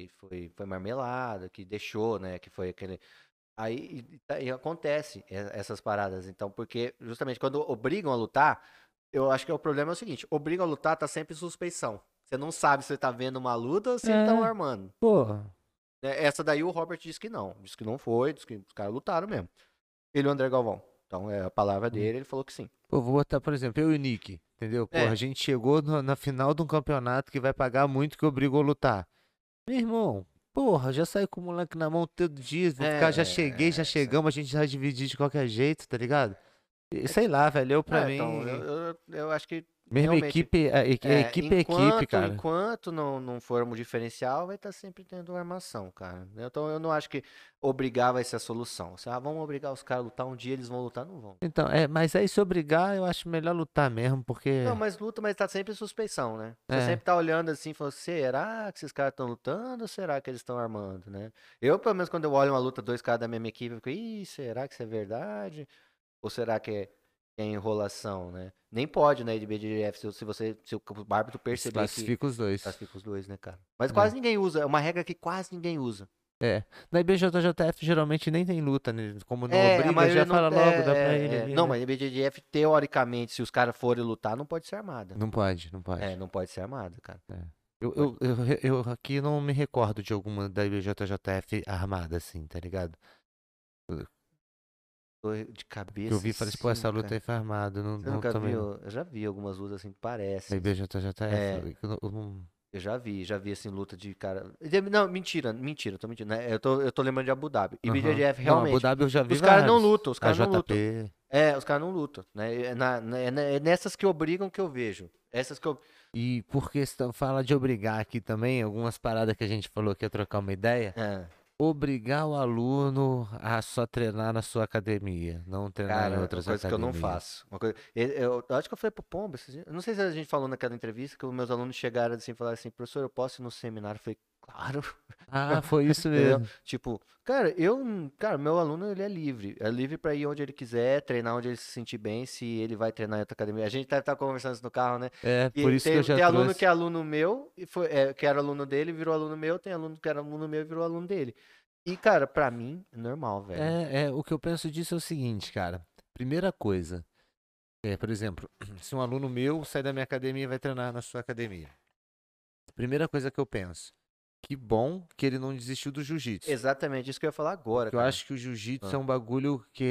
[SPEAKER 1] foi marmelada, que deixou, né? Que foi aquele. Aí e acontece essas paradas. Então, porque justamente quando obrigam a lutar, eu acho que o problema é o seguinte: obrigam a lutar, tá sempre em suspeição. Você não sabe se você tá vendo uma luta ou se ele tá
[SPEAKER 2] É,
[SPEAKER 1] armando.
[SPEAKER 2] porra.
[SPEAKER 1] Essa daí o Robert disse que não foi, disse que os caras lutaram mesmo. Ele e o André Galvão. Então, é a palavra dele, ele falou que sim.
[SPEAKER 2] Pô, vou botar, por exemplo, eu e o Nick, entendeu? Porra, a
[SPEAKER 1] É,
[SPEAKER 2] gente chegou na final de um campeonato que vai pagar muito que obrigou a lutar. Meu irmão, porra, já saí com o moleque na mão todo dia, vou ficar, já cheguei, já chegamos, a gente já dividir de qualquer jeito, tá ligado? E, sei lá, velho, eu pra
[SPEAKER 1] então,
[SPEAKER 2] mim,
[SPEAKER 1] eu acho que
[SPEAKER 2] mesmo
[SPEAKER 1] realmente,
[SPEAKER 2] equipe, a equipe é equipe, cara.
[SPEAKER 1] enquanto não for um diferencial, vai estar sempre tendo armação, cara. Então, eu não acho que obrigar vai ser a solução. Vamos obrigar os caras a lutar um dia, eles vão lutar, não vão.
[SPEAKER 2] Então, mas aí se obrigar, eu acho melhor lutar mesmo, porque,
[SPEAKER 1] Não, mas luta, mas tá sempre em suspeição, né? Você
[SPEAKER 2] é,
[SPEAKER 1] sempre tá olhando assim, falando, será que esses caras estão lutando ou será que eles estão armando, né? Eu, pelo menos, quando eu olho uma luta, dois caras da mesma equipe, eu fico, ih, será que isso é verdade? Ou será que é enrolação, né? Nem pode, né, de BDF, se o árbitro perceber que
[SPEAKER 2] desclassifica os dois.
[SPEAKER 1] classifica os dois, né, cara? Mas
[SPEAKER 2] É.
[SPEAKER 1] quase ninguém usa, é uma regra que quase ninguém usa.
[SPEAKER 2] É. Na IBJJF geralmente nem tem luta, né? Como não
[SPEAKER 1] A
[SPEAKER 2] obriga,
[SPEAKER 1] maioria
[SPEAKER 2] já
[SPEAKER 1] não.
[SPEAKER 2] fala logo, dá pra ele ali,
[SPEAKER 1] Não,
[SPEAKER 2] né?
[SPEAKER 1] mas a BDF, teoricamente, se os caras forem lutar, não pode ser armada.
[SPEAKER 2] Não pode, não pode.
[SPEAKER 1] Não pode ser armada, cara.
[SPEAKER 2] É.
[SPEAKER 1] Não pode.
[SPEAKER 2] Eu aqui não me recordo de alguma da IBJJF armada, assim, tá ligado?
[SPEAKER 1] Tô de
[SPEAKER 2] Que eu
[SPEAKER 1] cabeça,
[SPEAKER 2] vi e falei assim, pô,
[SPEAKER 1] sim,
[SPEAKER 2] essa luta
[SPEAKER 1] cara.
[SPEAKER 2] aí foi armada. Não,
[SPEAKER 1] Você
[SPEAKER 2] não
[SPEAKER 1] nunca
[SPEAKER 2] também não.
[SPEAKER 1] viu? Eu já vi algumas lutas assim que
[SPEAKER 2] Da
[SPEAKER 1] parecem.
[SPEAKER 2] IBJJF,
[SPEAKER 1] É,
[SPEAKER 2] eu não.
[SPEAKER 1] eu já vi assim, luta de cara. Não, mentira, tô mentindo, né? Eu tô lembrando de Abu Dhabi. E
[SPEAKER 2] Aham.
[SPEAKER 1] BJJF,
[SPEAKER 2] Não, Abu
[SPEAKER 1] realmente,
[SPEAKER 2] Dhabi eu já vi
[SPEAKER 1] os caras não
[SPEAKER 2] vários.
[SPEAKER 1] lutam, os
[SPEAKER 2] A
[SPEAKER 1] caras não lutam.
[SPEAKER 2] JP.
[SPEAKER 1] Os caras não lutam, né? É nessas que obrigam que eu vejo. Essas que eu.
[SPEAKER 2] E por questão, fala de obrigar aqui também, algumas paradas que a gente falou que ia trocar uma ideia.
[SPEAKER 1] É,
[SPEAKER 2] Obrigar o aluno a só treinar na sua academia, não treinar em
[SPEAKER 1] cara, uma
[SPEAKER 2] outras
[SPEAKER 1] coisa que eu não
[SPEAKER 2] academias.
[SPEAKER 1] faço. Eu acho que eu falei pro Pombo, eu não sei se a gente falou naquela entrevista que os meus alunos chegaram assim e falaram assim, professor, eu posso ir no seminário? Eu falei, claro.
[SPEAKER 2] Ah, foi isso
[SPEAKER 1] Entendeu?
[SPEAKER 2] mesmo.
[SPEAKER 1] Tipo, cara, meu aluno ele é livre pra ir onde ele quiser, treinar onde ele se sentir bem, se ele vai treinar em outra academia. A gente deve estar conversando isso no carro, né?
[SPEAKER 2] É, por
[SPEAKER 1] E
[SPEAKER 2] isso que eu já
[SPEAKER 1] tem aluno que
[SPEAKER 2] trouxe.
[SPEAKER 1] é aluno meu, que era aluno dele, virou aluno meu, tem aluno que era aluno meu e virou aluno dele. E, cara, pra mim, é normal, velho.
[SPEAKER 2] O que eu penso disso é o seguinte, cara. Primeira coisa, por exemplo, se um aluno meu sai da minha academia e vai treinar na sua academia. Primeira coisa que eu penso, que bom que ele não desistiu do jiu-jitsu.
[SPEAKER 1] Exatamente isso que eu ia falar agora,
[SPEAKER 2] Porque eu
[SPEAKER 1] cara.
[SPEAKER 2] acho que o jiu-jitsu
[SPEAKER 1] Ah.
[SPEAKER 2] é um bagulho que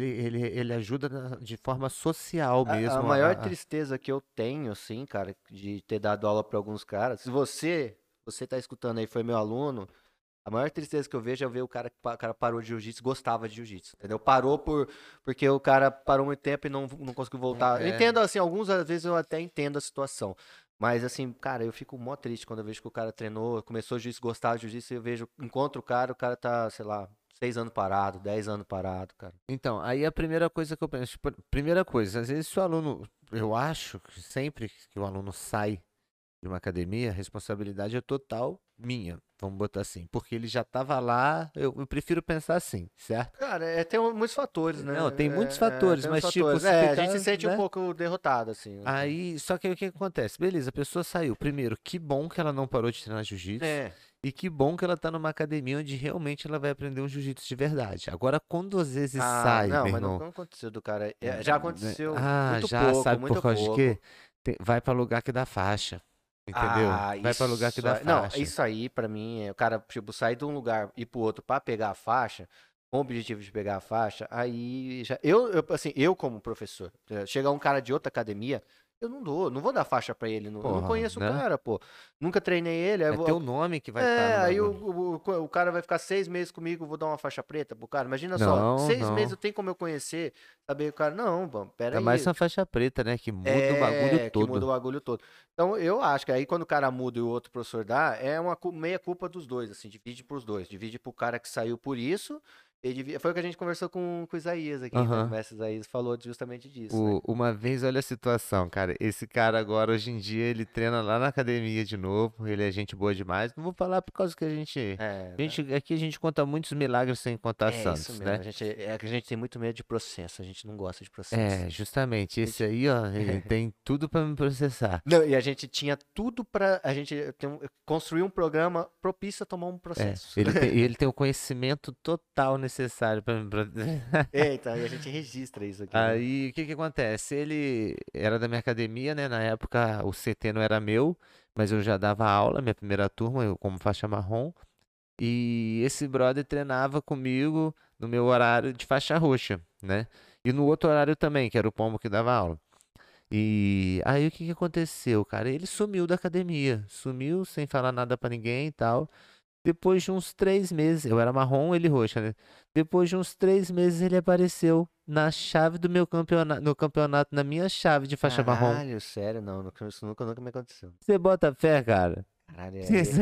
[SPEAKER 2] ele ajuda de forma social
[SPEAKER 1] A
[SPEAKER 2] mesmo.
[SPEAKER 1] maior tristeza que eu tenho, assim, cara, de ter dado aula pra alguns caras, se você tá escutando aí, foi meu aluno, a maior tristeza que eu vejo é ver o cara parou de jiu-jitsu, gostava de jiu-jitsu, entendeu? Parou porque o cara parou muito tempo e não conseguiu voltar. Eu entendo, assim, alguns, às vezes eu até entendo a situação. Mas, assim, cara, eu fico mó triste quando eu vejo que o cara treinou, começou jiu-jitsu, gostava de jiu-jitsu, e eu vejo, encontro o cara tá, sei lá, 6 anos parado, 10 anos parado, cara.
[SPEAKER 2] Então, aí a primeira coisa que eu penso, tipo, primeira coisa, às vezes se o aluno, eu acho que sempre que o aluno sai de uma academia, a responsabilidade é total minha, vamos botar assim, porque ele já estava lá, eu prefiro pensar assim, certo?
[SPEAKER 1] Cara, tem muitos fatores, né?
[SPEAKER 2] Não, tem muitos fatores,
[SPEAKER 1] Tem muitos
[SPEAKER 2] mas tipo,
[SPEAKER 1] fatores.
[SPEAKER 2] se
[SPEAKER 1] A gente se
[SPEAKER 2] ficar,
[SPEAKER 1] sente um
[SPEAKER 2] né?
[SPEAKER 1] pouco derrotado, assim, né, cara?
[SPEAKER 2] Aí, só que aí o que acontece? Beleza, a pessoa saiu. Primeiro, que bom que ela não parou de treinar jiu-jitsu.
[SPEAKER 1] É.
[SPEAKER 2] E que bom que ela tá numa academia onde realmente ela vai aprender um jiu-jitsu de verdade. Agora, quando às vezes
[SPEAKER 1] Ah,
[SPEAKER 2] sai,
[SPEAKER 1] não,
[SPEAKER 2] meu
[SPEAKER 1] mas não,
[SPEAKER 2] irmão.
[SPEAKER 1] não aconteceu do cara. Já aconteceu
[SPEAKER 2] Ah,
[SPEAKER 1] muito
[SPEAKER 2] já
[SPEAKER 1] pouco,
[SPEAKER 2] sabe por
[SPEAKER 1] muito
[SPEAKER 2] causa de
[SPEAKER 1] pouco.
[SPEAKER 2] quê? Vai pra lugar que dá faixa. Entendeu?
[SPEAKER 1] Ah,
[SPEAKER 2] Vai pra lugar que dá
[SPEAKER 1] Não,
[SPEAKER 2] faixa.
[SPEAKER 1] isso aí pra mim, o cara, tipo, sair de um lugar e ir pro outro pra pegar a faixa, com o objetivo de pegar a faixa, aí já. Assim, eu como professor, chegar um cara de outra academia, eu não vou dar faixa pra ele. Eu não
[SPEAKER 2] Porra,
[SPEAKER 1] conheço o
[SPEAKER 2] né?
[SPEAKER 1] cara, pô. Nunca treinei ele. Aí eu
[SPEAKER 2] É teu nome que vai estar
[SPEAKER 1] É,
[SPEAKER 2] no
[SPEAKER 1] aí
[SPEAKER 2] bagulho.
[SPEAKER 1] o cara vai ficar 6 meses comigo, eu vou dar uma faixa preta pro cara. Imagina só,
[SPEAKER 2] Não,
[SPEAKER 1] 6 meses
[SPEAKER 2] não.
[SPEAKER 1] eu tenho como eu conhecer, saber o cara. Não, bom, pera
[SPEAKER 2] Ainda mais
[SPEAKER 1] aí.
[SPEAKER 2] uma faixa preta, né? Que muda o bagulho
[SPEAKER 1] É, que muda o
[SPEAKER 2] todo.
[SPEAKER 1] bagulho todo. Então, eu acho que aí quando o cara muda e o outro professor dá, é uma meia culpa dos dois, assim, divide pros dois. Divide pro cara que saiu por isso, foi o que a gente conversou com o Isaías aqui, né? O
[SPEAKER 2] Aham.
[SPEAKER 1] mestre Isaías falou justamente disso, né?
[SPEAKER 2] Uma vez, olha a situação, cara. Esse cara agora, hoje em dia, ele treina lá na academia de novo. Ele é gente boa demais. Não vou falar por causa que
[SPEAKER 1] É,
[SPEAKER 2] aqui a gente conta muitos milagres sem contar
[SPEAKER 1] é isso
[SPEAKER 2] santos,
[SPEAKER 1] mesmo.
[SPEAKER 2] né?
[SPEAKER 1] É que a gente tem muito medo de processo, a gente não gosta de processo.
[SPEAKER 2] É, justamente.
[SPEAKER 1] A
[SPEAKER 2] Esse
[SPEAKER 1] gente-
[SPEAKER 2] aí, ó, ele tem tudo pra me processar.
[SPEAKER 1] Não, e a gente tinha tudo pra. A gente construir um programa propício a tomar um
[SPEAKER 2] É,
[SPEAKER 1] processo.
[SPEAKER 2] ele tem o conhecimento total necessário pra me processar.
[SPEAKER 1] Eita, e a gente registra isso aqui, né?
[SPEAKER 2] Aí, o que que acontece? Ele era da minha academia, né? Na época, o CT não era meu, mas eu já dava aula, minha primeira turma, eu como faixa marrom. E esse brother treinava comigo no meu horário de faixa roxa, né? E no outro horário também, que era o pombo que dava aula. E aí, o que que aconteceu, cara? Ele sumiu da academia, sumiu sem falar nada pra ninguém e tal. Depois de uns 3 meses, eu era marrom, ele roxa, né? Depois de uns 3 meses, ele apareceu na chave do meu campeonato, no campeonato, na minha chave de faixa marrom.
[SPEAKER 1] Caralho, sério, não. Isso nunca me aconteceu.
[SPEAKER 2] Você bota fé, cara?
[SPEAKER 1] Caralho,
[SPEAKER 2] Isso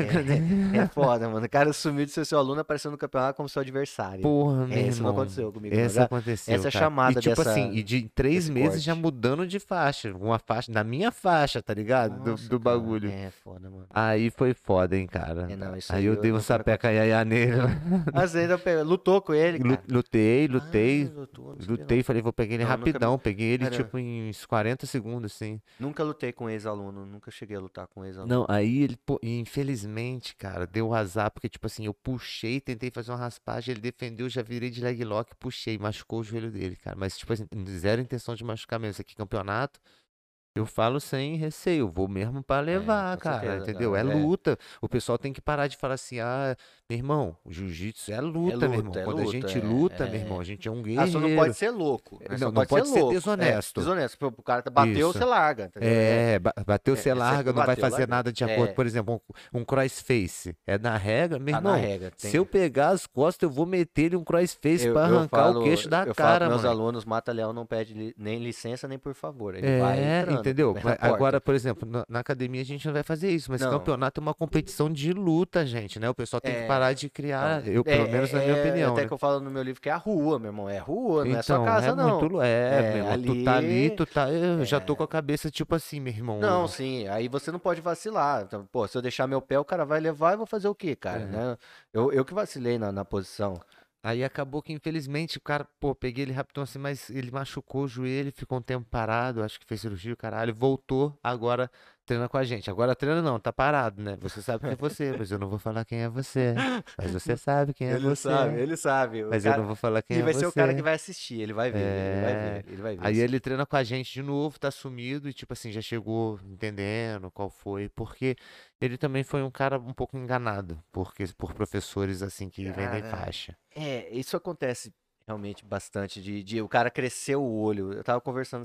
[SPEAKER 1] é
[SPEAKER 2] aconteceu.
[SPEAKER 1] foda, mano. O cara sumiu de ser seu aluno aparecendo no campeonato como seu adversário.
[SPEAKER 2] Porra, meu
[SPEAKER 1] É, isso não
[SPEAKER 2] irmão.
[SPEAKER 1] aconteceu comigo, não.
[SPEAKER 2] Essa
[SPEAKER 1] Já,
[SPEAKER 2] aconteceu,
[SPEAKER 1] essa é a
[SPEAKER 2] cara. E
[SPEAKER 1] chamada
[SPEAKER 2] tipo assim, e de 3
[SPEAKER 1] desse
[SPEAKER 2] meses já
[SPEAKER 1] corte.
[SPEAKER 2] mudando de faixa. Uma faixa, na minha faixa, tá ligado? Do,
[SPEAKER 1] Nossa,
[SPEAKER 2] do
[SPEAKER 1] cara.
[SPEAKER 2] bagulho.
[SPEAKER 1] É foda, mano.
[SPEAKER 2] Aí foi foda, hein, cara.
[SPEAKER 1] É, não, isso
[SPEAKER 2] Aí
[SPEAKER 1] aí
[SPEAKER 2] eu
[SPEAKER 1] eu
[SPEAKER 2] dei um
[SPEAKER 1] nunca me
[SPEAKER 2] sapeca
[SPEAKER 1] aconteceu.
[SPEAKER 2] iaiá nele.
[SPEAKER 1] Ah, você ainda lutou com ele, cara.
[SPEAKER 2] Lutei,
[SPEAKER 1] Ah,
[SPEAKER 2] lutei.
[SPEAKER 1] lutou, não sabia
[SPEAKER 2] Lutei,
[SPEAKER 1] não.
[SPEAKER 2] falei, vou pegar ele
[SPEAKER 1] Não, eu nunca me.
[SPEAKER 2] rapidão. Peguei ele,
[SPEAKER 1] Cara,
[SPEAKER 2] tipo, em uns 40 segundos, assim.
[SPEAKER 1] nunca lutei com ex-aluno. Nunca cheguei a lutar com
[SPEAKER 2] Não,
[SPEAKER 1] ex-aluno.
[SPEAKER 2] aí ele, pô, e infelizmente, cara, deu azar, porque, tipo assim, eu puxei, tentei fazer uma raspagem, ele defendeu, já virei de leg lock, puxei, machucou o joelho dele, cara. Mas, tipo assim, zero intenção de machucar mesmo. Isso aqui, campeonato, eu falo sem receio, vou mesmo pra
[SPEAKER 1] É,
[SPEAKER 2] levar,
[SPEAKER 1] com
[SPEAKER 2] cara,
[SPEAKER 1] certeza,
[SPEAKER 2] entendeu?
[SPEAKER 1] cara.
[SPEAKER 2] É
[SPEAKER 1] É,
[SPEAKER 2] luta. O pessoal tem que parar de falar assim, ah, meu irmão, o jiu-jitsu é luta, meu irmão.
[SPEAKER 1] é
[SPEAKER 2] Quando a
[SPEAKER 1] luta.
[SPEAKER 2] gente luta, meu irmão, a gente é um
[SPEAKER 1] Ah, só não pode
[SPEAKER 2] guerreiro.
[SPEAKER 1] ser louco, né? Só
[SPEAKER 2] Não, não
[SPEAKER 1] pode ser
[SPEAKER 2] pode ser
[SPEAKER 1] louco. É,
[SPEAKER 2] desonesto.
[SPEAKER 1] desonesto. Pô, o cara bateu,
[SPEAKER 2] Isso.
[SPEAKER 1] você larga, entendeu?
[SPEAKER 2] É, bateu, você
[SPEAKER 1] Você
[SPEAKER 2] larga, não vai
[SPEAKER 1] bateu,
[SPEAKER 2] fazer
[SPEAKER 1] largou.
[SPEAKER 2] nada de acordo.
[SPEAKER 1] É,
[SPEAKER 2] Por exemplo, um crossface. É na regra, meu
[SPEAKER 1] tá na
[SPEAKER 2] irmão.
[SPEAKER 1] regra.
[SPEAKER 2] Se eu pegar as costas, eu vou meter ele um crossface pra
[SPEAKER 1] Eu
[SPEAKER 2] arrancar o
[SPEAKER 1] falo,
[SPEAKER 2] queixo da
[SPEAKER 1] eu falo
[SPEAKER 2] cara,
[SPEAKER 1] pros meus
[SPEAKER 2] moleque.
[SPEAKER 1] alunos, mata-leão não pede nem licença nem por favor. Ele vai
[SPEAKER 2] É,
[SPEAKER 1] entrando
[SPEAKER 2] entendeu?
[SPEAKER 1] na porta.
[SPEAKER 2] Agora, por exemplo, na academia a gente não vai fazer isso, mas
[SPEAKER 1] Não,
[SPEAKER 2] campeonato é uma competição de luta, gente, né? O pessoal tem que parar
[SPEAKER 1] é.
[SPEAKER 2] de
[SPEAKER 1] Então,
[SPEAKER 2] criar, eu, pelo menos na minha opinião,
[SPEAKER 1] até
[SPEAKER 2] né?
[SPEAKER 1] que eu falo no meu livro que é a rua, meu irmão. É rua, não é sua
[SPEAKER 2] Então, é
[SPEAKER 1] casa,
[SPEAKER 2] muito.
[SPEAKER 1] não.
[SPEAKER 2] Meu
[SPEAKER 1] É,
[SPEAKER 2] irmão, tu tá ali,
[SPEAKER 1] ali.
[SPEAKER 2] tu tá. Eu já tô com
[SPEAKER 1] É,
[SPEAKER 2] a cabeça tipo assim, meu
[SPEAKER 1] não,
[SPEAKER 2] irmão.
[SPEAKER 1] sim, aí você não pode vacilar. Então, pô, se eu deixar meu pé, o cara vai levar e vou fazer o quê, cara,
[SPEAKER 2] É.
[SPEAKER 1] né? Eu que vacilei na posição.
[SPEAKER 2] Aí acabou que, infelizmente, o cara, pô, peguei ele rapidão assim, mas ele machucou o joelho, ficou um tempo parado, acho que fez cirurgia, o caralho, voltou, agora treina com a gente. Agora treina não, tá parado, né? Você sabe quem é você, mas eu não vou falar quem é você. Mas você sabe quem é você,
[SPEAKER 1] Ele sabe. O
[SPEAKER 2] mas eu não
[SPEAKER 1] cara.
[SPEAKER 2] vou falar quem
[SPEAKER 1] E
[SPEAKER 2] é
[SPEAKER 1] vai ser o cara que
[SPEAKER 2] você.
[SPEAKER 1] vai assistir, ele vai ver, ele vai
[SPEAKER 2] É.
[SPEAKER 1] ver, ele vai ver
[SPEAKER 2] Aí
[SPEAKER 1] isso.
[SPEAKER 2] ele treina com a gente de novo, tá sumido e tipo assim, já chegou entendendo qual foi, porque ele também foi um cara um pouco enganado, porque por professores assim que vendem
[SPEAKER 1] Cara,
[SPEAKER 2] faixa.
[SPEAKER 1] isso acontece realmente bastante, de o cara crescer o olho. Eu tava conversando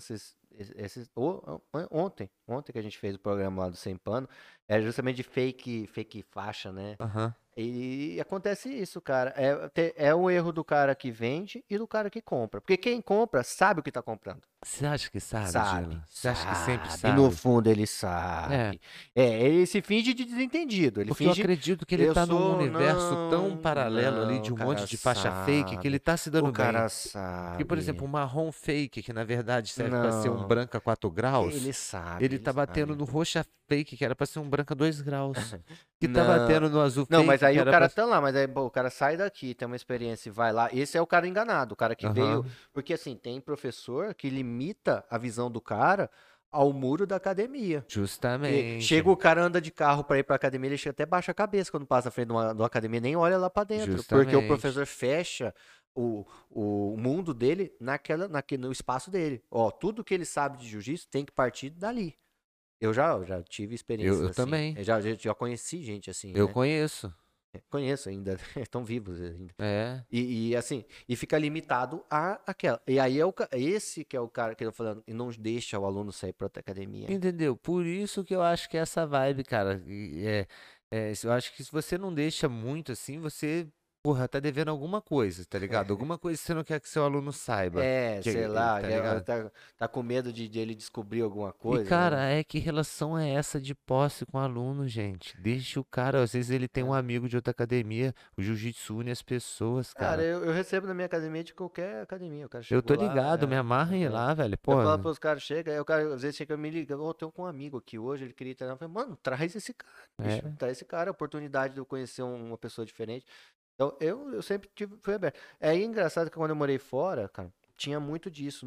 [SPEAKER 1] ontem que a gente fez o programa lá do Sem Pano, era justamente de fake faixa, né?
[SPEAKER 2] Aham.
[SPEAKER 1] E acontece isso, cara. É o erro do cara que vende e do cara que compra. Porque quem compra sabe o que tá comprando.
[SPEAKER 2] Você acha que sabe,
[SPEAKER 1] Sabe,
[SPEAKER 2] Dila? Você acha que sempre
[SPEAKER 1] sabe. No
[SPEAKER 2] sabe?
[SPEAKER 1] fundo ele
[SPEAKER 2] É,
[SPEAKER 1] sabe. Ele se finge de desentendido. Ele
[SPEAKER 2] porque eu
[SPEAKER 1] finge,
[SPEAKER 2] acredito que ele
[SPEAKER 1] eu
[SPEAKER 2] tá num
[SPEAKER 1] sou.
[SPEAKER 2] universo tão
[SPEAKER 1] Não,
[SPEAKER 2] paralelo ali
[SPEAKER 1] não,
[SPEAKER 2] de
[SPEAKER 1] o
[SPEAKER 2] um monte
[SPEAKER 1] cara
[SPEAKER 2] de faixa fake que ele
[SPEAKER 1] sabe.
[SPEAKER 2] tá se
[SPEAKER 1] O
[SPEAKER 2] dando bem.
[SPEAKER 1] cara
[SPEAKER 2] Porque, por exemplo,
[SPEAKER 1] sabe.
[SPEAKER 2] um marrom fake, que na verdade serve pra ser um
[SPEAKER 1] Não,
[SPEAKER 2] branca 4 graus,
[SPEAKER 1] ele sabe,
[SPEAKER 2] ele
[SPEAKER 1] ele
[SPEAKER 2] tá batendo
[SPEAKER 1] sabe.
[SPEAKER 2] no roxa fake, que era pra ser um branca 2 graus. Que tá
[SPEAKER 1] Não,
[SPEAKER 2] batendo no azul
[SPEAKER 1] não, mas
[SPEAKER 2] fake, que
[SPEAKER 1] aí o
[SPEAKER 2] era pra.
[SPEAKER 1] cara tá lá, mas aí pô, o cara sai daqui, tem uma experiência e vai lá. Esse é o cara enganado, o cara que veio.
[SPEAKER 2] Aham.
[SPEAKER 1] Porque assim, tem professor que limita a visão do cara ao muro da academia. E
[SPEAKER 2] Justamente.
[SPEAKER 1] chega o cara, anda de carro pra ir pra academia, ele chega até baixa a cabeça quando passa na frente de uma academia, nem olha lá pra dentro. Porque o
[SPEAKER 2] Justamente.
[SPEAKER 1] professor fecha o mundo dele no espaço dele. Ó, tudo que ele sabe de jiu-jitsu tem que partir dali. Eu já tive experiências
[SPEAKER 2] Eu
[SPEAKER 1] assim.
[SPEAKER 2] também.
[SPEAKER 1] Eu já conheci gente assim,
[SPEAKER 2] Eu
[SPEAKER 1] né?
[SPEAKER 2] conheço.
[SPEAKER 1] Conheço ainda, estão vivos ainda.
[SPEAKER 2] É.
[SPEAKER 1] E assim, e fica limitado a aquela. E aí esse que é o cara que eu tô falando, e não deixa o aluno sair pra outra academia.
[SPEAKER 2] Entendeu? Por isso que eu acho que é essa vibe, cara. Eu acho que se você não deixa muito assim, você, porra, tá devendo alguma coisa, tá ligado? Alguma coisa que você não quer que seu aluno saiba.
[SPEAKER 1] Sei lá,
[SPEAKER 2] Tá ligado?
[SPEAKER 1] tá com medo de ele descobrir alguma
[SPEAKER 2] E,
[SPEAKER 1] coisa,
[SPEAKER 2] cara,
[SPEAKER 1] né?
[SPEAKER 2] que relação é essa de posse com aluno, gente? Deixa o cara, às vezes ele tem um
[SPEAKER 1] É.
[SPEAKER 2] amigo de outra academia, o jiu-jitsu une as pessoas,
[SPEAKER 1] Cara,
[SPEAKER 2] cara.
[SPEAKER 1] eu recebo na minha academia de qualquer academia. O cara
[SPEAKER 2] Eu
[SPEAKER 1] chegou
[SPEAKER 2] tô
[SPEAKER 1] lá,
[SPEAKER 2] ligado, me amarra em ir lá, velho.
[SPEAKER 1] eu
[SPEAKER 2] Pô,
[SPEAKER 1] falo pros caras, chega, aí o cara às vezes chega e me liga, eu tô com um amigo aqui hoje, ele queria treinar. Eu falei, mano, traz esse cara, bicho,
[SPEAKER 2] é.
[SPEAKER 1] traz esse cara, a oportunidade de eu conhecer uma pessoa diferente. Então, eu sempre fui aberto. É engraçado que quando eu morei fora, cara, tinha muito disso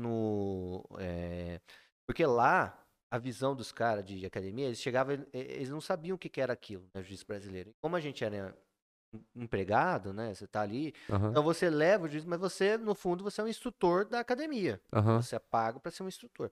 [SPEAKER 1] porque lá, a visão dos caras de academia, eles chegavam, eles não sabiam o que que era aquilo, né, jiu-jitsu brasileiro. E como a gente era empregado, né, você tá ali,
[SPEAKER 2] Aham,
[SPEAKER 1] então você leva o jiu-jitsu, mas você, no fundo, você é um instrutor da academia.
[SPEAKER 2] aham,
[SPEAKER 1] Você é pago pra ser um instrutor.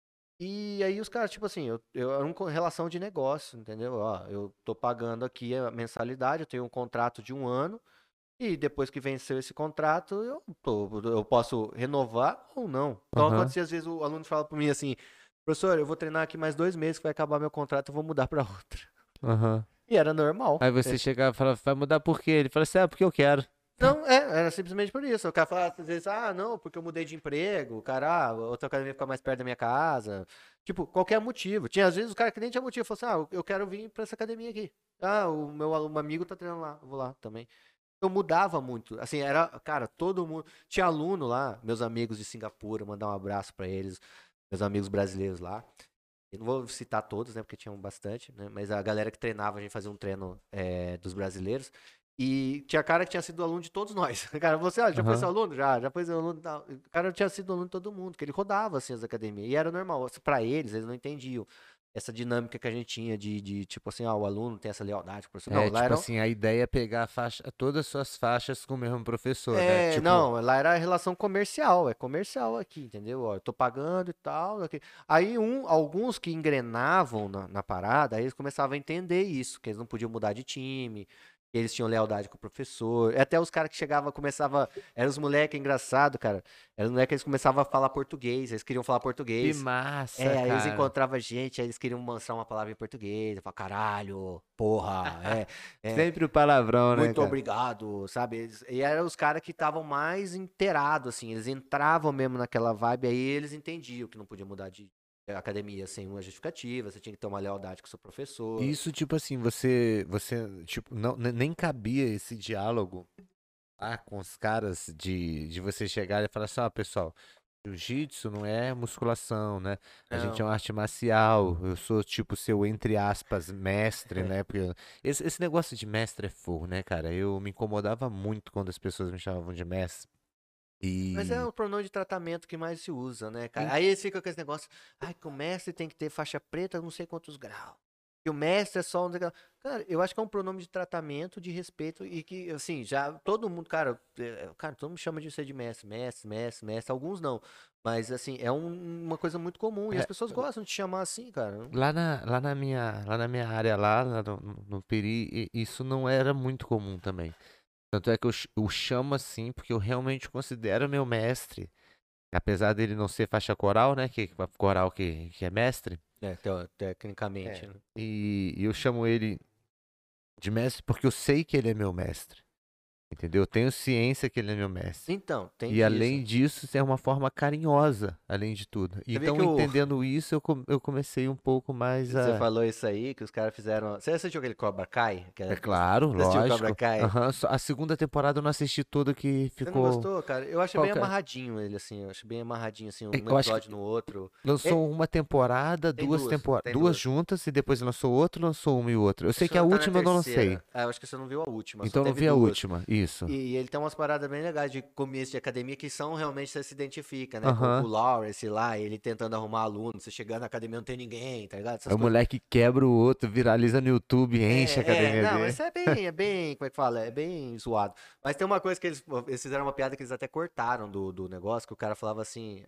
[SPEAKER 1] E aí os caras, tipo assim, eu era uma relação de negócio, entendeu? Ó, eu tô pagando aqui a mensalidade, eu tenho um contrato de 1 ano, e depois que venceu esse contrato, eu posso renovar ou não. Então
[SPEAKER 2] aham,
[SPEAKER 1] acontecia, às vezes, o aluno fala pra mim assim, professor, eu vou treinar aqui mais 2 meses, que vai acabar meu contrato, eu vou mudar pra outra.
[SPEAKER 2] aham.
[SPEAKER 1] E era normal.
[SPEAKER 2] Aí você chegava e falava, vai mudar por quê? Ele fala assim, porque eu quero.
[SPEAKER 1] Não, era simplesmente por isso. O cara fala às vezes, não, porque eu mudei de emprego, o cara, outra academia fica mais perto da minha casa. Tipo, qualquer motivo. Tinha às vezes o cara que nem tinha motivo, falou assim, eu quero vir pra essa academia aqui. O meu amigo tá treinando lá, eu vou lá também. Eu mudava muito. Assim, cara, todo mundo. Tinha aluno lá, meus amigos de Singapura, mandar um abraço pra eles, meus amigos brasileiros lá. Eu não vou citar todos, né, porque tinham bastante, né, mas a galera que treinava, a gente fazia um treino dos brasileiros. E tinha cara que tinha sido aluno de todos nós. Cara, você, já foi seu
[SPEAKER 2] Aham.
[SPEAKER 1] aluno? Já foi seu aluno. Tal. O cara tinha sido aluno de todo mundo, que ele rodava assim as academias. E era normal. Pra eles não entendiam essa dinâmica que a gente tinha de tipo assim, o aluno tem essa lealdade pro professor. Não, lá
[SPEAKER 2] Tipo
[SPEAKER 1] era.
[SPEAKER 2] assim, a ideia é pegar a faixa, todas as suas faixas com o mesmo professor, né? Tipo,
[SPEAKER 1] Não, lá era a relação comercial, é comercial aqui, entendeu? Ó, eu tô pagando e tal. Aqui. Aí alguns que engrenavam na parada, aí eles começavam a entender isso, que eles não podiam mudar de time, que eles tinham lealdade com o professor. Até os caras que chegavam, eram os moleques engraçados, cara. Eram os moleques que eles começavam a falar português, eles queriam falar
[SPEAKER 2] que
[SPEAKER 1] português.
[SPEAKER 2] massa,
[SPEAKER 1] Aí eles
[SPEAKER 2] cara.
[SPEAKER 1] encontravam gente, aí eles queriam mostrar uma palavra em português, eu falava, caralho, porra, é,
[SPEAKER 2] Sempre o palavrão, né,
[SPEAKER 1] muito
[SPEAKER 2] cara?
[SPEAKER 1] obrigado, sabe? E eram os caras que estavam mais inteirados, assim, eles entravam mesmo naquela vibe, aí eles entendiam que não podia mudar de academia sem uma justificativa, você tinha que ter uma lealdade com o seu professor.
[SPEAKER 2] Isso, tipo assim, tipo, não, nem cabia esse diálogo lá com os caras de você chegar e falar assim, pessoal, jiu-jitsu não é musculação, né? A gente é
[SPEAKER 1] Não,
[SPEAKER 2] uma arte marcial, eu sou tipo seu, entre aspas, mestre, né? Porque esse negócio de mestre é fogo, né, cara? Eu me incomodava muito quando as pessoas me chamavam de mestre.
[SPEAKER 1] mas é
[SPEAKER 2] E,
[SPEAKER 1] o pronome de tratamento que mais se usa, né, cara?
[SPEAKER 2] e-
[SPEAKER 1] Aí eles ficam com esse negócio, que o mestre tem que ter faixa preta não sei quantos graus. Que o mestre é só um. Cara, eu acho que é um pronome de tratamento, de respeito e que, assim, já todo mundo, cara, todo mundo chama de você de mestre, mestre, mestre, mestre. Alguns não, mas, assim, é uma coisa muito comum e as
[SPEAKER 2] é,
[SPEAKER 1] pessoas gostam de chamar assim, cara.
[SPEAKER 2] lá na minha área, lá no Peri, isso não era muito comum também. Tanto é que eu chamo assim, porque eu realmente considero meu mestre. Apesar dele não ser faixa coral, né? Coral que é mestre.
[SPEAKER 1] Tecnicamente,
[SPEAKER 2] É.
[SPEAKER 1] né?
[SPEAKER 2] E eu chamo ele de mestre porque eu sei que ele é meu mestre. Entendeu? Eu tenho ciência que ele é meu mestre.
[SPEAKER 1] Então, tem
[SPEAKER 2] E
[SPEAKER 1] disso.
[SPEAKER 2] além disso, é uma forma carinhosa, além de tudo.
[SPEAKER 1] Você vê que
[SPEAKER 2] Então, entendendo isso, eu comecei um pouco mais
[SPEAKER 1] você
[SPEAKER 2] a.
[SPEAKER 1] falou isso aí, que os caras fizeram. Você assistiu aquele Cobra Kai?
[SPEAKER 2] É claro,
[SPEAKER 1] Você assistiu o Cobra
[SPEAKER 2] lógico.
[SPEAKER 1] Kai?
[SPEAKER 2] Aham, a segunda temporada eu não assisti toda que
[SPEAKER 1] Você não
[SPEAKER 2] ficou.
[SPEAKER 1] gostou, cara? Eu acho
[SPEAKER 2] Qual
[SPEAKER 1] bem
[SPEAKER 2] que é?
[SPEAKER 1] amarradinho ele, assim. Eu acho bem amarradinho, assim, um
[SPEAKER 2] Eu acho que
[SPEAKER 1] episódio no outro. É,
[SPEAKER 2] lançou uma temporada,
[SPEAKER 1] tem
[SPEAKER 2] duas
[SPEAKER 1] duas,
[SPEAKER 2] temporadas,
[SPEAKER 1] tem
[SPEAKER 2] duas
[SPEAKER 1] duas.
[SPEAKER 2] juntas e depois lançou outro, lançou uma e outra. Eu sei
[SPEAKER 1] Acho que
[SPEAKER 2] que a
[SPEAKER 1] ela tá na
[SPEAKER 2] última eu não lancei.
[SPEAKER 1] terceira. Eu acho que você não viu a última, só
[SPEAKER 2] Então eu não
[SPEAKER 1] teve
[SPEAKER 2] vi a
[SPEAKER 1] duas.
[SPEAKER 2] última. isso.
[SPEAKER 1] E ele tem umas paradas bem legais de começo de academia que são realmente você se identifica, né? Com
[SPEAKER 2] Aham.
[SPEAKER 1] o Lawrence lá, ele tentando arrumar aluno, você chegando na academia não tem ninguém, tá ligado?
[SPEAKER 2] Aí
[SPEAKER 1] Essas
[SPEAKER 2] o
[SPEAKER 1] coisas.
[SPEAKER 2] moleque quebra o outro, viraliza no YouTube, enche a academia
[SPEAKER 1] Não,
[SPEAKER 2] dele.
[SPEAKER 1] isso é bem, como é que fala? É bem zoado. Mas tem uma coisa que eles fizeram uma piada que eles até cortaram do negócio, que o cara falava assim,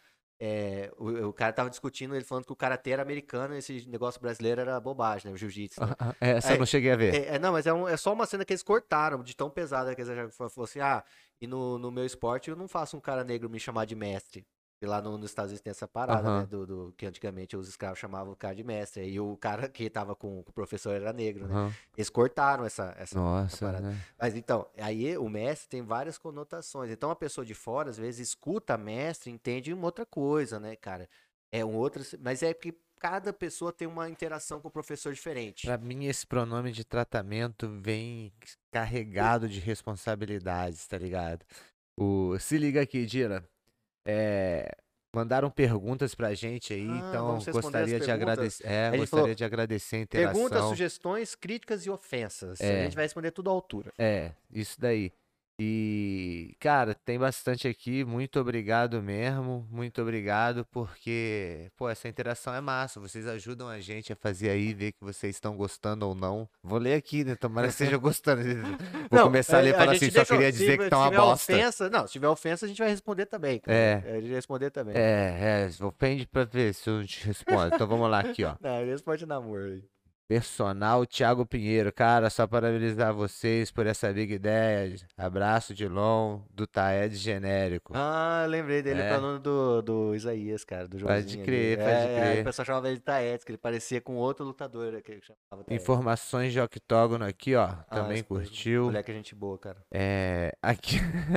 [SPEAKER 1] o cara tava discutindo, ele falando que o karatê era americano e esse negócio brasileiro era bobagem, né? O jiu-jitsu, né?
[SPEAKER 2] Essa eu não cheguei a ver.
[SPEAKER 1] Não, mas é só uma cena que eles cortaram, de tão pesada que eles já falou assim, e no meu esporte eu não faço um cara negro me chamar de mestre. E lá nos Estados Unidos tem essa parada, né?
[SPEAKER 2] Aham.
[SPEAKER 1] Que antigamente os escravos chamavam o cara de mestre. E o cara que tava com o professor era negro, né?
[SPEAKER 2] Aham.
[SPEAKER 1] Eles cortaram essa
[SPEAKER 2] Nossa,
[SPEAKER 1] parada.
[SPEAKER 2] né?
[SPEAKER 1] Mas então, aí o mestre tem várias conotações. Então a pessoa de fora, às vezes, escuta mestre, entende uma outra coisa, né, cara? É um outro. Mas é que cada pessoa tem uma interação com o professor diferente.
[SPEAKER 2] Pra mim, esse pronome de tratamento vem carregado de responsabilidades, tá ligado? Se liga aqui, Dira. É, mandaram perguntas pra gente aí, então
[SPEAKER 1] Vamos responder as
[SPEAKER 2] gostaria de
[SPEAKER 1] perguntas.
[SPEAKER 2] agradecer,
[SPEAKER 1] A gente
[SPEAKER 2] gostaria
[SPEAKER 1] falou
[SPEAKER 2] de agradecer a
[SPEAKER 1] perguntas,
[SPEAKER 2] interação.
[SPEAKER 1] sugestões, críticas e ofensas. A
[SPEAKER 2] É,
[SPEAKER 1] gente vai responder tudo à altura.
[SPEAKER 2] isso daí. E, cara, tem bastante aqui. Muito obrigado mesmo. Muito obrigado, porque, pô, essa interação é massa. Vocês ajudam a gente a fazer aí, ver que vocês estão gostando ou não. Vou ler aqui, né? Tomara que esteja gostando. Vou
[SPEAKER 1] Não,
[SPEAKER 2] começar a ler e
[SPEAKER 1] a
[SPEAKER 2] falar
[SPEAKER 1] gente
[SPEAKER 2] assim, só
[SPEAKER 1] deixou.
[SPEAKER 2] queria dizer que tá
[SPEAKER 1] Se
[SPEAKER 2] uma
[SPEAKER 1] tiver
[SPEAKER 2] bosta.
[SPEAKER 1] ofensa, não, se tiver ofensa, a gente vai responder também, cara.
[SPEAKER 2] É,
[SPEAKER 1] A gente vai responder também.
[SPEAKER 2] ofende pra ver se eu te respondo. Então vamos lá aqui, ó.
[SPEAKER 1] Não, ele responde na amor aí.
[SPEAKER 2] Personal Thiago Pinheiro, cara, só parabenizar vocês por essa big ideia. Abraço de Long, do Taed genérico.
[SPEAKER 1] Eu lembrei dele,
[SPEAKER 2] É,
[SPEAKER 1] falando do Isaías, cara, do
[SPEAKER 2] pode
[SPEAKER 1] Joãozinho ali.
[SPEAKER 2] crer, pode
[SPEAKER 1] Aí o
[SPEAKER 2] crer.
[SPEAKER 1] pessoal chamava ele de Taets, que ele parecia com outro lutador, né, que ele chamava Taets.
[SPEAKER 2] Informações de octógono aqui, ó. Também
[SPEAKER 1] Esse
[SPEAKER 2] curtiu.
[SPEAKER 1] moleque é gente boa, cara.
[SPEAKER 2] Aqui.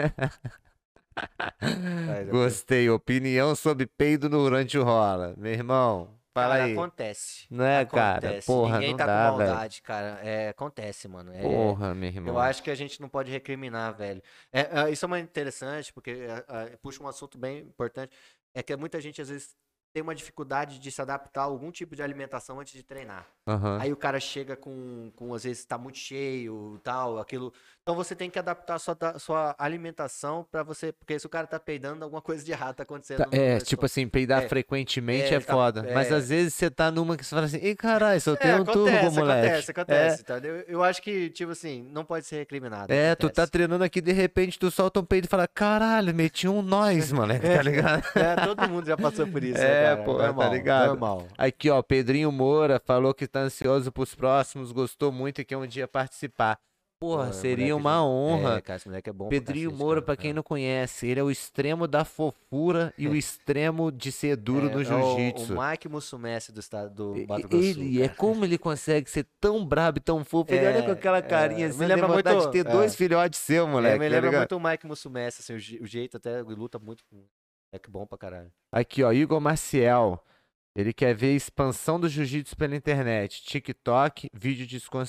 [SPEAKER 1] Mas,
[SPEAKER 2] Gostei. Opinião sobre peido durante o rola. Meu irmão, fala
[SPEAKER 1] cara,
[SPEAKER 2] aí.
[SPEAKER 1] acontece.
[SPEAKER 2] Não é, cara?
[SPEAKER 1] Acontece.
[SPEAKER 2] Porra,
[SPEAKER 1] Ninguém
[SPEAKER 2] não
[SPEAKER 1] tá com
[SPEAKER 2] dá, velho.
[SPEAKER 1] maldade, cara. Acontece, mano.
[SPEAKER 2] Porra, meu
[SPEAKER 1] Eu
[SPEAKER 2] irmão.
[SPEAKER 1] acho que a gente não pode recriminar, velho. Isso é muito interessante, porque puxa um assunto bem importante. É que muita gente, às vezes, tem uma dificuldade de se adaptar a algum tipo de alimentação antes de treinar.
[SPEAKER 2] Aham.
[SPEAKER 1] Aí o cara chega às vezes, tá muito cheio, tal, aquilo. Então você tem que adaptar a sua alimentação pra você. Porque se o cara tá peidando, alguma coisa de errado tá acontecendo no
[SPEAKER 2] Tipo
[SPEAKER 1] estômago.
[SPEAKER 2] assim, peidar
[SPEAKER 1] É,
[SPEAKER 2] frequentemente é
[SPEAKER 1] ele tá.
[SPEAKER 2] foda. Mas às vezes você tá numa que você fala assim, ei, caralho, só tem um turbo,
[SPEAKER 1] Acontece,
[SPEAKER 2] moleque.
[SPEAKER 1] acontece, tá? Eu acho que, tipo assim, não pode ser recriminado, acontece.
[SPEAKER 2] Tu tá treinando aqui, de repente tu solta um peido e fala, caralho, meti um nós, moleque, tá ligado?
[SPEAKER 1] Todo mundo já passou por isso, né, cara?
[SPEAKER 2] Pô,
[SPEAKER 1] Normal,
[SPEAKER 2] tá ligado?
[SPEAKER 1] normal.
[SPEAKER 2] Aqui, ó, Pedrinho Moura falou que tá ansioso pros próximos, gostou muito e quer um dia participar. Porra,
[SPEAKER 1] Pô,
[SPEAKER 2] seria
[SPEAKER 1] moleque,
[SPEAKER 2] uma honra.
[SPEAKER 1] cara, esse moleque é bom pra
[SPEAKER 2] Pedrinho
[SPEAKER 1] cacete,
[SPEAKER 2] Moura,
[SPEAKER 1] cara.
[SPEAKER 2] pra quem não conhece, ele é o extremo da fofura e o extremo de ser duro no
[SPEAKER 1] O
[SPEAKER 2] jiu-jitsu.
[SPEAKER 1] Mike Musumeci do estado do
[SPEAKER 2] E-
[SPEAKER 1] Mato Grosso do Sul,
[SPEAKER 2] Ele é
[SPEAKER 1] cara.
[SPEAKER 2] como ele consegue ser tão brabo e tão fofo. Ele olha com aquela carinha assim,
[SPEAKER 1] Me
[SPEAKER 2] tem
[SPEAKER 1] lembra muito.
[SPEAKER 2] vontade de ter dois filhotes seu, moleque,
[SPEAKER 1] Me
[SPEAKER 2] tá
[SPEAKER 1] lembra
[SPEAKER 2] ligado?
[SPEAKER 1] muito o Mike Musumeci, assim, o jeito até, ele luta muito. É que bom pra caralho.
[SPEAKER 2] Aqui, ó, Igor Maciel. Ele quer ver expansão do jiu-jitsu pela internet, TikTok, vídeos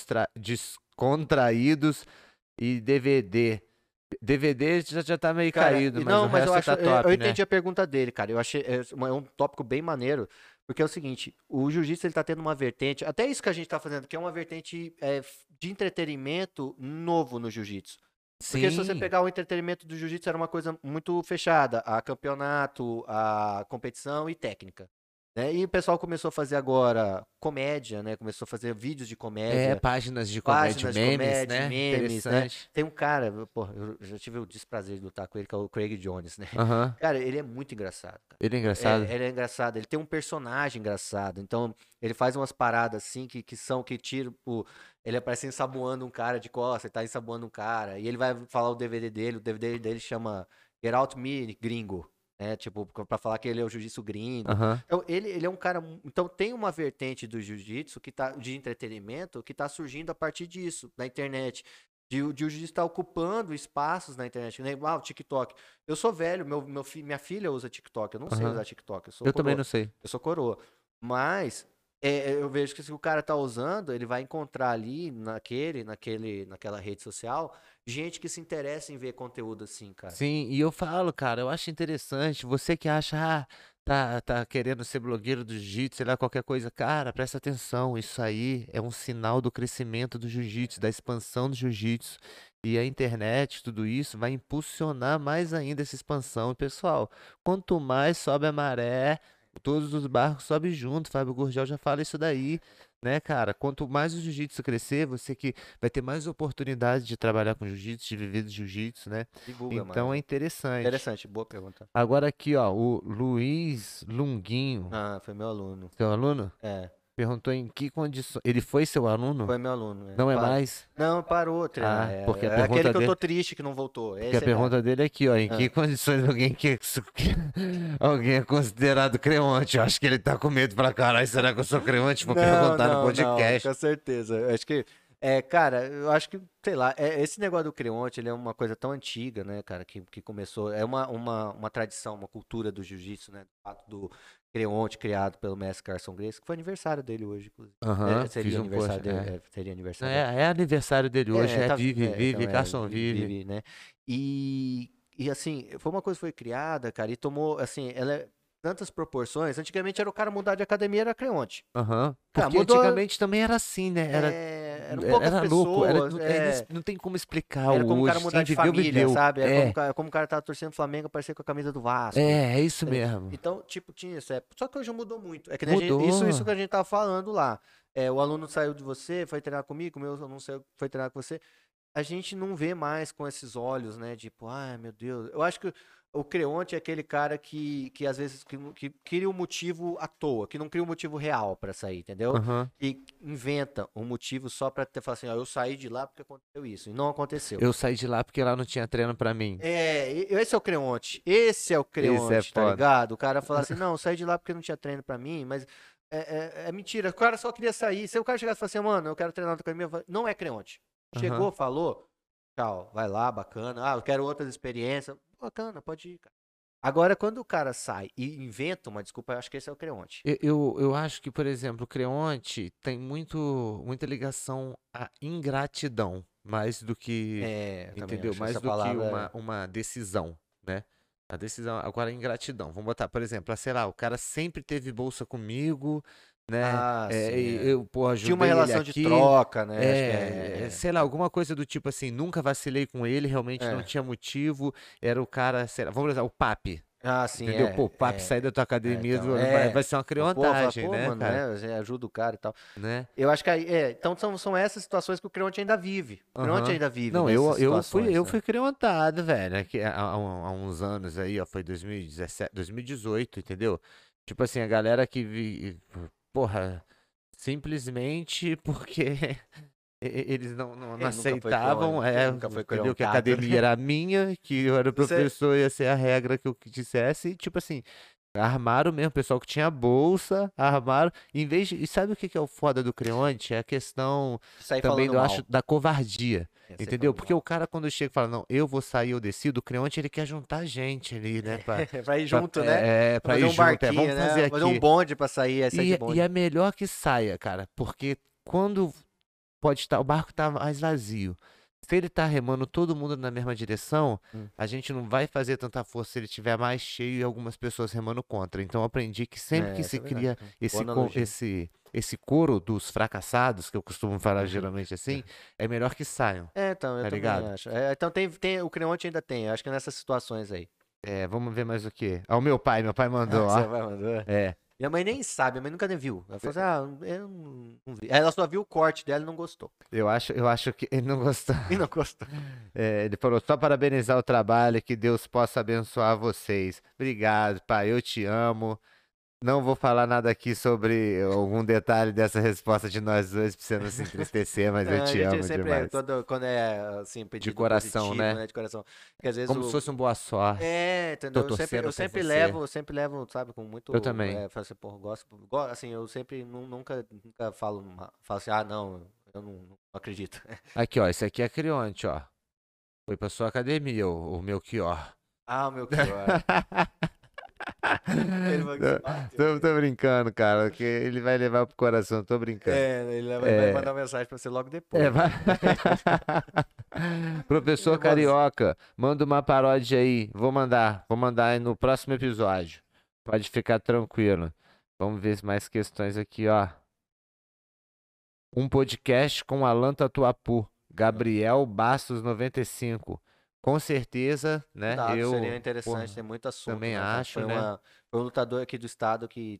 [SPEAKER 2] descontraídos e DVD. DVD já tá meio
[SPEAKER 1] Cara,
[SPEAKER 2] caído, mas
[SPEAKER 1] não,
[SPEAKER 2] o
[SPEAKER 1] mas eu
[SPEAKER 2] resto
[SPEAKER 1] acho,
[SPEAKER 2] tá top,
[SPEAKER 1] eu
[SPEAKER 2] né?
[SPEAKER 1] entendi a pergunta dele, cara. Eu achei um tópico bem maneiro, porque é o seguinte, o jiu-jitsu ele tá tendo uma vertente, até isso que a gente tá fazendo, que é uma vertente de entretenimento novo no jiu-jitsu. Porque se você
[SPEAKER 2] Sim.
[SPEAKER 1] pegar o entretenimento do jiu-jitsu era uma coisa muito fechada, a campeonato, a competição e técnica. Né? E o pessoal começou a fazer agora comédia, né? Começou a fazer vídeos de comédia,
[SPEAKER 2] Páginas de comédia,
[SPEAKER 1] páginas de
[SPEAKER 2] memes,
[SPEAKER 1] comédia,
[SPEAKER 2] né?
[SPEAKER 1] memes, né?
[SPEAKER 2] Interessante.
[SPEAKER 1] Tem um cara, porra, eu já tive o desprazer de lutar com ele, que é o Craig Jones, né?
[SPEAKER 2] Aham.
[SPEAKER 1] Cara, ele é muito engraçado, cara.
[SPEAKER 2] Ele é engraçado?
[SPEAKER 1] Ele é engraçado, ele tem um personagem engraçado. Então, ele faz umas paradas assim que tira ele aparece ensaboando um cara de costas, ele tá ensaboando um cara, e ele vai falar o DVD dele, o DVD dele chama Get Out Me, Gringo. Né? Tipo, pra falar que ele é o jiu-jitsu gringo.
[SPEAKER 2] Aham.
[SPEAKER 1] Então, ele é um cara. Então, tem uma vertente do jiu-jitsu de entretenimento que tá surgindo a partir disso, na internet. O jiu-jitsu está ocupando espaços na internet. Né? O TikTok. Eu sou velho, minha filha usa TikTok. Eu não sei
[SPEAKER 2] Aham.
[SPEAKER 1] usar TikTok. Eu sou
[SPEAKER 2] Eu também
[SPEAKER 1] coroa.
[SPEAKER 2] não sei.
[SPEAKER 1] Eu sou coroa. Mas eu vejo que se o cara tá usando, ele vai encontrar ali naquela rede social gente que se interessa em ver conteúdo assim, cara.
[SPEAKER 2] Sim, e eu falo, cara, eu acho interessante. Você que acha, tá querendo ser blogueiro do jiu-jitsu, sei lá, qualquer coisa. Cara, presta atenção, isso aí é um sinal do crescimento do jiu-jitsu, da expansão do jiu-jitsu. E a internet, tudo isso, vai impulsionar mais ainda essa expansão. E, pessoal, quanto mais sobe a maré, todos os barcos sobem junto. Fábio Gurgel já fala isso daí, né, cara? Quanto mais o jiu-jitsu crescer, você que vai ter mais oportunidade de trabalhar com jiu-jitsu, de viver do jiu-jitsu, né?
[SPEAKER 1] Divulga
[SPEAKER 2] Então é
[SPEAKER 1] mais.
[SPEAKER 2] interessante.
[SPEAKER 1] Interessante, boa pergunta.
[SPEAKER 2] Agora aqui, ó, o Luiz Lunguinho,
[SPEAKER 1] Ah, foi meu aluno.
[SPEAKER 2] seu aluno,
[SPEAKER 1] É,
[SPEAKER 2] perguntou em que condições. Ele foi seu aluno?
[SPEAKER 1] foi meu aluno.
[SPEAKER 2] Não é mais?
[SPEAKER 1] Não, parou de treinar.
[SPEAKER 2] Ah, porque a
[SPEAKER 1] É aquele
[SPEAKER 2] pergunta
[SPEAKER 1] que eu tô
[SPEAKER 2] dele,
[SPEAKER 1] triste que não voltou.
[SPEAKER 2] porque a
[SPEAKER 1] Esse é cara.
[SPEAKER 2] pergunta dele é aqui, ó, em que
[SPEAKER 1] Ah.
[SPEAKER 2] condições alguém é considerado creonte? Eu acho que ele tá com medo pra caralho, será que eu sou creonte? Vou perguntar no podcast.
[SPEAKER 1] com certeza. Eu acho que, cara, eu acho que, sei lá, esse negócio do Creonte, ele é uma coisa tão antiga, né, cara, que começou, é uma tradição, uma cultura do jiu-jitsu, né, do fato do Creonte criado pelo mestre Carson Gracie, que foi aniversário dele hoje, inclusive.
[SPEAKER 2] Aham, fiz
[SPEAKER 1] Seria
[SPEAKER 2] um post,
[SPEAKER 1] aniversário dele, seria aniversário dele.
[SPEAKER 2] É aniversário dele hoje,
[SPEAKER 1] Tá,
[SPEAKER 2] vive,
[SPEAKER 1] então
[SPEAKER 2] Carson vive.
[SPEAKER 1] vive, né? E assim, foi uma coisa que foi criada, cara, e tomou, assim, ela tantas proporções. Antigamente era o cara mudar de academia, era Creonte.
[SPEAKER 2] Aham.
[SPEAKER 1] Cara,
[SPEAKER 2] Porque
[SPEAKER 1] mudou,
[SPEAKER 2] antigamente também era assim, né?
[SPEAKER 1] eram poucas
[SPEAKER 2] Era louco,
[SPEAKER 1] pessoas,
[SPEAKER 2] não tem como explicar
[SPEAKER 1] era
[SPEAKER 2] o
[SPEAKER 1] como o cara
[SPEAKER 2] hoje.
[SPEAKER 1] mudar
[SPEAKER 2] Quem
[SPEAKER 1] de
[SPEAKER 2] viveu,
[SPEAKER 1] família,
[SPEAKER 2] viveu.
[SPEAKER 1] sabe? Era como o cara tava torcendo o Flamengo, aparecer com a camisa do Vasco.
[SPEAKER 2] É isso
[SPEAKER 1] Entendeu?
[SPEAKER 2] mesmo.
[SPEAKER 1] Então, tipo, tinha isso. Só que hoje mudou muito. É que nem
[SPEAKER 2] Mudou.
[SPEAKER 1] isso que a gente tava falando lá. O aluno saiu de você, foi treinar comigo, o meu aluno foi treinar com você. A gente não vê mais com esses olhos, né? Tipo, ai meu Deus. Eu acho que o Creonte é aquele cara que às vezes que cria um motivo à toa, que não cria um motivo real pra sair, entendeu?
[SPEAKER 2] Aham.
[SPEAKER 1] E inventa um motivo só pra ter falar assim, ó, eu saí de lá porque aconteceu isso. E não aconteceu.
[SPEAKER 2] Eu saí de lá porque lá não tinha treino pra mim.
[SPEAKER 1] Esse é o Creonte. Esse é o Creonte, tá
[SPEAKER 2] foda.
[SPEAKER 1] ligado? O cara fala assim, não, eu saí de lá porque não tinha treino pra mim, mas é mentira. O cara só queria sair. Se o cara chegasse e falasse assim, mano, eu quero treinar na academia, não é Creonte. Chegou,
[SPEAKER 2] Aham.
[SPEAKER 1] falou, tchau, vai lá, bacana. Ah, eu quero outras experiências. Bacana, pode ir, cara. Agora, quando o cara sai e inventa uma desculpa, eu acho que esse é o Creonte.
[SPEAKER 2] Eu acho que, por exemplo, o Creonte tem muita ligação à ingratidão, mais do que,
[SPEAKER 1] Eu também
[SPEAKER 2] entendeu?
[SPEAKER 1] acho
[SPEAKER 2] Mais
[SPEAKER 1] essa
[SPEAKER 2] do que
[SPEAKER 1] palavra.
[SPEAKER 2] uma decisão, né? A decisão, agora a ingratidão. Vamos botar, por exemplo, sei lá, o cara sempre teve bolsa comigo, né?
[SPEAKER 1] Ah, sim.
[SPEAKER 2] E eu, pô,
[SPEAKER 1] Tinha uma
[SPEAKER 2] ajudei ele
[SPEAKER 1] relação de
[SPEAKER 2] aqui.
[SPEAKER 1] troca, né? Acho que
[SPEAKER 2] Sei lá, alguma coisa do tipo assim, nunca vacilei com ele, realmente não
[SPEAKER 1] é.
[SPEAKER 2] tinha motivo, era o cara, sei lá, vamos usar o Papi,
[SPEAKER 1] Ah, sim,
[SPEAKER 2] entendeu? Pô, o Papi sair da tua academia
[SPEAKER 1] então,
[SPEAKER 2] vai ser uma criotagem,
[SPEAKER 1] pô,
[SPEAKER 2] né,
[SPEAKER 1] mano,
[SPEAKER 2] cara?
[SPEAKER 1] né? Você ajuda o cara e tal.
[SPEAKER 2] Né?
[SPEAKER 1] Eu acho que aí, então são essas situações que o Creonte ainda vive. O Creonte
[SPEAKER 2] Aham.
[SPEAKER 1] ainda vive
[SPEAKER 2] Não,
[SPEAKER 1] nessas situações,
[SPEAKER 2] eu
[SPEAKER 1] né?
[SPEAKER 2] fui criotado, velho, aqui, há uns anos aí, ó, foi 2017, 2018, entendeu? Tipo assim, a galera porra, simplesmente porque eles não
[SPEAKER 1] Ele nunca foi
[SPEAKER 2] aceitavam,
[SPEAKER 1] Creonte, ele nunca foi
[SPEAKER 2] entendeu? Que a
[SPEAKER 1] Creontado,
[SPEAKER 2] academia
[SPEAKER 1] né?
[SPEAKER 2] era minha, que eu era o
[SPEAKER 1] Você,
[SPEAKER 2] professor, ia ser a regra que eu dissesse, e tipo assim, armaram mesmo, o pessoal que tinha bolsa, armaram, e sabe o que que é o foda do Creonte? É a questão
[SPEAKER 1] sair
[SPEAKER 2] também,
[SPEAKER 1] falando
[SPEAKER 2] eu
[SPEAKER 1] mal.
[SPEAKER 2] acho, da covardia,
[SPEAKER 1] Sair
[SPEAKER 2] entendeu?
[SPEAKER 1] falando
[SPEAKER 2] Porque
[SPEAKER 1] mal.
[SPEAKER 2] o cara quando chega e fala, não, eu vou sair, eu decido, o Creonte ele quer juntar gente ali, né,
[SPEAKER 1] Vai ir junto, né?
[SPEAKER 2] pra
[SPEAKER 1] Fazer
[SPEAKER 2] ir
[SPEAKER 1] um
[SPEAKER 2] junto,
[SPEAKER 1] barquinho,
[SPEAKER 2] vamos fazer
[SPEAKER 1] né? Fazer um
[SPEAKER 2] aqui.
[SPEAKER 1] bonde pra sair, aí sai de
[SPEAKER 2] E
[SPEAKER 1] bonde.
[SPEAKER 2] é melhor que saia, cara, porque quando pode estar, o barco tá mais vazio. Se ele tá remando todo mundo na mesma direção,
[SPEAKER 1] Hum.
[SPEAKER 2] a gente não vai fazer tanta força se ele estiver mais cheio e algumas pessoas remando contra. Então eu aprendi que sempre que
[SPEAKER 1] Isso
[SPEAKER 2] se
[SPEAKER 1] é verdade.
[SPEAKER 2] cria
[SPEAKER 1] Boa analogia.
[SPEAKER 2] esse coro dos fracassados, que eu costumo falar
[SPEAKER 1] Uhum.
[SPEAKER 2] geralmente assim, é melhor que saiam,
[SPEAKER 1] Então, eu
[SPEAKER 2] tá
[SPEAKER 1] também
[SPEAKER 2] ligado?
[SPEAKER 1] acho. Então o Creonte ainda tem, eu acho que nessas situações aí.
[SPEAKER 2] Vamos ver mais o quê? Ah, o meu pai mandou,
[SPEAKER 1] Você
[SPEAKER 2] ó.
[SPEAKER 1] vai mandar.
[SPEAKER 2] É,
[SPEAKER 1] Minha mãe nem sabe, minha mãe nunca nem viu. Ela falou assim, eu não vi. Ela só viu o corte dela e não gostou.
[SPEAKER 2] eu acho que ele não gostou.
[SPEAKER 1] E não gostou.
[SPEAKER 2] Ele falou só parabenizar o trabalho, que Deus possa abençoar vocês. Obrigado, pai, eu te amo. Não vou falar nada aqui sobre algum detalhe dessa resposta de nós dois, pra você não se entristecer, mas eu
[SPEAKER 1] A
[SPEAKER 2] te
[SPEAKER 1] gente
[SPEAKER 2] amo
[SPEAKER 1] sempre,
[SPEAKER 2] demais.
[SPEAKER 1] quando é assim,
[SPEAKER 2] De
[SPEAKER 1] pedido
[SPEAKER 2] coração,
[SPEAKER 1] positivo,
[SPEAKER 2] né?
[SPEAKER 1] né? De coração. Porque às vezes
[SPEAKER 2] Como se fosse um boa sorte. Tô
[SPEAKER 1] entendeu?
[SPEAKER 2] torcendo
[SPEAKER 1] Eu
[SPEAKER 2] por
[SPEAKER 1] sempre
[SPEAKER 2] você.
[SPEAKER 1] sempre levo, sabe, com muito.
[SPEAKER 2] Eu também.
[SPEAKER 1] Falo assim, pô, assim, eu sempre nunca falo assim, não, eu não acredito.
[SPEAKER 2] Aqui, ó, esse aqui é Crionte, ó. Foi pra sua academia, o meu Kior.
[SPEAKER 1] Ah, o meu que Ele vai se bater.
[SPEAKER 2] Tô brincando, cara, que ele vai levar pro coração, tô brincando.
[SPEAKER 1] Ele vai
[SPEAKER 2] É,
[SPEAKER 1] mandar uma mensagem pra você logo depois.
[SPEAKER 2] vai. Professor
[SPEAKER 1] Nervoso.
[SPEAKER 2] Carioca, manda uma paródia aí. Vou mandar aí no próximo episódio. Pode ficar tranquilo. Vamos ver mais questões aqui, ó. Um podcast com Alan Tatuapu, Gabriel Bastos 95. Com certeza, né?
[SPEAKER 1] Exato, seria
[SPEAKER 2] Eu,
[SPEAKER 1] interessante,
[SPEAKER 2] porra,
[SPEAKER 1] tem muito assunto,
[SPEAKER 2] também
[SPEAKER 1] né, cara?
[SPEAKER 2] acho, né?
[SPEAKER 1] Foi um lutador aqui do estado que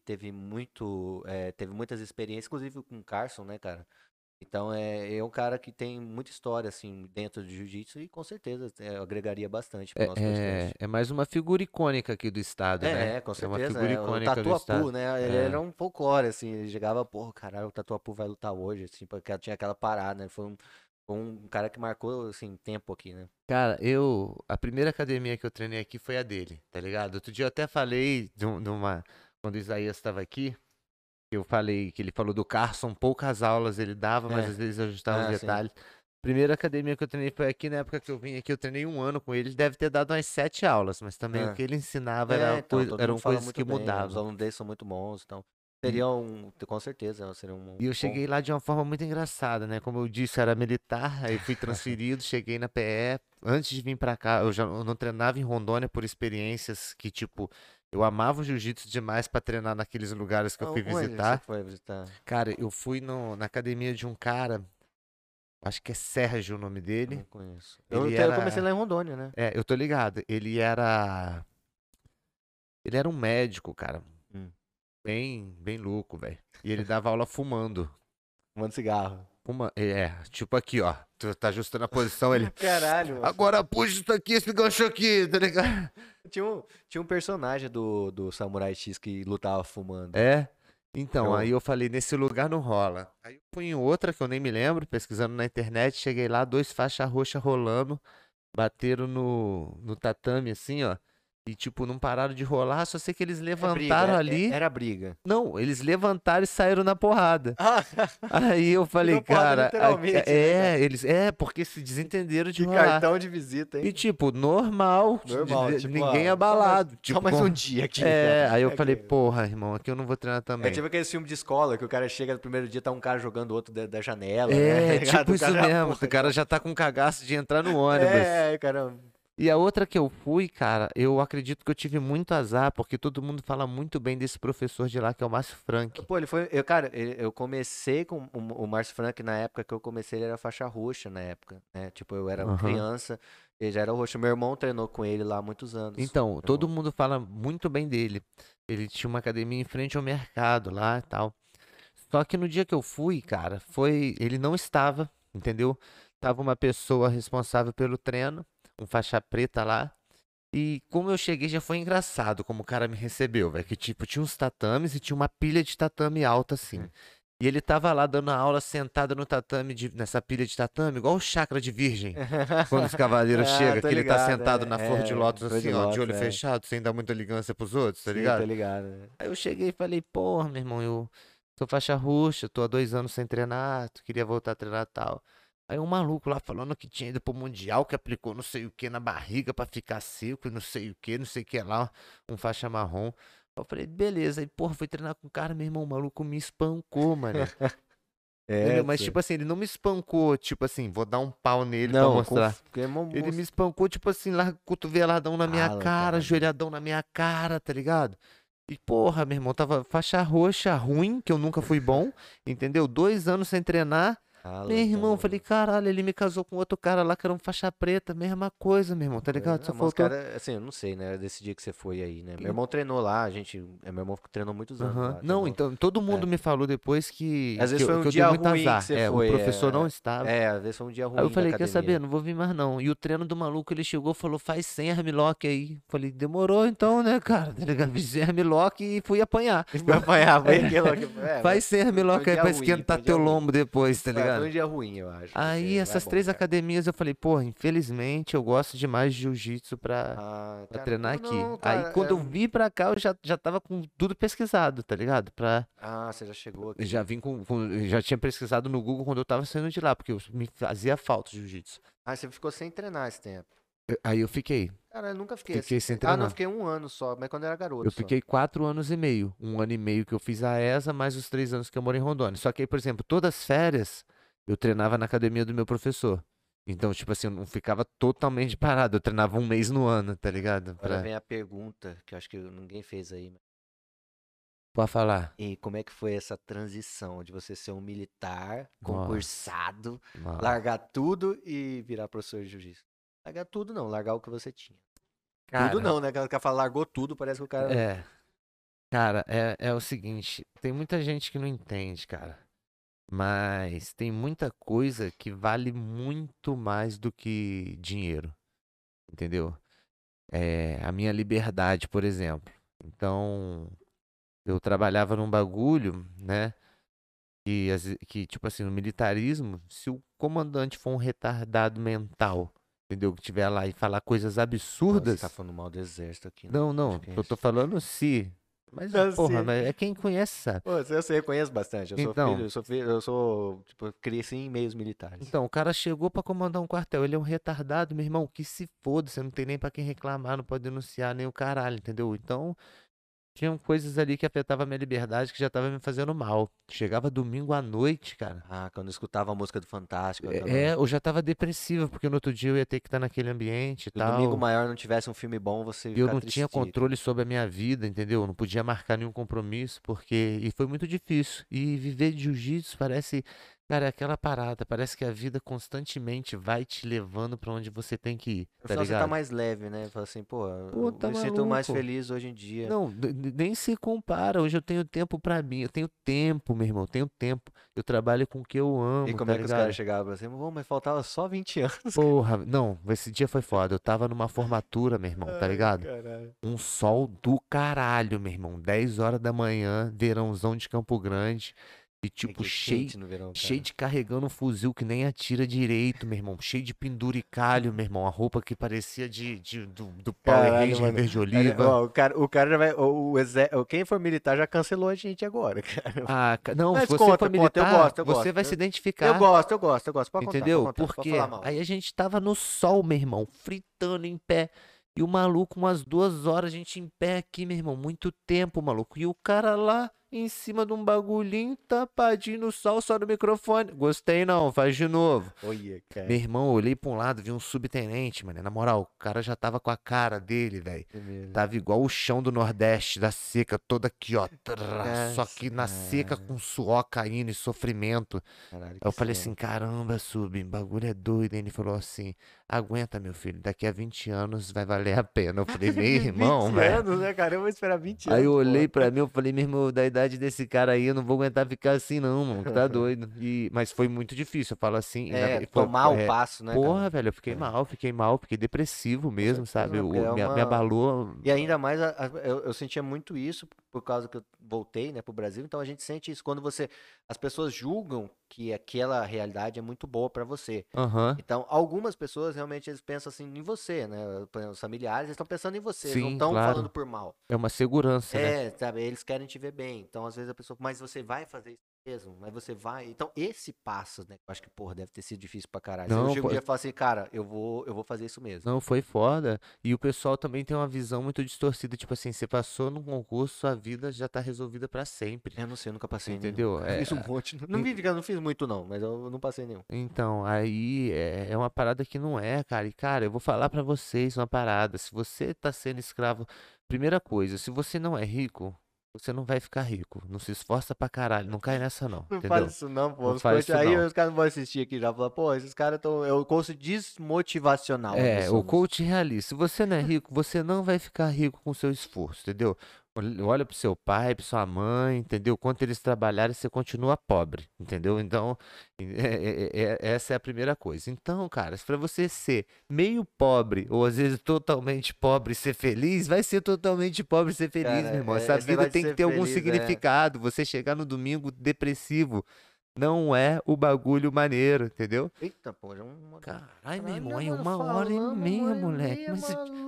[SPEAKER 1] teve muitas experiências, inclusive com o Carson, né, cara? Então é um cara que tem muita história, assim, dentro de jiu-jitsu e com certeza agregaria bastante pro
[SPEAKER 2] É,
[SPEAKER 1] nosso
[SPEAKER 2] é,
[SPEAKER 1] podcast.
[SPEAKER 2] é mais uma figura icônica aqui do estado, né?
[SPEAKER 1] Com
[SPEAKER 2] É uma
[SPEAKER 1] certeza,
[SPEAKER 2] figura
[SPEAKER 1] né? O
[SPEAKER 2] icônica do
[SPEAKER 1] Tatuapu,
[SPEAKER 2] estado.
[SPEAKER 1] né? Ele
[SPEAKER 2] É.
[SPEAKER 1] era um folclore, assim, ele chegava, porra, caralho, o Tatuapu vai lutar hoje, assim, porque tinha aquela parada, né? Foi um cara que marcou, assim, tempo aqui, né?
[SPEAKER 2] Cara, a primeira academia que eu treinei aqui foi a dele, tá ligado? Outro dia eu até falei de uma, quando o Isaías estava aqui, eu falei que ele falou do Carson, poucas aulas ele dava, mas
[SPEAKER 1] É,
[SPEAKER 2] às vezes ajustava os
[SPEAKER 1] sim.
[SPEAKER 2] detalhes. Primeira academia que eu treinei foi aqui, na época que eu vim aqui, eu treinei um ano com ele, ele deve ter dado umas 7 aulas, mas também o
[SPEAKER 1] É.
[SPEAKER 2] que ele ensinava
[SPEAKER 1] Então, todo mundo
[SPEAKER 2] eram
[SPEAKER 1] fala
[SPEAKER 2] coisas
[SPEAKER 1] muito
[SPEAKER 2] que
[SPEAKER 1] bem, os
[SPEAKER 2] mudavam.
[SPEAKER 1] alunos dele são muito bons, então
[SPEAKER 2] E,
[SPEAKER 1] com certeza, seria um
[SPEAKER 2] e eu
[SPEAKER 1] bom.
[SPEAKER 2] cheguei lá de uma forma muito engraçada, né? Como eu disse, era militar, aí fui transferido, cheguei na PE. Antes de vir pra cá, eu não treinava em Rondônia por experiências que, tipo, eu amava o jiu-jitsu demais pra treinar naqueles lugares que eu fui
[SPEAKER 1] Onde você
[SPEAKER 2] visitar.
[SPEAKER 1] foi visitar?
[SPEAKER 2] Cara, eu fui na academia de um cara, acho que é Sérgio o nome
[SPEAKER 1] Eu não
[SPEAKER 2] dele.
[SPEAKER 1] conheço.
[SPEAKER 2] Ele
[SPEAKER 1] Eu comecei
[SPEAKER 2] era.
[SPEAKER 1] lá em Rondônia, né?
[SPEAKER 2] Eu tô ligado. Ele era. Ele era um médico, cara.
[SPEAKER 1] Hum.
[SPEAKER 2] Bem louco, velho. E ele dava aula fumando.
[SPEAKER 1] Fumando cigarro.
[SPEAKER 2] Tipo aqui, ó. Tu tá ajustando a posição, ele.
[SPEAKER 1] Caralho, mano.
[SPEAKER 2] Agora puxa isso aqui, esse gancho aqui, tá ligado?
[SPEAKER 1] Tinha um personagem do Samurai X que lutava fumando.
[SPEAKER 2] É. Então, aí
[SPEAKER 1] Eu,
[SPEAKER 2] eu falei, nesse lugar não rola. Aí eu fui em outra que eu nem me lembro, pesquisando na internet, cheguei lá, dois faixas roxas rolando, bateram no tatame assim, ó. E tipo, não pararam de rolar, só sei que eles levantaram ali.
[SPEAKER 1] era briga.
[SPEAKER 2] Não, eles levantaram e saíram na porrada.
[SPEAKER 1] Ah,
[SPEAKER 2] Aí eu falei,
[SPEAKER 1] tirou porrada
[SPEAKER 2] cara,
[SPEAKER 1] literalmente, né, cara?
[SPEAKER 2] porque se desentenderam de
[SPEAKER 1] Que
[SPEAKER 2] rolar.
[SPEAKER 1] cartão de visita,
[SPEAKER 2] E
[SPEAKER 1] hein?
[SPEAKER 2] tipo, normal,
[SPEAKER 1] Normal, tipo,
[SPEAKER 2] ninguém
[SPEAKER 1] só
[SPEAKER 2] abalado.
[SPEAKER 1] só
[SPEAKER 2] Tipo,
[SPEAKER 1] mais um dia aqui.
[SPEAKER 2] aí eu
[SPEAKER 1] É,
[SPEAKER 2] falei, porra, irmão, aqui eu não vou treinar
[SPEAKER 1] é
[SPEAKER 2] também.
[SPEAKER 1] tipo aquele filme de escola que o cara chega no primeiro dia, tá um cara jogando o outro da janela, né? Tá
[SPEAKER 2] É,
[SPEAKER 1] ligado?
[SPEAKER 2] tipo
[SPEAKER 1] O
[SPEAKER 2] isso
[SPEAKER 1] cara,
[SPEAKER 2] mesmo. O
[SPEAKER 1] porra,
[SPEAKER 2] cara
[SPEAKER 1] então.
[SPEAKER 2] já tá com cagaço de entrar no ônibus.
[SPEAKER 1] Cara.
[SPEAKER 2] E a outra que eu fui, cara, eu acredito que eu tive muito azar, porque todo mundo fala muito bem desse professor de lá, que é o Márcio Frank.
[SPEAKER 1] Pô, ele foi. Cara, eu comecei com o Márcio Frank na época que eu comecei, ele era faixa roxa na época, né? Tipo, eu era
[SPEAKER 2] Aham.
[SPEAKER 1] criança, ele já era roxo. Meu irmão treinou com ele lá há muitos anos.
[SPEAKER 2] Então,
[SPEAKER 1] Meu
[SPEAKER 2] todo
[SPEAKER 1] irmão.
[SPEAKER 2] mundo fala muito bem dele. Ele tinha uma academia em frente ao mercado lá e tal. Só que no dia que eu fui, cara, ele não estava, entendeu? Tava uma pessoa responsável pelo treino, um faixa preta lá. E como eu cheguei, já foi engraçado como o cara me recebeu, velho. Que tipo, tinha uns tatames e tinha uma pilha de tatame alta assim. E ele tava lá dando a aula sentado no tatame, nessa pilha de tatame, igual o chakra de virgem. Quando os cavaleiros
[SPEAKER 1] Ah,
[SPEAKER 2] chegam,
[SPEAKER 1] tô
[SPEAKER 2] que ele tá
[SPEAKER 1] ligado,
[SPEAKER 2] sentado na flor de lótus
[SPEAKER 1] foi de
[SPEAKER 2] assim, ó, de
[SPEAKER 1] Lotus,
[SPEAKER 2] olho fechado, sem dar muita ligância pros outros, tá
[SPEAKER 1] Sim, tô
[SPEAKER 2] ligado?
[SPEAKER 1] ligado, né?
[SPEAKER 2] Aí eu cheguei e falei, porra, meu irmão, eu sou faixa roxa, tô há 2 anos sem treinar, tu queria voltar a treinar tal. Aí um maluco lá falando que tinha ido pro Mundial, que aplicou não sei o que na barriga pra ficar seco e não sei o que lá, um faixa marrom. Eu falei, beleza. Aí, porra, fui treinar com o cara, meu irmão, o maluco me espancou, mano. Entendeu? Mas,
[SPEAKER 1] Pô.
[SPEAKER 2] tipo assim, ele não me espancou, tipo assim, vou dar um pau nele pra
[SPEAKER 1] Não,
[SPEAKER 2] mostrar.
[SPEAKER 1] porque é
[SPEAKER 2] Ele me espancou, tipo assim, lá, cotoveladão na minha
[SPEAKER 1] Fala,
[SPEAKER 2] cara,
[SPEAKER 1] cara.
[SPEAKER 2] joelhadão na minha cara, tá ligado? E porra, meu irmão, tava faixa roxa ruim, que eu nunca fui bom, entendeu? 2 anos sem treinar. Meu
[SPEAKER 1] Fala,
[SPEAKER 2] irmão,
[SPEAKER 1] cara.
[SPEAKER 2] falei, caralho, ele me casou com outro cara lá que era um faixa preta, mesma coisa, meu irmão, tá ligado? Só
[SPEAKER 1] Mas os
[SPEAKER 2] faltou.
[SPEAKER 1] caras, assim, eu não sei, né? Desse dia que você foi aí, né? Meu irmão treinou lá, meu irmão treinou muitos anos
[SPEAKER 2] Aham.
[SPEAKER 1] lá.
[SPEAKER 2] Não,
[SPEAKER 1] Treinou.
[SPEAKER 2] então, todo
[SPEAKER 1] É.
[SPEAKER 2] mundo me falou depois que,
[SPEAKER 1] Às
[SPEAKER 2] que,
[SPEAKER 1] vezes foi
[SPEAKER 2] eu,
[SPEAKER 1] um
[SPEAKER 2] que eu dei
[SPEAKER 1] dia
[SPEAKER 2] muito
[SPEAKER 1] ruim que
[SPEAKER 2] azar.
[SPEAKER 1] você
[SPEAKER 2] O
[SPEAKER 1] foi.
[SPEAKER 2] professor não estava.
[SPEAKER 1] Às vezes foi um dia
[SPEAKER 2] Aí eu
[SPEAKER 1] ruim da
[SPEAKER 2] falei, quer saber?
[SPEAKER 1] academia.
[SPEAKER 2] Não vou vir mais não. E o treino do maluco, ele chegou e falou, faz 100 armlock aí. Falei, demorou então, né, cara? Tá ligado? Fiz 100 armlock e fui apanhar.
[SPEAKER 1] E foi apanhar, foi
[SPEAKER 2] É,
[SPEAKER 1] aquilo que.
[SPEAKER 2] faz 100
[SPEAKER 1] Foi um
[SPEAKER 2] armlock aí
[SPEAKER 1] dia
[SPEAKER 2] pra
[SPEAKER 1] ruim, foi
[SPEAKER 2] esquentar
[SPEAKER 1] um dia
[SPEAKER 2] teu
[SPEAKER 1] ruim.
[SPEAKER 2] lombo depois, tá
[SPEAKER 1] Foi
[SPEAKER 2] ligado?
[SPEAKER 1] um dia ruim, eu acho,
[SPEAKER 2] Aí
[SPEAKER 1] porque não é
[SPEAKER 2] essas
[SPEAKER 1] bom,
[SPEAKER 2] 3
[SPEAKER 1] cara.
[SPEAKER 2] academias eu falei, pô, infelizmente eu gosto demais de jiu-jitsu
[SPEAKER 1] Ah,
[SPEAKER 2] pra
[SPEAKER 1] cara,
[SPEAKER 2] treinar
[SPEAKER 1] pô,
[SPEAKER 2] aqui.
[SPEAKER 1] não,
[SPEAKER 2] Aí
[SPEAKER 1] cara.
[SPEAKER 2] quando eu vi pra cá, eu já tava com tudo pesquisado, tá ligado?
[SPEAKER 1] Ah, você já chegou
[SPEAKER 2] Já
[SPEAKER 1] aqui.
[SPEAKER 2] vim já tinha pesquisado no Google quando eu tava saindo de lá, porque me fazia falta o jiu-jitsu.
[SPEAKER 1] Ah, você ficou sem treinar esse tempo.
[SPEAKER 2] Aí eu
[SPEAKER 1] Cara, eu nunca fiquei assim.
[SPEAKER 2] fiquei sem
[SPEAKER 1] Ah, não, eu
[SPEAKER 2] treinar.
[SPEAKER 1] fiquei um ano só, mas quando eu era
[SPEAKER 2] Eu
[SPEAKER 1] garoto só.
[SPEAKER 2] fiquei 4 anos e meio. 1 ano e meio que eu fiz a ESA, mais os 3 anos que eu moro em Rondônia. Só que aí, por exemplo, todas as férias eu treinava na academia do meu professor. Então, tipo assim, eu não ficava totalmente parado. Eu treinava um mês no ano, tá ligado?
[SPEAKER 1] Agora vem a pergunta que eu acho que ninguém fez aí.
[SPEAKER 2] Pode falar.
[SPEAKER 1] E como é que foi essa transição de você ser um militar,
[SPEAKER 2] Nossa,
[SPEAKER 1] concursado,
[SPEAKER 2] nossa.
[SPEAKER 1] largar tudo e virar professor de jiu-jitsu? Largar tudo não, largar o que você tinha. Tudo
[SPEAKER 2] Cara,
[SPEAKER 1] não, né? O cara fala largou tudo, parece que o cara.
[SPEAKER 2] é, cara, é o seguinte, tem muita gente que não entende, cara. Mas tem muita coisa que vale muito mais do que dinheiro, entendeu? A minha liberdade, por exemplo. Então, eu trabalhava num bagulho, né? Que, tipo assim, no militarismo, se o comandante for um retardado mental, entendeu? Que estiver lá e falar coisas
[SPEAKER 1] Nossa, você tá
[SPEAKER 2] absurdas.
[SPEAKER 1] falando mal do exército aqui no
[SPEAKER 2] Não, não, eu tô
[SPEAKER 1] podcast.
[SPEAKER 2] falando se. Mas,
[SPEAKER 1] Eu
[SPEAKER 2] porra,
[SPEAKER 1] sei.
[SPEAKER 2] mas é quem conhece, sabe?
[SPEAKER 1] Pô, eu sei, eu conheço bastante.
[SPEAKER 2] Então,
[SPEAKER 1] Tipo, eu cresci em meios militares.
[SPEAKER 2] Então, o cara chegou pra comandar um quartel, ele é um retardado, meu irmão, que se foda, você não tem nem pra quem reclamar, não pode denunciar nem o caralho, entendeu? Então, tinham coisas ali que afetavam a minha liberdade que já tava me fazendo mal. Chegava domingo à noite, cara.
[SPEAKER 1] Ah, quando eu escutava a música do Fantástico, aquela.
[SPEAKER 2] Eu já tava depressivo, porque no outro dia eu ia ter que estar naquele ambiente e
[SPEAKER 1] Se o Domingo
[SPEAKER 2] tal.
[SPEAKER 1] Maior não tivesse um filme bom, você ia
[SPEAKER 2] E eu
[SPEAKER 1] ficar
[SPEAKER 2] não tinha
[SPEAKER 1] triste, cara.
[SPEAKER 2] controle sobre a minha vida, entendeu? Eu não podia marcar nenhum compromisso, porque. E foi muito difícil. E viver de jiu-jitsu parece. Cara, é aquela parada. Parece que a vida constantemente vai te levando pra onde você tem que ir,
[SPEAKER 1] No
[SPEAKER 2] tá
[SPEAKER 1] final você tá
[SPEAKER 2] ligado?
[SPEAKER 1] mais leve, né? Fala assim, pô,
[SPEAKER 2] Pô,
[SPEAKER 1] eu
[SPEAKER 2] tá
[SPEAKER 1] me sinto mais
[SPEAKER 2] maluco.
[SPEAKER 1] feliz hoje em dia.
[SPEAKER 2] Não, nem se compara. Hoje eu tenho tempo pra mim. Eu tenho tempo, meu irmão. Eu tenho tempo. Eu trabalho com o que eu
[SPEAKER 1] E
[SPEAKER 2] amo,
[SPEAKER 1] como
[SPEAKER 2] tá
[SPEAKER 1] é que os caras
[SPEAKER 2] ligado?
[SPEAKER 1] chegavam assim, "Bom, mas faltava só 20 anos, cara."
[SPEAKER 2] Porra, não, esse dia foi foda. Eu tava numa formatura, meu irmão, tá
[SPEAKER 1] Ai,
[SPEAKER 2] ligado?
[SPEAKER 1] caralho.
[SPEAKER 2] Um sol do caralho, meu irmão. 10 horas da manhã, verãozão de Campo Grande. E
[SPEAKER 1] É
[SPEAKER 2] tipo,
[SPEAKER 1] que é
[SPEAKER 2] cheio,
[SPEAKER 1] quente no verão,
[SPEAKER 2] cheio
[SPEAKER 1] cara.
[SPEAKER 2] de carregando um fuzil que nem atira direito, meu irmão. Cheio de penduricalho, meu irmão. A roupa que parecia do Power
[SPEAKER 1] Caralho,
[SPEAKER 2] Ranger
[SPEAKER 1] mano.
[SPEAKER 2] verde oliva.
[SPEAKER 1] Ó, o cara já vai. Quem for militar já cancelou a gente agora, cara.
[SPEAKER 2] Ah, não, se
[SPEAKER 1] Mas
[SPEAKER 2] você for
[SPEAKER 1] conta, conta, eu
[SPEAKER 2] militar,
[SPEAKER 1] gosto, eu
[SPEAKER 2] você
[SPEAKER 1] gosto.
[SPEAKER 2] vai se
[SPEAKER 1] Eu
[SPEAKER 2] identificar,
[SPEAKER 1] gosto, eu gosto, eu gosto. Pode
[SPEAKER 2] entendeu?
[SPEAKER 1] contar, pode
[SPEAKER 2] Porque
[SPEAKER 1] falar
[SPEAKER 2] aí
[SPEAKER 1] mal.
[SPEAKER 2] a gente tava no sol, meu irmão, fritando em pé. E o maluco, umas 2 horas, a gente em pé aqui, meu irmão, muito tempo, maluco. E o cara lá em cima de um bagulhinho, tapadinho no sol, só no microfone. Gostei não, faz de novo.
[SPEAKER 1] Olha,
[SPEAKER 2] Meu
[SPEAKER 1] cara.
[SPEAKER 2] irmão, eu olhei pra um lado, vi um subtenente, mano. Na moral, o cara já tava com a cara dele, velho.
[SPEAKER 1] É mesmo.
[SPEAKER 2] Tava igual o chão do Nordeste, da seca, toda aqui, ó. Só
[SPEAKER 1] Nossa,
[SPEAKER 2] que na seca com suor caindo e sofrimento.
[SPEAKER 1] caralho,
[SPEAKER 2] Aí eu
[SPEAKER 1] que
[SPEAKER 2] falei assim,
[SPEAKER 1] cena.
[SPEAKER 2] caramba, Sub, o bagulho é doido. Aí ele falou assim, aguenta, meu filho, daqui a 20 anos vai valer a pena. Eu falei, meu irmão,
[SPEAKER 1] 20
[SPEAKER 2] velho.
[SPEAKER 1] anos, né, cara? Eu vou esperar 20
[SPEAKER 2] Aí eu
[SPEAKER 1] anos, pô.
[SPEAKER 2] olhei pra mim, eu falei, meu irmão, da idade desse cara aí, eu não vou aguentar ficar assim não, mano, que tá doido. Mas foi muito difícil, eu falo assim,
[SPEAKER 1] É, tomar o passo, né, cara?
[SPEAKER 2] porra, velho, eu
[SPEAKER 1] É,
[SPEAKER 2] fiquei mal, fiquei depressivo
[SPEAKER 1] com
[SPEAKER 2] mesmo,
[SPEAKER 1] certeza,
[SPEAKER 2] sabe?
[SPEAKER 1] né? Porque é
[SPEAKER 2] Me
[SPEAKER 1] uma.
[SPEAKER 2] abalou.
[SPEAKER 1] E ainda mais, eu sentia muito isso por causa que eu voltei, né, pro Brasil. Então a gente sente isso quando as pessoas julgam que aquela realidade é muito boa pra você.
[SPEAKER 2] Aham,
[SPEAKER 1] Então, algumas pessoas realmente eles pensam assim em você, né? Por exemplo, os familiares, eles estão pensando em você, eles não
[SPEAKER 2] sim,
[SPEAKER 1] estão falando
[SPEAKER 2] claro.
[SPEAKER 1] por mal.
[SPEAKER 2] É uma segurança, né?
[SPEAKER 1] É, sabe, eles querem te ver bem. Então, às vezes a pessoa, mas você vai fazer isso mesmo? Mas você vai. Então, esse passo, né? Eu acho que, porra, deve ter sido difícil pra caralho. Eu
[SPEAKER 2] Não,
[SPEAKER 1] chego um dia e falo assim, cara, eu vou fazer isso mesmo.
[SPEAKER 2] não, foi foda. E o pessoal também tem uma visão muito distorcida, tipo assim, você passou num concurso, sua vida já tá resolvida pra sempre.
[SPEAKER 1] Eu não sei, eu nunca passei em nenhum,
[SPEAKER 2] Entendeu?
[SPEAKER 1] cara. Fiz um monte. Não, não fiz muito, não, mas eu não passei nenhum.
[SPEAKER 2] Então, aí é uma parada que não é, cara. E, cara, eu vou falar pra vocês uma parada. Se você tá sendo escravo, primeira coisa, se você não é rico, você não vai ficar rico. Não se esforça pra caralho. Não cai nessa, não.
[SPEAKER 1] Não fala
[SPEAKER 2] Entendeu?
[SPEAKER 1] isso não, pô.
[SPEAKER 2] Não faz isso,
[SPEAKER 1] Aí
[SPEAKER 2] não.
[SPEAKER 1] os caras não vão assistir aqui já. Falar, pô, esses caras estão. É o curso desmotivacional nós
[SPEAKER 2] O
[SPEAKER 1] somos.
[SPEAKER 2] coach realista. Se você não é rico, você não vai ficar rico com seu esforço, entendeu? Olha pro seu pai, pra sua mãe, entendeu? Quanto eles trabalharem, você continua pobre, entendeu? Então, essa é a primeira coisa. Então, cara, para você ser meio pobre, ou às vezes totalmente pobre e ser feliz, vai ser totalmente pobre e ser feliz,
[SPEAKER 1] Cara,
[SPEAKER 2] meu irmão. Essa
[SPEAKER 1] esse
[SPEAKER 2] vida
[SPEAKER 1] negócio de
[SPEAKER 2] tem que
[SPEAKER 1] ser
[SPEAKER 2] ter algum
[SPEAKER 1] feliz é.
[SPEAKER 2] significado. Você chegar no domingo depressivo não é o bagulho maneiro, entendeu?
[SPEAKER 1] Eita, pô, já uma.
[SPEAKER 2] Caralho, meu irmão,
[SPEAKER 1] Caralho,
[SPEAKER 2] aí
[SPEAKER 1] mano,
[SPEAKER 2] 1 hora e meia,
[SPEAKER 1] uma hora e
[SPEAKER 2] moleque.
[SPEAKER 1] meia,
[SPEAKER 2] Mas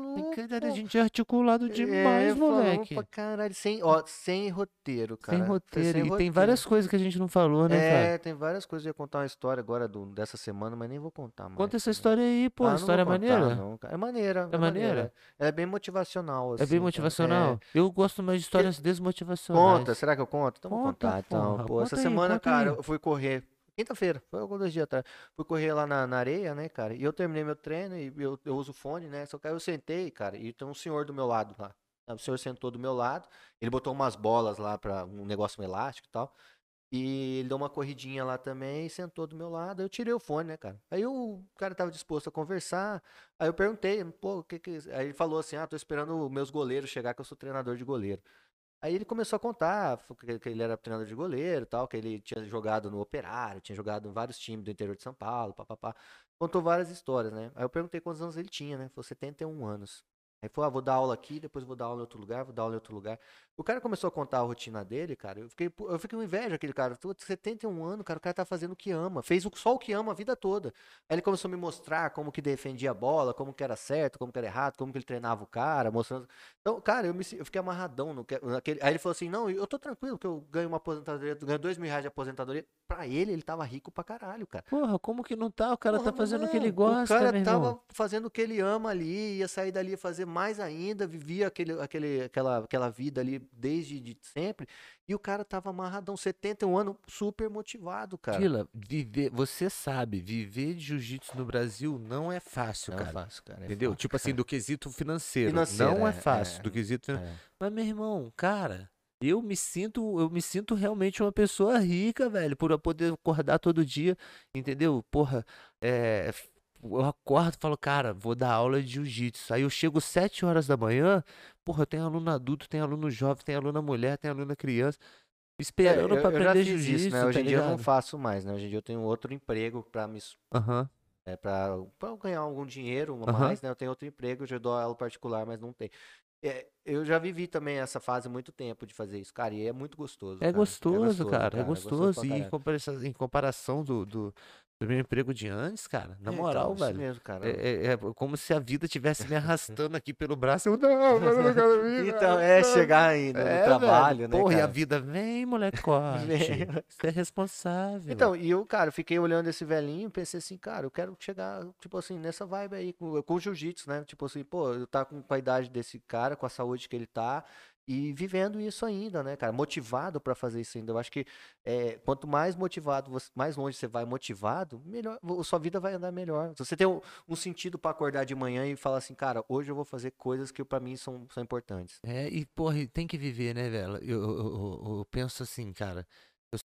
[SPEAKER 2] a
[SPEAKER 1] maluco.
[SPEAKER 2] gente é articulado
[SPEAKER 1] É,
[SPEAKER 2] demais,
[SPEAKER 1] falamos pra
[SPEAKER 2] moleque.
[SPEAKER 1] caralho. Sem roteiro,
[SPEAKER 2] Sem
[SPEAKER 1] cara. Foi
[SPEAKER 2] roteiro.
[SPEAKER 1] sem
[SPEAKER 2] E tem
[SPEAKER 1] roteiro.
[SPEAKER 2] várias coisas que a gente não falou, né, cara?
[SPEAKER 1] É, tem várias coisas. Eu ia contar uma história agora dessa semana, mas nem vou contar mais,
[SPEAKER 2] Conta essa
[SPEAKER 1] cara.
[SPEAKER 2] história aí, pô.
[SPEAKER 1] Ah, não vou
[SPEAKER 2] História
[SPEAKER 1] contar,
[SPEAKER 2] maneira?
[SPEAKER 1] não, cara. É maneira,
[SPEAKER 2] É
[SPEAKER 1] é maneira.
[SPEAKER 2] maneira?
[SPEAKER 1] Ela é bem motivacional,
[SPEAKER 2] É bem
[SPEAKER 1] assim, cara. É.
[SPEAKER 2] motivacional? Eu gosto mais de
[SPEAKER 1] E-
[SPEAKER 2] histórias
[SPEAKER 1] Conta,
[SPEAKER 2] desmotivacionais.
[SPEAKER 1] será que eu conto? Então vou
[SPEAKER 2] Conta,
[SPEAKER 1] contar. Então,
[SPEAKER 2] porra.
[SPEAKER 1] pô, essa semana,
[SPEAKER 2] Conta
[SPEAKER 1] cara,
[SPEAKER 2] aí.
[SPEAKER 1] eu fui correr. Quinta-feira, foi alguns 2 dias atrás. Fui correr lá na areia, né, cara? E eu terminei meu treino e eu uso fone, né? Só que aí eu sentei, cara, e tem um senhor do meu lado lá. Aí o senhor sentou do meu lado, ele botou umas bolas lá para um negócio elástico e tal. E ele deu uma corridinha lá também e sentou do meu lado. Aí eu tirei o fone, né, cara? Aí o cara tava disposto a conversar. Aí eu perguntei, pô, o que que. Aí ele falou assim: ah, tô esperando meus goleiros chegar, que eu sou treinador de goleiro. Aí ele começou a contar que ele era treinador de goleiro e tal, que ele tinha jogado no Operário, tinha jogado em vários times do interior de São Paulo, papapá. Contou várias histórias, né? Aí eu perguntei quantos anos ele tinha, né? Falou 71 anos. Aí falou, ah, vou dar aula aqui, depois vou dar aula em outro lugar, vou dar aula em outro lugar. O cara começou a contar a rotina dele, cara. Eu fiquei com inveja daquele cara. 71 anos, cara, o cara tá fazendo o que ama. Fez só o que ama a vida toda. Aí ele começou a me mostrar como que defendia a bola, como que era certo, como que era errado, como que ele treinava o cara, mostrando. Então, cara, eu fiquei amarradão naquele. Aí ele falou assim: não, eu tô tranquilo que eu ganho uma aposentadoria, ganho R$ 2.000 de aposentadoria. Pra ele tava rico pra caralho, cara.
[SPEAKER 2] Porra, como que não tá? O cara
[SPEAKER 1] Porra,
[SPEAKER 2] tá
[SPEAKER 1] mas
[SPEAKER 2] fazendo o que ele
[SPEAKER 1] não. O
[SPEAKER 2] gosta,
[SPEAKER 1] cara
[SPEAKER 2] meu irmão.
[SPEAKER 1] tava fazendo o que ele ama ali, ia sair dali e fazer mais ainda, vivia aquela vida ali desde de sempre. E o cara tava amarradão, 71 anos, super motivado, cara.
[SPEAKER 2] Dila, viver, você sabe, viver de jiu-jitsu no Brasil não é fácil,
[SPEAKER 1] Não é
[SPEAKER 2] cara.
[SPEAKER 1] fácil, cara, é
[SPEAKER 2] Entendeu?
[SPEAKER 1] fácil.
[SPEAKER 2] Tipo assim, do quesito financeiro.
[SPEAKER 1] Financeira,
[SPEAKER 2] Não é fácil, do quesito
[SPEAKER 1] é, é.
[SPEAKER 2] Mas, meu irmão, cara, eu me sinto realmente uma pessoa rica, velho, por eu poder acordar todo dia, entendeu? Porra, eu acordo e falo, cara, vou dar aula de jiu-jitsu. Aí eu chego 7 horas da manhã, porra, tem aluno adulto, tem aluno jovem, tem aluna mulher, tem aluna criança, esperando pra
[SPEAKER 1] Eu já
[SPEAKER 2] aprender
[SPEAKER 1] fiz isso, né?
[SPEAKER 2] jiu-jitsu,
[SPEAKER 1] Hoje
[SPEAKER 2] tá
[SPEAKER 1] em dia eu não
[SPEAKER 2] ligado?
[SPEAKER 1] faço mais, né? Hoje em dia eu tenho outro emprego pra me
[SPEAKER 2] Aham,
[SPEAKER 1] para eu ganhar algum dinheiro a
[SPEAKER 2] aham.
[SPEAKER 1] mais, né? Eu tenho outro emprego, eu já dou aula particular, mas não tem. Eu já vivi também essa fase há muito tempo de fazer isso, cara, e é muito gostoso,
[SPEAKER 2] É
[SPEAKER 1] cara. É
[SPEAKER 2] gostoso,
[SPEAKER 1] gostoso,
[SPEAKER 2] cara, é
[SPEAKER 1] cara. É gostoso pra
[SPEAKER 2] gostoso. E
[SPEAKER 1] caralho.
[SPEAKER 2] em comparação do meu emprego de antes, cara, na
[SPEAKER 1] Então,
[SPEAKER 2] moral,
[SPEAKER 1] isso
[SPEAKER 2] velho,
[SPEAKER 1] mesmo, cara.
[SPEAKER 2] é como se a vida tivesse me arrastando aqui pelo braço. Eu, não, mas eu não quero ir,
[SPEAKER 1] Então,
[SPEAKER 2] velho.
[SPEAKER 1] é
[SPEAKER 2] Não.
[SPEAKER 1] chegar aí no
[SPEAKER 2] É, velho,
[SPEAKER 1] trabalho, né,
[SPEAKER 2] porra, e a
[SPEAKER 1] cara?
[SPEAKER 2] vida vem, molecote. Você é responsável.
[SPEAKER 1] Então, e eu, cara, fiquei olhando esse velhinho e pensei assim, cara, eu quero chegar, tipo assim, nessa vibe aí, com o jiu-jitsu, né? Tipo assim, pô, eu tá com a idade desse cara, com a saúde que ele tá, e vivendo isso ainda, né, cara? Motivado pra fazer isso ainda. Eu acho que quanto mais motivado, mais longe você vai motivado, melhor, sua vida vai andar melhor. Se você tem um sentido pra acordar de manhã e falar assim, cara, hoje eu vou fazer coisas que pra mim são importantes.
[SPEAKER 2] É, e porra, e tem que viver, né, velho? Eu penso assim, cara.